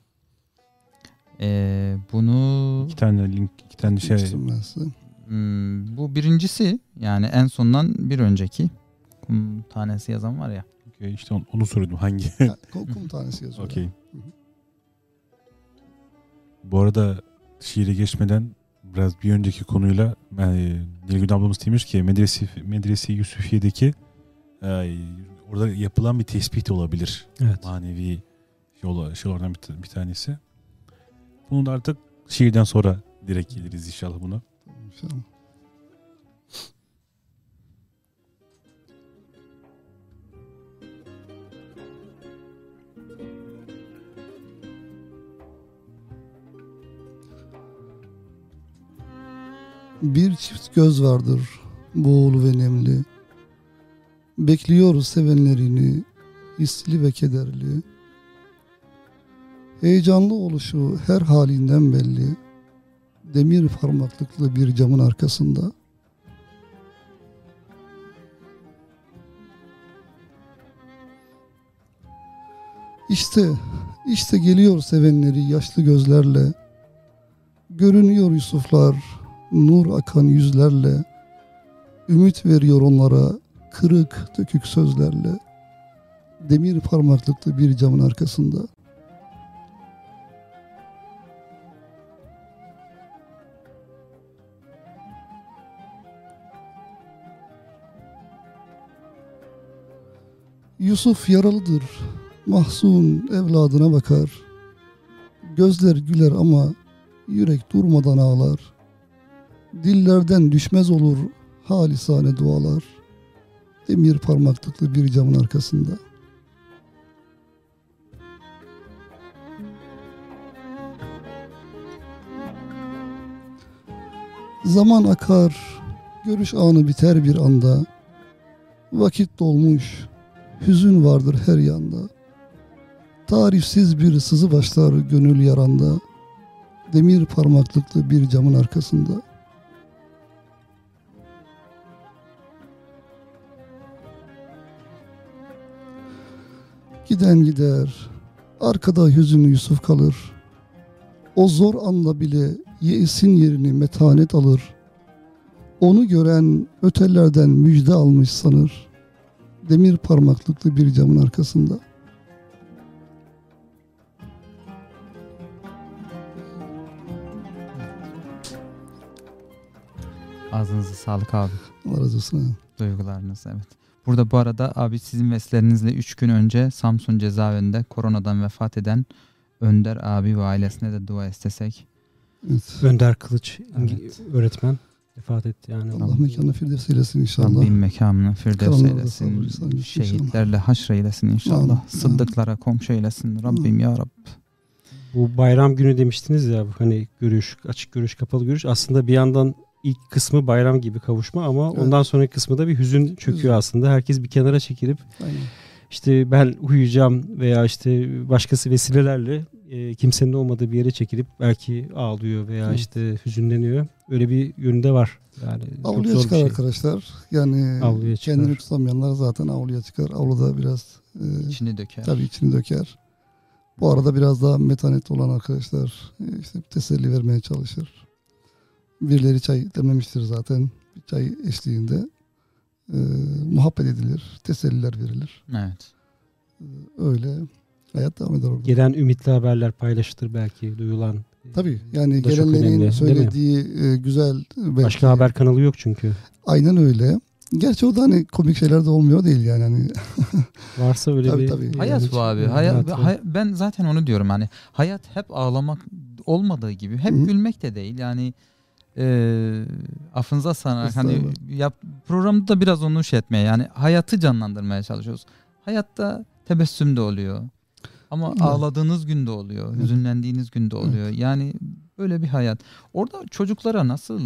Bunu İki tane link, iki tane şey. İçtim ben size. bu birincisi, yani en sondan bir önceki kum tanesi yazan var ya. Okay, işte onu soruyordum. Hangi? Ha, kum tanesi yazıyor. Okey. Hı hı. Bu arada şiire geçmeden biraz bir önceki konuyla Nilgün ablamız demiş ki Medrese Yusufiye'deki orada yapılan bir tespit olabilir. Evet. Manevi şeylerden bir tanesi. Bunu da artık şiirden sonra direkt geliriz inşallah buna. İnşallah. Bir çift göz vardır buğulu ve nemli. Bekliyoruz sevenlerini hisli ve kederli. Heyecanlı oluşu her halinden belli. Demir parmaklıklı bir camın arkasında. İşte geliyor sevenleri yaşlı gözlerle. Görünüyor Yusuflar nur akan yüzlerle. Ümit veriyor onlara kırık dökük sözlerle. Demir parmaklıklı bir camın arkasında. Yusuf yaralıdır, mahzun evladına bakar. Gözler güler ama yürek durmadan ağlar. Dillerden düşmez olur halisane dualar. Demir parmaklıklı bir camın arkasında. Zaman akar, görüş anı biter bir anda. Vakit dolmuş, hüzün vardır her yanda. Tarifsiz bir sızı başlar gönül yaranda. Demir parmaklıklı bir camın arkasında. Giden gider, arkada hüzünlü Yusuf kalır. O zor anda bile yeisin yerini metanet alır. Onu gören ötelerden müjde almış sanır. Demir parmaklıklı bir camın arkasında. Ağzınıza sağlık abi. Allah razı olsun. Duygularınız, evet. Burada bu arada abi sizin vesilenizle 3 gün önce Samsun cezaevinde koronadan vefat eden Önder abi ve ailesine de dua istesek. Evet. Önder Kılıç Evet. öğretmen vefat etti yani. Allah mekanını firdevs eylesin inşallah. Rabbim mekanını firdevs Karanlığı da eylesin. sabır ihsan etsin Şehitlerle haşr eylesin inşallah. Amin. Sıddıklara komşu eylesin. Rabbim ya Rab. Bu bayram günü demiştiniz ya, hani görüş, açık görüş, kapalı görüş. Aslında bir yandan ilk kısmı bayram gibi kavuşma ama Evet. ondan sonraki kısmı da bir hüzün çöküyor Hüzün. aslında. Herkes bir kenara çekilip Aynen. işte ben uyuyacağım veya işte başkası vesilelerle kimsenin olmadığı bir yere çekilip belki ağlıyor veya Evet. işte hüzünleniyor. Öyle bir yönünde var. Yani çok Avluya zor bir çıkar şey. arkadaşlar. Yani Avluya çıkar. kendini tutamayanlar zaten avluya çıkar. Avluda biraz İçini döker. tabii içini döker. Bu arada biraz daha metanetli olan arkadaşlar işte teselli vermeye çalışır. Birileri çay demlemiştir zaten. Bir çay eşliğinde muhabbet edilir. Teselliler verilir. Evet. Öyle hayat devam eder orada. Gelen ümitli haberler paylaşılır belki, duyulan. Tabii yani Bu da çok önemli, gelenlerin değil mi? söylediği güzel. Belki, Başka haber kanalı yok çünkü. Aynen öyle. Gerçi o da hani komik şeyler de olmuyor değil yani. Hani Varsa öyle Tabii, bir... tabii. Hayat bu abi. Ben zaten onu diyorum, hani hayat hep ağlamak olmadığı gibi hep Hı. gülmek de değil. Yani affınıza sığınarak hani Estağfurullah. programda da biraz onu şey etmeye, yani hayatı canlandırmaya çalışıyoruz. Hayatta tebessüm de oluyor. Ama Evet. ağladığınız gün de oluyor. Evet. Hüzünlendiğiniz gün de oluyor. Yani böyle bir hayat. Orada çocuklara nasıl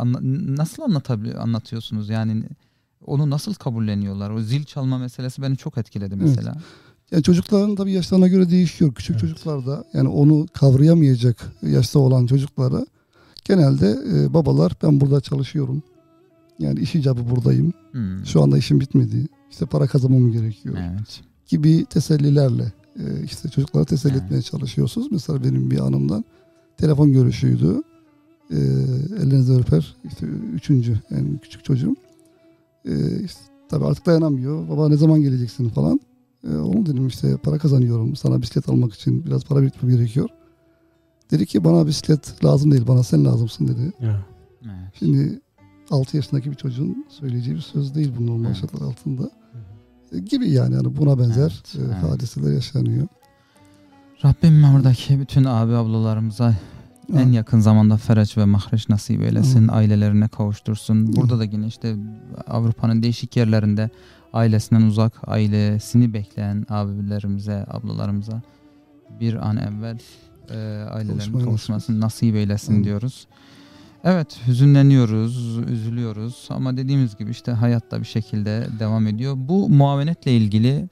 anlatıyorsunuz? Yani onu nasıl kabulleniyorlar? O zil çalma meselesi beni çok etkiledi mesela. Yani çocukların tabii yaşlarına göre değişiyor. Küçük Evet. çocuklarda yani onu kavrayamayacak yaşta olan çocuklara genelde babalar ben burada çalışıyorum. Yani iş icabı buradayım. Şu anda işim bitmedi. İşte para kazanmam gerekiyor. Evet. Gibi tesellilerle işte çocuklara teselli Evet. etmeye çalışıyorsunuz. Mesela benim bir anımdan telefon görüşüydü. Ellerinizden öper. İşte üçüncü en küçük çocuğum. İşte, tabii artık dayanamıyor. Baba ne zaman geleceksin falan. Onu dedim işte para kazanıyorum. Sana bisiklet almak için biraz para biriktirmem gerekiyor. Dedi ki bana bisiklet lazım değil. Bana sen lazımsın dedi. Ya. Evet. Şimdi 6 yaşındaki bir çocuğun söyleyeceği bir söz değil bu normal Evet. şartlar altında. Gibi yani buna benzer Evet, evet. hadiseler yaşanıyor. Rabbim oradaki bütün abi ablalarımıza en yakın zamanda fereç ve mahreç nasip eylesin. Ailelerine kavuştursun. Burada da yine işte Avrupa'nın değişik yerlerinde ailesinden uzak, ailesini bekleyen abilerimize, ablalarımıza bir an evvel ailelerine kavuşmasını nasip eylesin diyoruz. Evet, hüzünleniyoruz, üzülüyoruz ama dediğimiz gibi işte hayatta bir şekilde devam ediyor. Bu muavenetle ilgili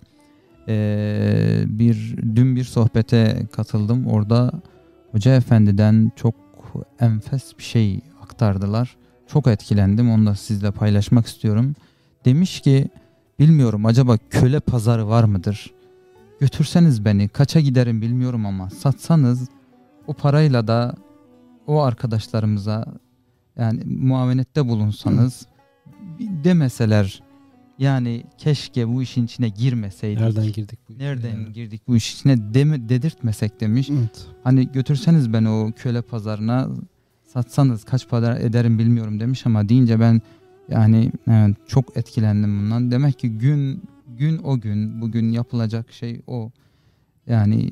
dün bir sohbete katıldım. Orada Hoca Efendi'den çok enfes bir şey aktardılar. Çok etkilendim. Onu da sizle paylaşmak istiyorum. Demiş ki, bilmiyorum acaba köle pazarı var mıdır? Götürseniz beni, kaça giderim bilmiyorum ama satsanız o parayla da o arkadaşlarımıza yani muavenette bulunsanız demeseler yani keşke bu işin içine girmeseydik. Nereden girdik? Nereden girdik bu işin içine dedirtmesek demiş. Evet. Hani götürseniz beni o köle pazarına satsanız kaç para ederim bilmiyorum demiş ama deyince ben yani evet, çok etkilendim bundan. Demek ki gün o gün, bugün yapılacak şey o. Yani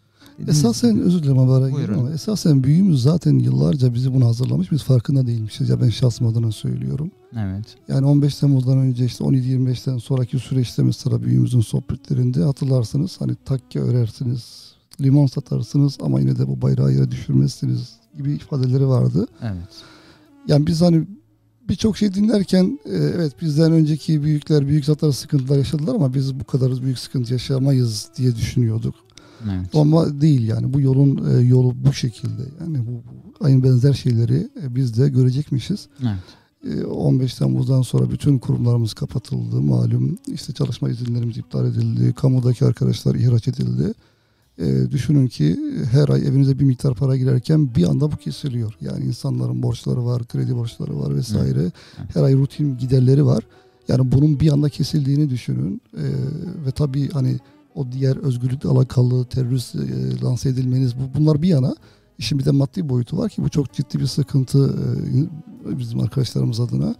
Esasen özür dilerim habere Buyurun. ama esasen büyüğümüz zaten yıllarca bizi buna hazırlamış. Biz farkında değilmişiz. Ya ben şahsım adına söylüyorum. evet. Yani 15 Temmuz'dan önce işte 17-25'ten sonraki süreçte mesela büyüğümüzün sohbetlerinde hatırlarsınız. Hani takke örersiniz, limon satarsınız ama yine de bu bayrağı yere düşürmezsiniz gibi ifadeleri vardı. Evet. Yani biz hani birçok şey dinlerken evet bizden önceki büyükler büyük zaten sıkıntılar yaşadılar ama biz bu kadar büyük sıkıntı yaşamayız diye düşünüyorduk. Evet. Ama değil yani bu yolu bu şekilde yani bu aynı benzer şeyleri biz de görecekmişiz. Evet. 15 Temmuz'dan sonra bütün kurumlarımız kapatıldı malum işte çalışma izinlerimiz iptal edildi, kamudaki arkadaşlar ihraç edildi. Düşünün ki her ay evinize bir miktar para girerken bir anda bu kesiliyor. Yani insanların borçları var, kredi borçları var vesaire. Evet. Her ay rutin giderleri var. Yani bunun bir anda kesildiğini düşünün. Ve tabii hani o diğer özgürlükle alakalı terörist lanse edilmeniz bunlar bir yana. İşin bir de maddi boyutu var ki bu çok ciddi bir sıkıntı bizim arkadaşlarımız adına.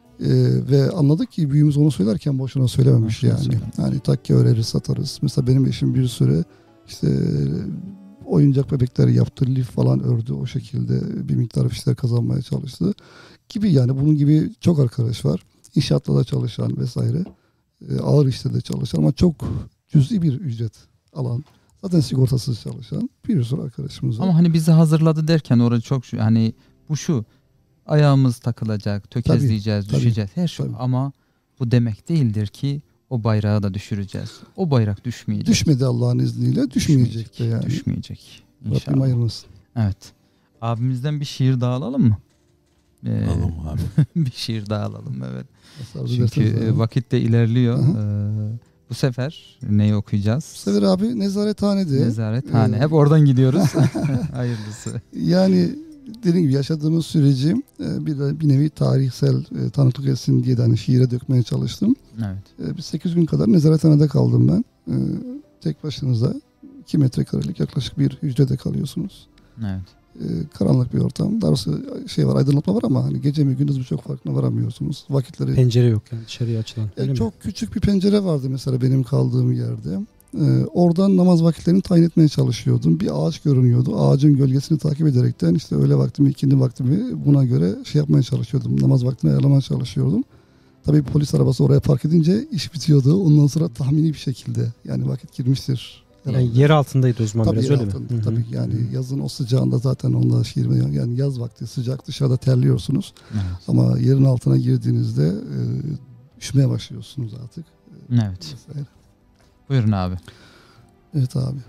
Ve anladık ki büyüğümüz onu söylerken boşuna söylememiş yani. Yani takke öreriz satarız. Mesela benim eşim bir süre işte oyuncak bebekleri yaptı, lif falan ördü, o şekilde bir miktar fişler kazanmaya çalıştı gibi. Yani bunun gibi çok arkadaş var. İnşaatta da çalışan vesaire. Ağır işte de çalışan ama çok cüzi bir ücret alan, zaten sigortasız çalışan bir sürü arkadaşımız var. Ama hani bizi hazırladı derken orada çok hani bu şu, ayağımız takılacak, tökezleyeceğiz, Tabii, düşeceğiz her şey, tabii. ama bu demek değildir ki o bayrağı da düşüreceğiz. O bayrak düşmeyecek. Düşmedi Allah'ın izniyle, düşmeyecek de yani. Düşmeyecek. Rabbim İnşallah. ayırmasın. Evet. Abimizden bir şiir daha alalım mı? Alalım abi. Bir şiir daha alalım, evet. Nasıl arzu Çünkü ederseniz abi. vakit de ilerliyor. Hı Bu sefer neyi okuyacağız? Bu sefer abi nezarethanede. Nezarethane. Hep oradan gidiyoruz. Hayırlısı. Yani dediğim gibi yaşadığımız süreci bir nevi tarihsel tanıklık etsin diye de hani şiire dökmeye çalıştım. Evet. Bir 8 gün kadar nezarethanede kaldım ben. Tek başınıza 2 metrekarelik yaklaşık bir hücrede kalıyorsunuz. Evet. Karanlık bir ortam. Doğrusu şey var, aydınlatma var ama hani gece mi gündüz mü çok farkına varamıyorsunuz. Vakitleri Pencere yok yani dışarıya açılan. Öyle mi? çok küçük bir pencere vardı mesela benim kaldığım yerde. Oradan namaz vakitlerini tayin etmeye çalışıyordum. Bir ağaç görünüyordu. Ağacın gölgesini takip ederekten işte öğle vaktimi, ikindi vaktimi buna göre şey yapmaya çalışıyordum. Namaz vaktini ayarlamaya çalışıyordum. Tabii polis arabası oraya park edince iş bitiyordu. Ondan sonra tahmini bir şekilde yani vakit girmiştir. Yani yer altındaydı o zaman Tabii biraz yer öyle mi? altında, Hı hı. tabii yani yazın o sıcağında zaten onunla şiirme, yani yaz vakti sıcak, dışarıda terliyorsunuz. Evet. Ama yerin altına girdiğinizde üşümeye başlıyorsunuz artık. Evet. Vesaire. Buyurun abi. Evet abi.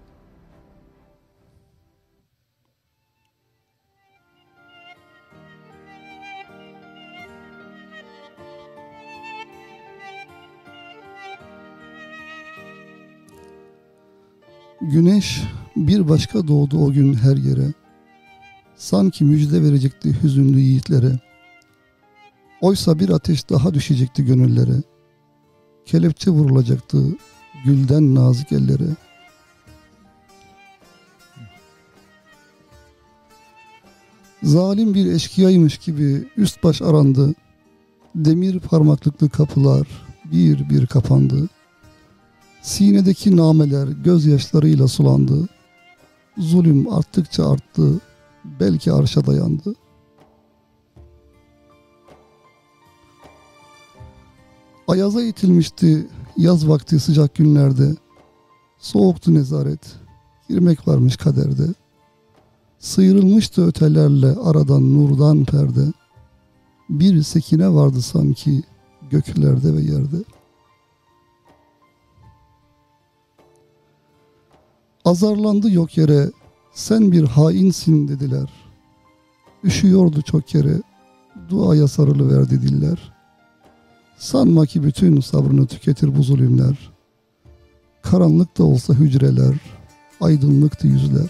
Güneş bir başka doğdu o gün her yere. Sanki müjde verecekti hüzünlü yiğitlere. Oysa bir ateş daha düşecekti gönüllere. Kelepçe vurulacaktı gülden nazik ellere. Zalim bir eşkıyaymış gibi üst baş arandı. Demir parmaklıklı kapılar bir bir kapandı. Sinedeki nameler gözyaşlarıyla sulandı. Zulüm arttıkça arttı, belki arşa dayandı. Ayaza itilmişti yaz vakti sıcak günlerde. Soğuktu nezaret, girmek varmış kaderde. Sıyrılmıştı ötelerle aradan nurdan perde. Bir sekine vardı sanki göklerde ve yerde. Azarlandı yok yere, sen bir hainsin dediler. Üşüyordu çok kere, duaya sarılıverdi diller. Sanma ki bütün sabrını tüketir bu zulümler. Karanlık da olsa hücreler, aydınlıktı yüzler.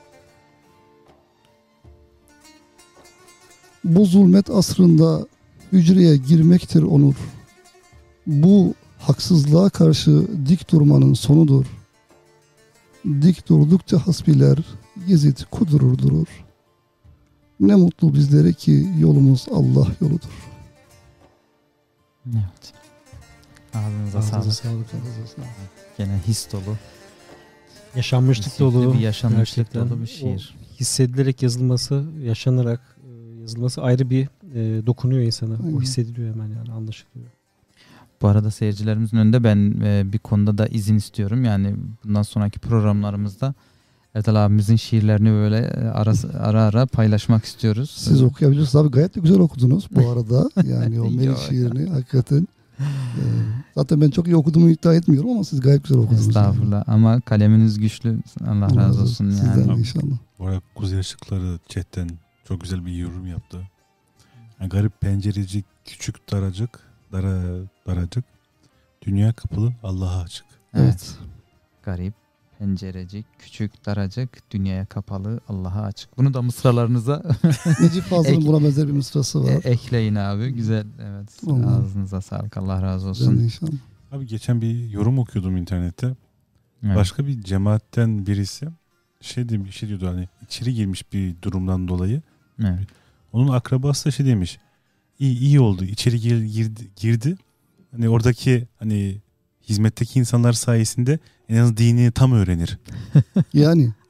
Bu zulmet asrında hücreye girmektir onur. Bu haksızlığa karşı dik durmanın sonudur. Dik durdukça hasbiler Yezid kudurur durur. Ne mutlu bizlere ki yolumuz Allah yoludur. Evet. Ağzınıza sağlık. Gene his dolu. Yaşanmışlık Kesinlikle dolu. bir yaşanmışlık gerçekten. dolu bir şiir. O hissedilerek yazılması, yaşanarak yazılması ayrı bir dokunuyor insana. Aynen. O hissediliyor hemen yani anlaşılıyor. Bu arada seyircilerimizin önünde ben bir konuda da izin istiyorum. Yani bundan sonraki programlarımızda Erdal abimizin şiirlerini böyle ara ara paylaşmak istiyoruz. Siz okuyabilirsiniz abi, gayet de güzel okudunuz bu arada. Yani o Melih Yok. şiirini hakikaten. Zaten ben çok iyi okuduğumu iddia etmiyorum ama siz gayet güzel okudunuz. Estağfurullah ama kaleminiz güçlü. Allah razı olsun Sizden yani. de inşallah. Bu arada Kuzey Işıkları chatten çok güzel bir yorum yaptı. Yani garip pencereci küçük daracık, daracık. Dünya kapalı, Allah'a açık. Evet. Garip, pencerecik, küçük, daracık, dünyaya kapalı, Allah'a açık. Bunu da mısralarınıza Necip Fazıl'ın buna benzer bir mısrası var. ekleyin abi. Güzel. Evet. Vallahi. Ağzınıza sağlık. Allah razı Sizden de olsun. inşallah. Abi geçen bir yorum okuyordum internette. Evet. Başka bir cemaatten birisi şey diyordu, hani içeri girmiş bir durumdan dolayı. Evet. Onun akrabası da şey demiş. İyi oldu. İçeri girdi. Hani oradaki hani hizmetteki insanlar sayesinde en az dinini tam öğrenir. Yani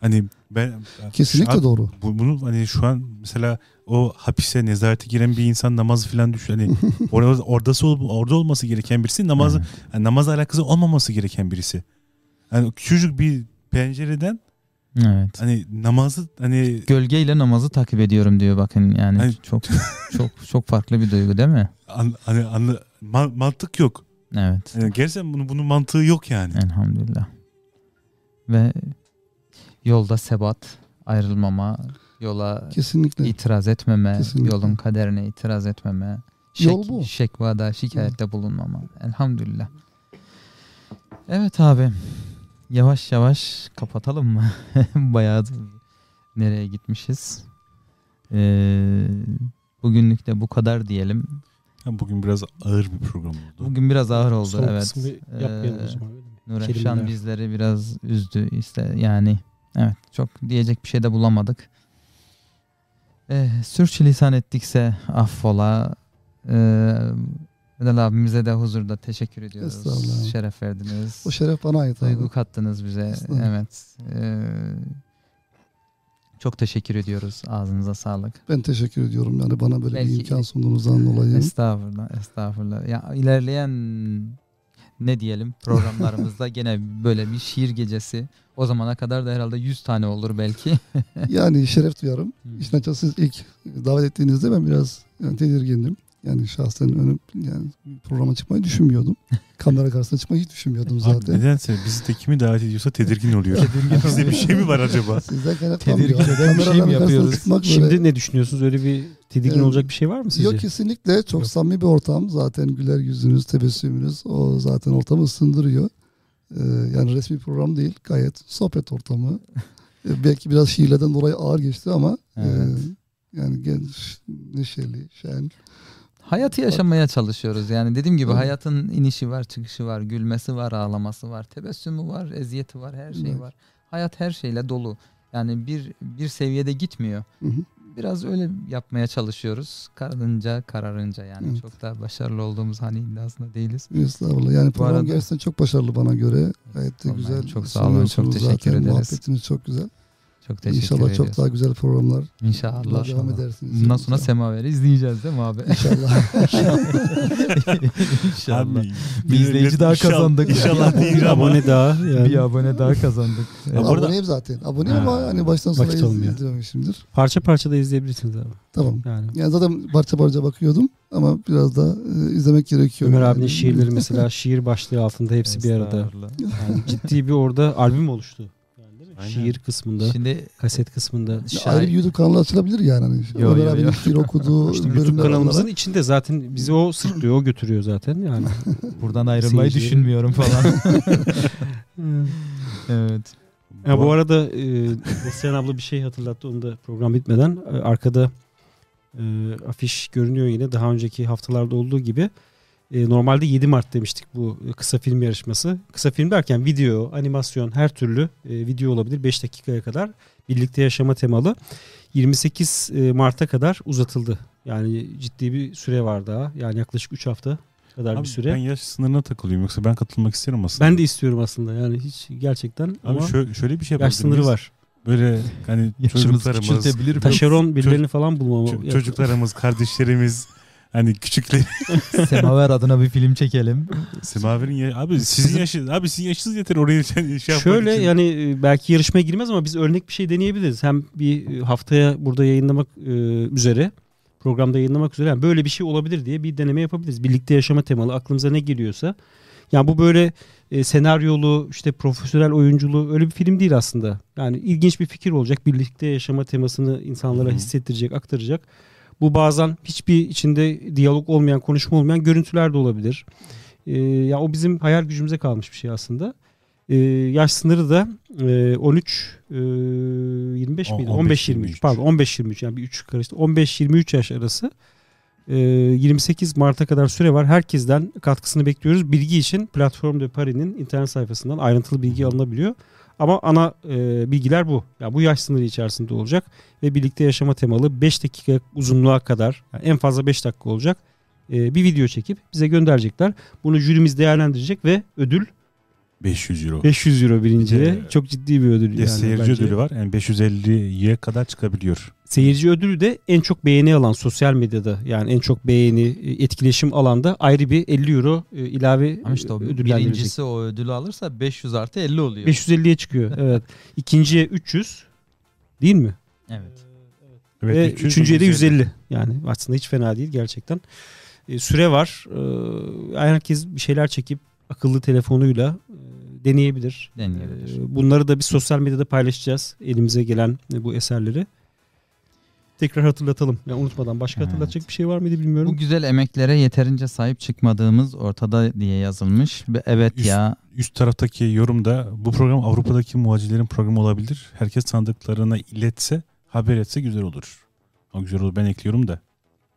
Hani ben Kesinlikle şu an- doğru. Bunu hani şu an mesela o hapise nezarete giren bir insan namazı falan düşün. Hani orada olması gereken birisi namazı yani namazla alakası olmaması gereken birisi. Hani küçücük bir pencereden Evet. hani namazı hani Gölgeyle namazı takip ediyorum diyor bakın yani Hani- çok farklı bir duygu değil mi? mantık yok. Evet. Yani gerçekten bunun mantığı yok yani. Elhamdülillah. Ve yolda sebat, ayrılmama, yola Kesinlikle. itiraz etmeme, Kesinlikle. yolun kaderine itiraz etmeme, Yol bu. şekvada, şikayette bulunmama. Elhamdülillah. Evet abi. Yavaş yavaş kapatalım mı? Bayağı nereye gitmişiz? Bugünlük de bu kadar diyelim. Bugün biraz ağır bir program oldu. Bugün biraz ağır oldu. Son evet. kısmı yapmayalım o zaman. Öyle mi? Nur Kelimeler. Efşan bizleri biraz üzdü yani evet çok diyecek bir şey de bulamadık. Sürçülisan ettikse affola. Vedat abimize de huzurda teşekkür ediyoruz. Estağfurullah. Şeref verdiniz. O şeref bana ait abi. Duygu kattınız bize. Estağfurullah. Evet. Çok teşekkür ediyoruz. Ağzınıza sağlık. Ben teşekkür ediyorum yani bana böyle Belki- bir imkan sunduğunuzdan dolayı. Estağfurullah. Ya ilerleyen ne diyelim programlarımızda gene böyle bir şiir gecesi. O zamana kadar da herhalde 100 tane olur belki. Yani şeref duyarım. İşin açıkçası siz ilk davet ettiğinizde ben biraz tedirgindim. Yani şahsen yani programa çıkmayı düşünmüyordum. Kamera karşısına çıkmayı hiç düşünmüyordum Abi zaten. nedense bizi de kimi davet ediyorsa tedirgin oluyor. Bizde bir şey mi var acaba? Sizden kaynaklanmıyor. Tedirgin eden bir şey mi Kameraların karşısına yapıyoruz? çıkmak böyle- Şimdi ne düşünüyorsunuz? Öyle bir tedirgin olacak bir şey var mı sizce? Yok kesinlikle çok Yok. samimi bir ortam. Zaten güler yüzünüz, tebessümünüz o zaten ortamı ısındırıyor. Yani resmi program değil, gayet sohbet ortamı. Belki biraz şiirlerden dolayı ağır geçti ama Evet. yani genç, neşeli, şen. Hayatı yaşamaya çalışıyoruz. Yani dediğim gibi Evet. hayatın inişi var, çıkışı var, gülmesi var, ağlaması var, tebessümü var, eziyeti var, her şey Evet. var. Hayat her şeyle dolu. Yani bir seviyede gitmiyor. Hı hı. Biraz öyle yapmaya çalışıyoruz. Kararınca yani Evet. çok da başarılı olduğumuz hani iddiasında değiliz. Estağfurullah. Yani program arada- gerçekten çok başarılı bana göre. Gayet de Vallahi güzel. çok sağ olun, çok sunuyorsunuz teşekkür zaten. ederiz. Muhabbetiniz çok güzel. Çok teşekkür İnşallah ediyoruz. çok daha güzel programlar. İnşallah. devam edersiniz. Bundan sonra Semaver'i izleyeceğiz değil mi abi? İnşallah. İnşallah. Abi, Bir izleyici daha İnşallah- kazandık. İnşallah değil Bir ama. abone daha. Yani. Bir abone daha kazandık. Evet. Ama orada- Aboneyim zaten. Aboneyim ama hani baştan sona vakit olmuyor. izlememişimdir. Parça parça da izleyebilirsiniz abi. Tamam. Yani. Yani zaten parça parça bakıyordum ama biraz da izlemek gerekiyor. Ömer Yani. abinin şiirleri mesela şiir başlığı altında hepsi bir arada. Estağfurullah. Yani ciddi bir orada albüm oluştu. Yani değil mi? Aynen. Şiir kısmında, Şimdi kaset kısmında. Ayrı bir YouTube kanalı açılabilir yani. Hani Yo, Ömer yo, abinin yo. şiir okuduğu İşte YouTube bölümler kanalımızın olarak. içinde zaten bizi o sırtlıyor, o götürüyor zaten yani. buradan ayrılmayı Seyircilerin- düşünmüyorum falan. Evet. Ya bu arada Neslihan abla bir şey hatırlattı onu da program bitmeden. Arkada afiş görünüyor yine daha önceki haftalarda olduğu gibi. Normalde 7 Mart demiştik bu kısa film yarışması. Kısa film derken video, animasyon her türlü video olabilir 5 dakikaya kadar. Birlikte yaşama temalı. 28 Mart'a kadar uzatıldı. Yani ciddi bir süre var daha. Yani yaklaşık 3 hafta kadar Abi bir süre. ben yaş sınırına takılıyorum yoksa ben katılmak isterim aslında. Ben de istiyorum aslında yani hiç gerçekten Abi ama şöyle bir şey yaş yapabilir sınırı miyiz? var. Böyle hani Yaşımızı çocuklarımız, küçültebilir miyiz? Taşeron birilerini falan bulmamı. çocuklarımız, kardeşlerimiz hani küçükleri Semaver adına bir film çekelim. Semaver'in abi sizin yaşınız yeter oraya şey yapmak Şöyle için. yani belki yarışmaya girmez ama biz örnek bir şey deneyebiliriz. Hem bir haftaya burada yayınlamak üzere programda yayınlamak üzere yani böyle bir şey olabilir diye bir deneme yapabiliriz. Birlikte yaşama temalı aklımıza ne geliyorsa. Yani bu böyle senaryolu işte profesyonel oyunculuğu öyle bir film değil aslında. Yani ilginç bir fikir olacak. Birlikte yaşama temasını insanlara hissettirecek, aktaracak. Bu bazen hiçbir içinde diyalog olmayan, konuşma olmayan görüntüler de olabilir. Ya o bizim hayal gücümüze kalmış bir şey aslında. Yaş sınırı da 25 miydi? 15-23 pardon 15-23 yani bir 3 karıştı. 15-23 yaş arası 28 Mart'a kadar süre var. Herkesten katkısını bekliyoruz. Bilgi için Platform de Paris'in internet sayfasından ayrıntılı bilgi alınabiliyor. Ama ana bilgiler bu. Yani bu yaş sınırı içerisinde olacak ve birlikte yaşama temalı 5 dakika uzunluğa kadar yani en fazla 5 dakika olacak bir video çekip bize gönderecekler. Bunu jürimiz değerlendirecek ve ödül 500 euro. 500 euro birinciye. Bir de- Çok ciddi bir ödül Bir de yani. seyirci bence. ödülü var. Yani 550'ye kadar çıkabiliyor. Seyirci ödülü de en çok beğeni alan sosyal medyada, yani en çok beğeni, etkileşim alanda ayrı bir 50 euro ilave Ama işte o ödüllendirilecek. birincisi o ödülü alırsa 500 artı 50 oluyor. 550'ye çıkıyor. Evet. İkinciye 300 değil mi? Evet. Evet, Ve 300, üçüncüye de 150. Yani aslında hiç fena değil gerçekten. Süre var. Herkes bir şeyler çekip akıllı telefonuyla deneyebilir. Deneyebilir. Bunları da bir sosyal medyada paylaşacağız. Elimize gelen bu eserleri. Tekrar hatırlatalım. Yani unutmadan. Başka Evet. hatırlatacak bir şey var mıydı bilmiyorum. Bu güzel emeklere yeterince sahip çıkmadığımız ortada diye yazılmış. Ve evet Üst- ya Üst taraftaki yorumda bu program Avrupa'daki muhacirlerin programı olabilir. Herkes tanıdıklarına iletse, haber etse güzel olur. O güzel olur, ben ekliyorum da.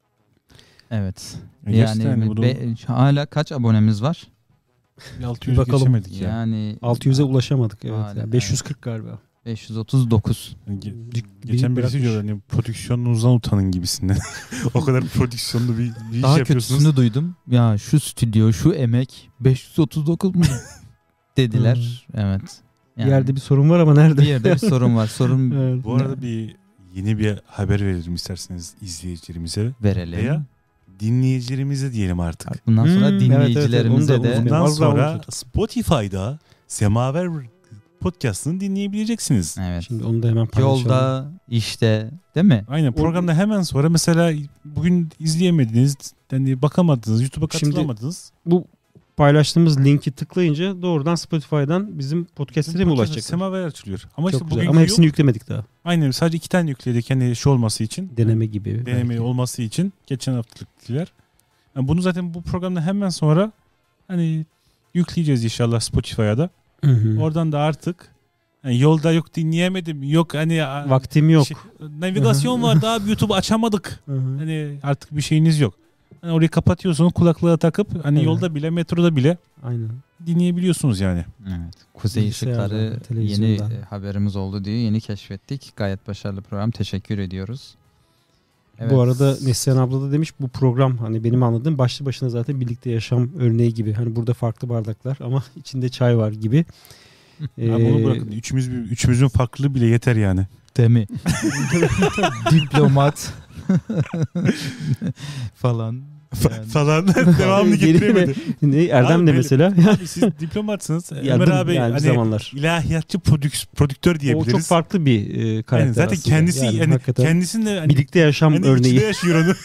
evet. Gerçekten Yani bunu hala kaç abonemiz var? 600 bakalım. geçemedik ya. Yani 600'e ulaşamadık. Evet. Hala, Yani 540 galiba. 539. Geçen birisi bırakmış. diyor hani prodüksiyonunuzdan utanın gibisinden. O kadar prodüksiyonlu bir iş Daha yapıyorsunuz. kötüsünü duydum. Ya şu stüdyo, şu emek 539 mu dediler. Evet. Bir yerde bir sorun var ama nerede? bir yerde bir sorun var. Sorun Evet. Bu arada yeni bir haber verelim isterseniz izleyicilerimize verelim. veya dinleyicilerimize diyelim artık. Bundan sonra Evet, dinleyicilerimize evet, onu da de Bundan Az daha sonra unutuyorduk. Spotify'da Semaver podcast'ını dinleyebileceksiniz. evet. Şimdi onu da hemen paylaşalım. Yolda, işte, değil mi? Aynen, programda hemen sonra mesela bugün izleyemediniz, yani bakamadınız, YouTube'a Şimdi- katılamadınız. Bu paylaştığımız linki tıklayınca doğrudan Spotify'dan bizim podcast'lere mi ulaşacak? Semaver açılıyor. Ama Çok işte güzel. bugün Ama hepsini yok. yüklemedik daha. Aynen, sadece 2 tane yükledik hani şey olması için. Deneme gibi. Deneme belki. olması için geçen haftalıklar. Yani bunu zaten bu programda hemen sonra hani yükleyeceğiz inşallah Spotify'a da. Hı hı. Oradan da artık yani yolda yok dinleyemedim. Yok hani Vaktim yok. navigasyon vardı abi, YouTube'u açamadık. Hı hı. Hani artık bir şeyiniz yok. Hani orayı kapatıyorsunuz, kulaklığa takıp hani Evet. yolda bile, metroda bile Aynen. dinleyebiliyorsunuz yani. Evet. Kuzey Bilgisayardan, ışıkları yeni televizyondan. haberimiz oldu diye yeni keşfettik. Gayet başarılı program. Teşekkür ediyoruz. Evet. Bu arada Neslihan abla da demiş bu program hani benim anladığım başlı başına zaten birlikte yaşam örneği gibi. Hani burada farklı bardaklar ama içinde çay var gibi. Abi onu bırakın. Üçümüzün farklılığı bile yeter yani. Değil mi? Diplomat falan. Yani. Falan devamlı getiremedi. Ne, Erdem Abi de benim- mesela. Abi siz diplomatsınız. Ömer abi yani bir hani zamanlar. ilahiyatçı prodüktör O diyebiliriz. çok farklı bir karakter Yani zaten aslında. kendisi yani hakikaten kendisinde hani, birlikte yaşam hani örneği. içinde yaşıyor onu.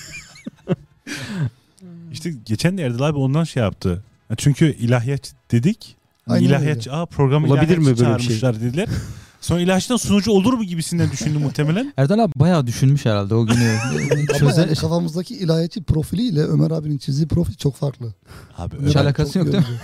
İşte geçen de Erdal abi ondan şey yaptı. Ya çünkü ilahiyatçı dedik. Aynen İlahiyatçı, programı Olabilir mi ilahiyatçı böyle bir şey? çağırmışlar dediler. Sonra ilahiyatçıdan sunucu olur mu gibisinden düşündü muhtemelen. Erdal abi bayağı düşünmüş herhalde o günü. Ama yani kafamızdaki ilahiyatçı profiliyle Ömer abinin çizdiği profil çok farklı. Abi Hiç alakası yok değil mi?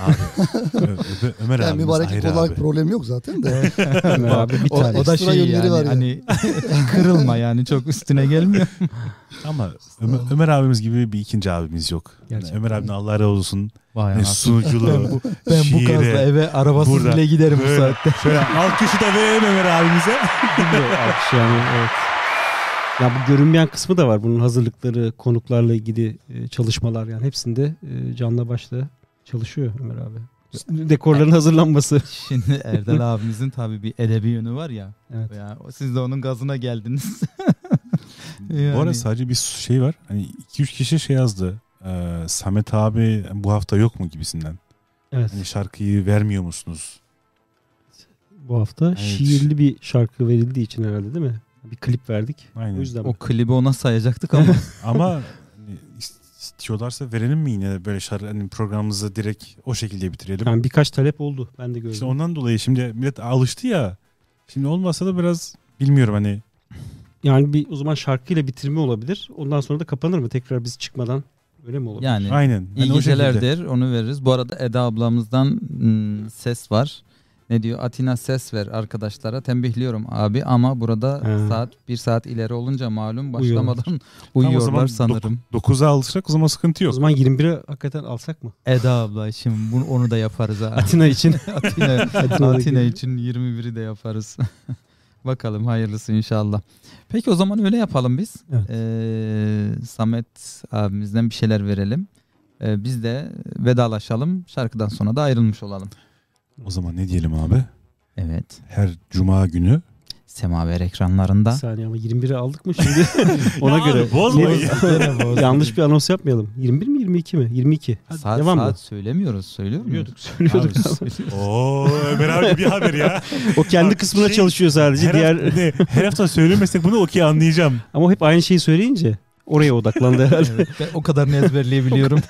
Ömer Yani abimiz mübareklik ayrı olarak abi. problem yok zaten de. Ömer abi bir tane. O da Ekstra şey yönleri yani var yani. hani kırılma yani çok üstüne gelmiyor. Ama Ömer abimiz gibi bir ikinci abimiz yok. Gerçekten. Ömer abinin Allah razı olsun. Vay Yani anasını. sunuculuğu, Ben bu şiiri, gazla eve arabasız burada. bile giderim bu Böyle. saatte. Şöyle alkışı da verelim Ömer abimize. Alkış yani, evet. Ya bu görünmeyen kısmı da var. Bunun hazırlıkları, konuklarla ilgili çalışmalar yani hepsinde canla başla çalışıyor Ömer abi. Dekorların hazırlanması. Şimdi Erdal abimizin tabii bir edebi yönü var ya. Evet. Ya siz de onun gazına geldiniz. Bu arada sadece bir şey var. Hani 2-3 kişi şey yazdı. Samet abi bu hafta yok mu gibisinden. Evet. Hani şarkıyı vermiyor musunuz? Bu hafta Evet. şiirli bir şarkı verildiği için herhalde değil mi? Bir klip verdik. Aynen. O yüzden. O klibi ona sayacaktık ama. Ama hani istiyorlarsa verelim mi yine böyle şarkı, hani programımızı direkt o şekilde bitirelim. Yani birkaç talep oldu. Ben de gördüm. İşte ondan dolayı şimdi millet alıştı ya. Şimdi olmasa da biraz bilmiyorum hani. Yani bir o zaman şarkıyla bitirme olabilir. Ondan sonra da kapanır mı? Tekrar biz çıkmadan öyle mi olur? Yani Aynen. iyi Hani o geceler şekilde. der onu veririz. Bu arada Eda ablamızdan ses var. Ne diyor? Atina ses ver arkadaşlara. Tembihliyorum abi ama burada Ha. bir saat ileri olunca malum Uyuyorlar. başlamadan Tam o zaman uyuyorlar sanırım. 9'a alışacak, o zaman sıkıntı O yok. zaman 21'e hakikaten alsak mı? Eda abla şimdi onu da yaparız ha. Atina için. Atina için 21'i de yaparız. Bakalım hayırlısı inşallah. Peki o zaman öyle yapalım biz. Evet. Samet abimizden bir şeyler verelim. Biz de vedalaşalım. Şarkıdan sonra da ayrılmış olalım. O zaman ne diyelim abi? Evet. Her cuma günü. Semaver Bir ekranlarında. saniye ama 21'i aldık mı şimdi? Ona Ya göre. abi, bozmayın. Yanlış bir anons yapmayalım. 21 mi 22 mi? 22. Hadi Saat devam saat mı? söylemiyoruz. Söylüyor muyuz? Söylüyorduk. Oo Ömer abi bir haber ya. O kendi Bak, kısmına şey, çalışıyor sadece. Her, Diğer her hafta söylemesek bunu okey anlayacağım. ama hep aynı şeyi söyleyince oraya odaklandı herhalde. Evet, ben o kadarını ezberleyebiliyorum.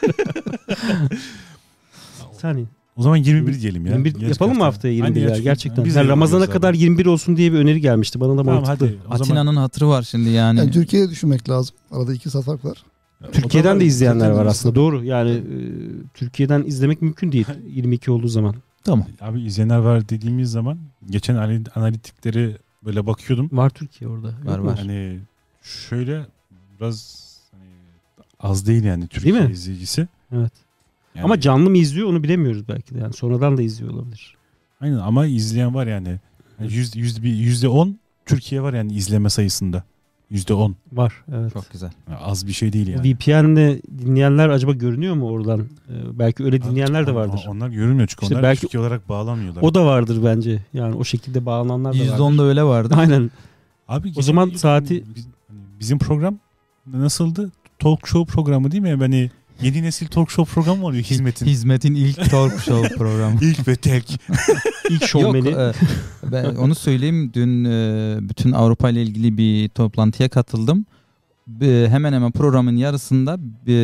Bir saniye. O zaman 21 diyelim ya. 21 Gelecek yapalım mı hafta? haftaya 21 Aynen ya? çünkü Gerçekten. biz de Yani Ramazan'a yapıyoruz kadar abi. 21 olsun diye bir öneri gelmişti. Bana da Tamam mantıklı. hadi. O zaman Atina'nın hatırı var şimdi yani. Yani Türkiye'ye düşünmek lazım. Arada 2 saat fark var. Türkiye'den de izleyenler var Türkiye'den aslında. Doğru. Yani Türkiye'den izlemek mümkün değil 22 olduğu zaman. Tamam. abi izleyenler var dediğimiz zaman geçen analitikleri böyle bakıyordum. Var Türkiye orada. Yok Var, mu? var. Hani şöyle biraz hani az değil yani Türkiye Değil mi? izleyicisi. Evet. Yani, Ama canlı mı izliyor onu bilemiyoruz belki de. Yani sonradan da izliyor olabilir. aynen ama izleyen var yani. Yani %10 Türkiye var yani izleme sayısında. %10. Var. Evet. Çok güzel. Yani az bir şey değil yani. VPN'le dinleyenler acaba görünüyor mu oradan? Belki öyle dinleyenler de vardır. Onlar görünmüyor çünkü İşte onlar belki Türkiye olarak bağlanmıyorlar. O da vardır bence. Yani o şekilde bağlananlar da vardır. %10'da öyle vardı. Aynen. Abi O zaman saati- bizim program nasıldı? Talk show programı değil mi? Yani yeni nesil talk show programı oluyor hizmetin. Hizmetin ilk talk show programı. İlk ve tek. İlk Yok, şovmeni. ben onu söyleyeyim. Dün bütün Avrupa ile ilgili bir toplantıya katıldım. Hemen hemen programın yarısında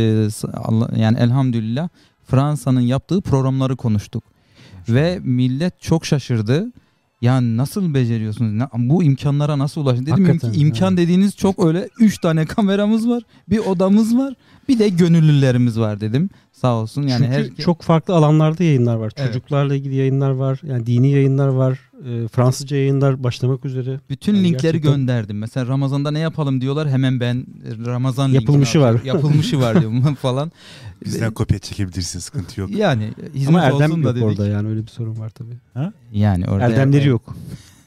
yani elhamdülillah Fransa'nın yaptığı programları konuştuk. Ve millet çok şaşırdı. Ya nasıl beceriyorsunuz? Bu imkanlara nasıl ulaştınız? Dedim Hakikaten, imkan evet. dediğiniz çok öyle 3 tane kameramız var. Bir odamız var. Bir de gönüllülerimiz var dedim. Sağ olsun. Yani Çünkü çok farklı alanlarda yayınlar var. Evet. Çocuklarla ilgili yayınlar var. Yani dini yayınlar var. Fransızca yayınlar başlamak üzere. bütün Yani linkleri gerçekten- gönderdim. Mesela Ramazan'da ne yapalım diyorlar. Hemen ben Ramazan Yapılmışı linkini var. atıyorum. Yapılmışı var diyorum falan. Bizden kopya çekebilirsin sıkıntı yok. Yani hizmet Ama erdem olsun da yok dedik. orada yani öyle bir sorun var tabii. Yani orada Erdemleri yok.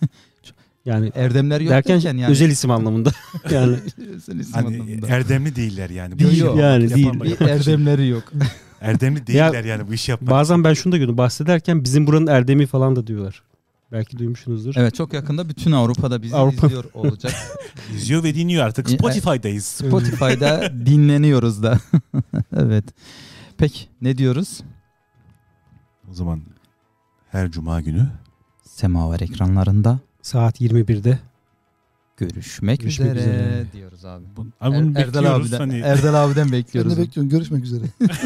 Yani Erdemler yok derken yani. özel isim anlamında. Yani Özel isim Hani anlamında. erdemli değiller yani. Değil, işi yani yapan- değil. yapan- yapan- Erdemleri yok. Erdemli değiller yani bu işi yapmak. bazen ben şunu da gördüm. Bahsederken bizim buranın erdemi falan da diyorlar. Belki duymuşsunuzdur. Evet, çok yakında bütün Avrupa'da bizi Avrupa- izliyor olacak. İzliyor ve dinliyor artık. Spotify'dayız. Spotify'da dinleniyoruz da. Evet. Peki ne diyoruz? O zaman her cuma günü Semaver ekranlarında Saat 21'de. görüşmek Görüşmek üzere, üzere. diyoruz abi. Abi bunu bekliyoruz. abiden, Hani Erdal abiden Ben bekliyoruz. de bekliyorum. Görüşmek üzere.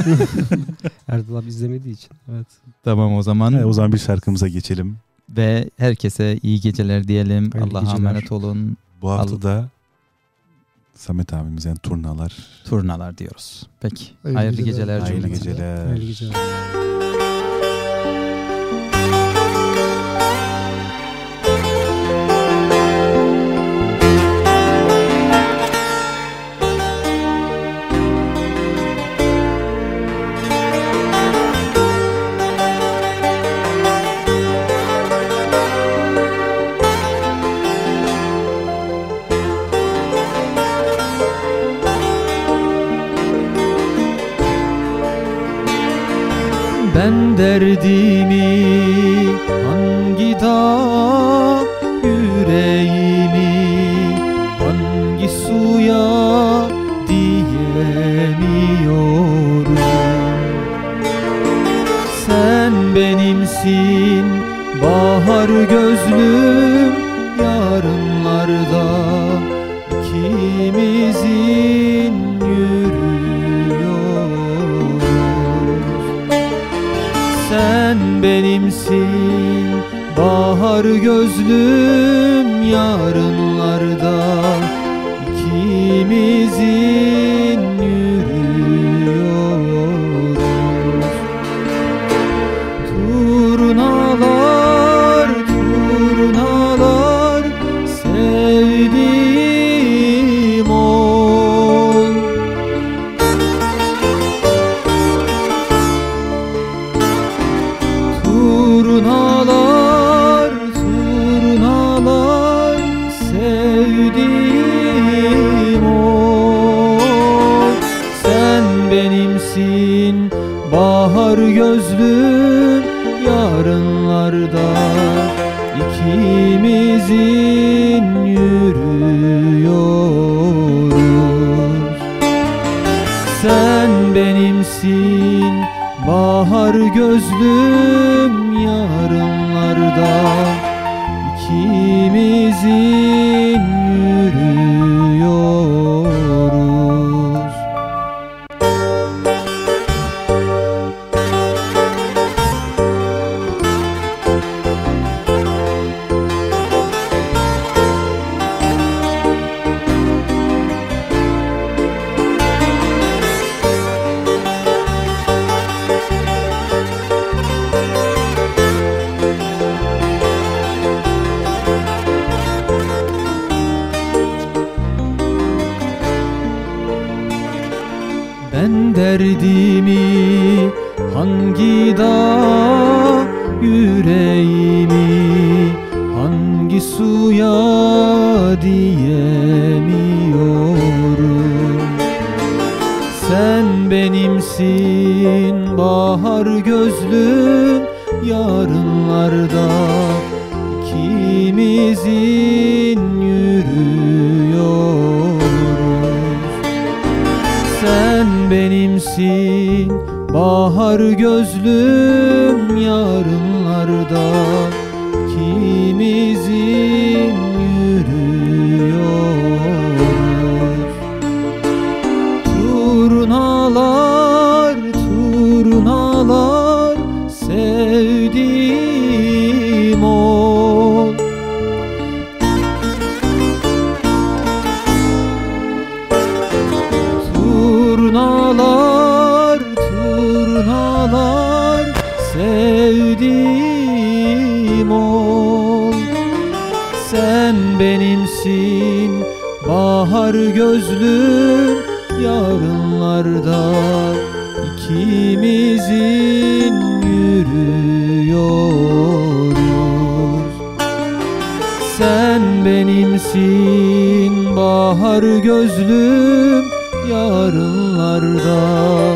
Erdal abi izlemediği için. Evet. Tamam o zaman. o zaman bir şarkımıza geçelim. Ve herkese iyi geceler diyelim. Hayırlı Allah'a geceler. emanet olun. Bu hafta da Samet abimizden turnalar. Turnalar diyoruz. Peki. Hayırlı Hayırlı geceler. geceler. Hayırlı cümlemize. geceler. Hayırlı geceler. Ben derdimi hangi dağ, yüreğimi hangi suya diyemiyorum. Sen benimsin bahar gözlüm, yarınlarda ikimizin yürüyoruz. Sen benimsin bahar gözlüm, yarınlarda ikimizin yürüyoruz. Turnalar, turnalar, sevdiğim ol. Turnalar, turnalar, sevdiğim ol. Sen benimsin bahar gözlüm, yarınlar yarınlarda ikimizin yürüyoruz. Sen benimsin bahar gözlüm, yarınlarda ikimizin yürüyoruz. Ben derdimi hangi dağ, yüreğimi hangi suya diyemiyorum. Sen benimsin bahar gözlüm, yarınlarda ikimizin yürüyoruz. Sen benimsin bahar gözlüm, yarınlarda ikimizin yürüyoruz. Turnalar, turnalar, sevdiğim ol. Turnalar, turnalar, sevdiğim ol. Sen benimsin bahar gözlüm, yarınlarda ikimizin yürüyoruz. Sen benimsin bahar gözlüm, yarınlarda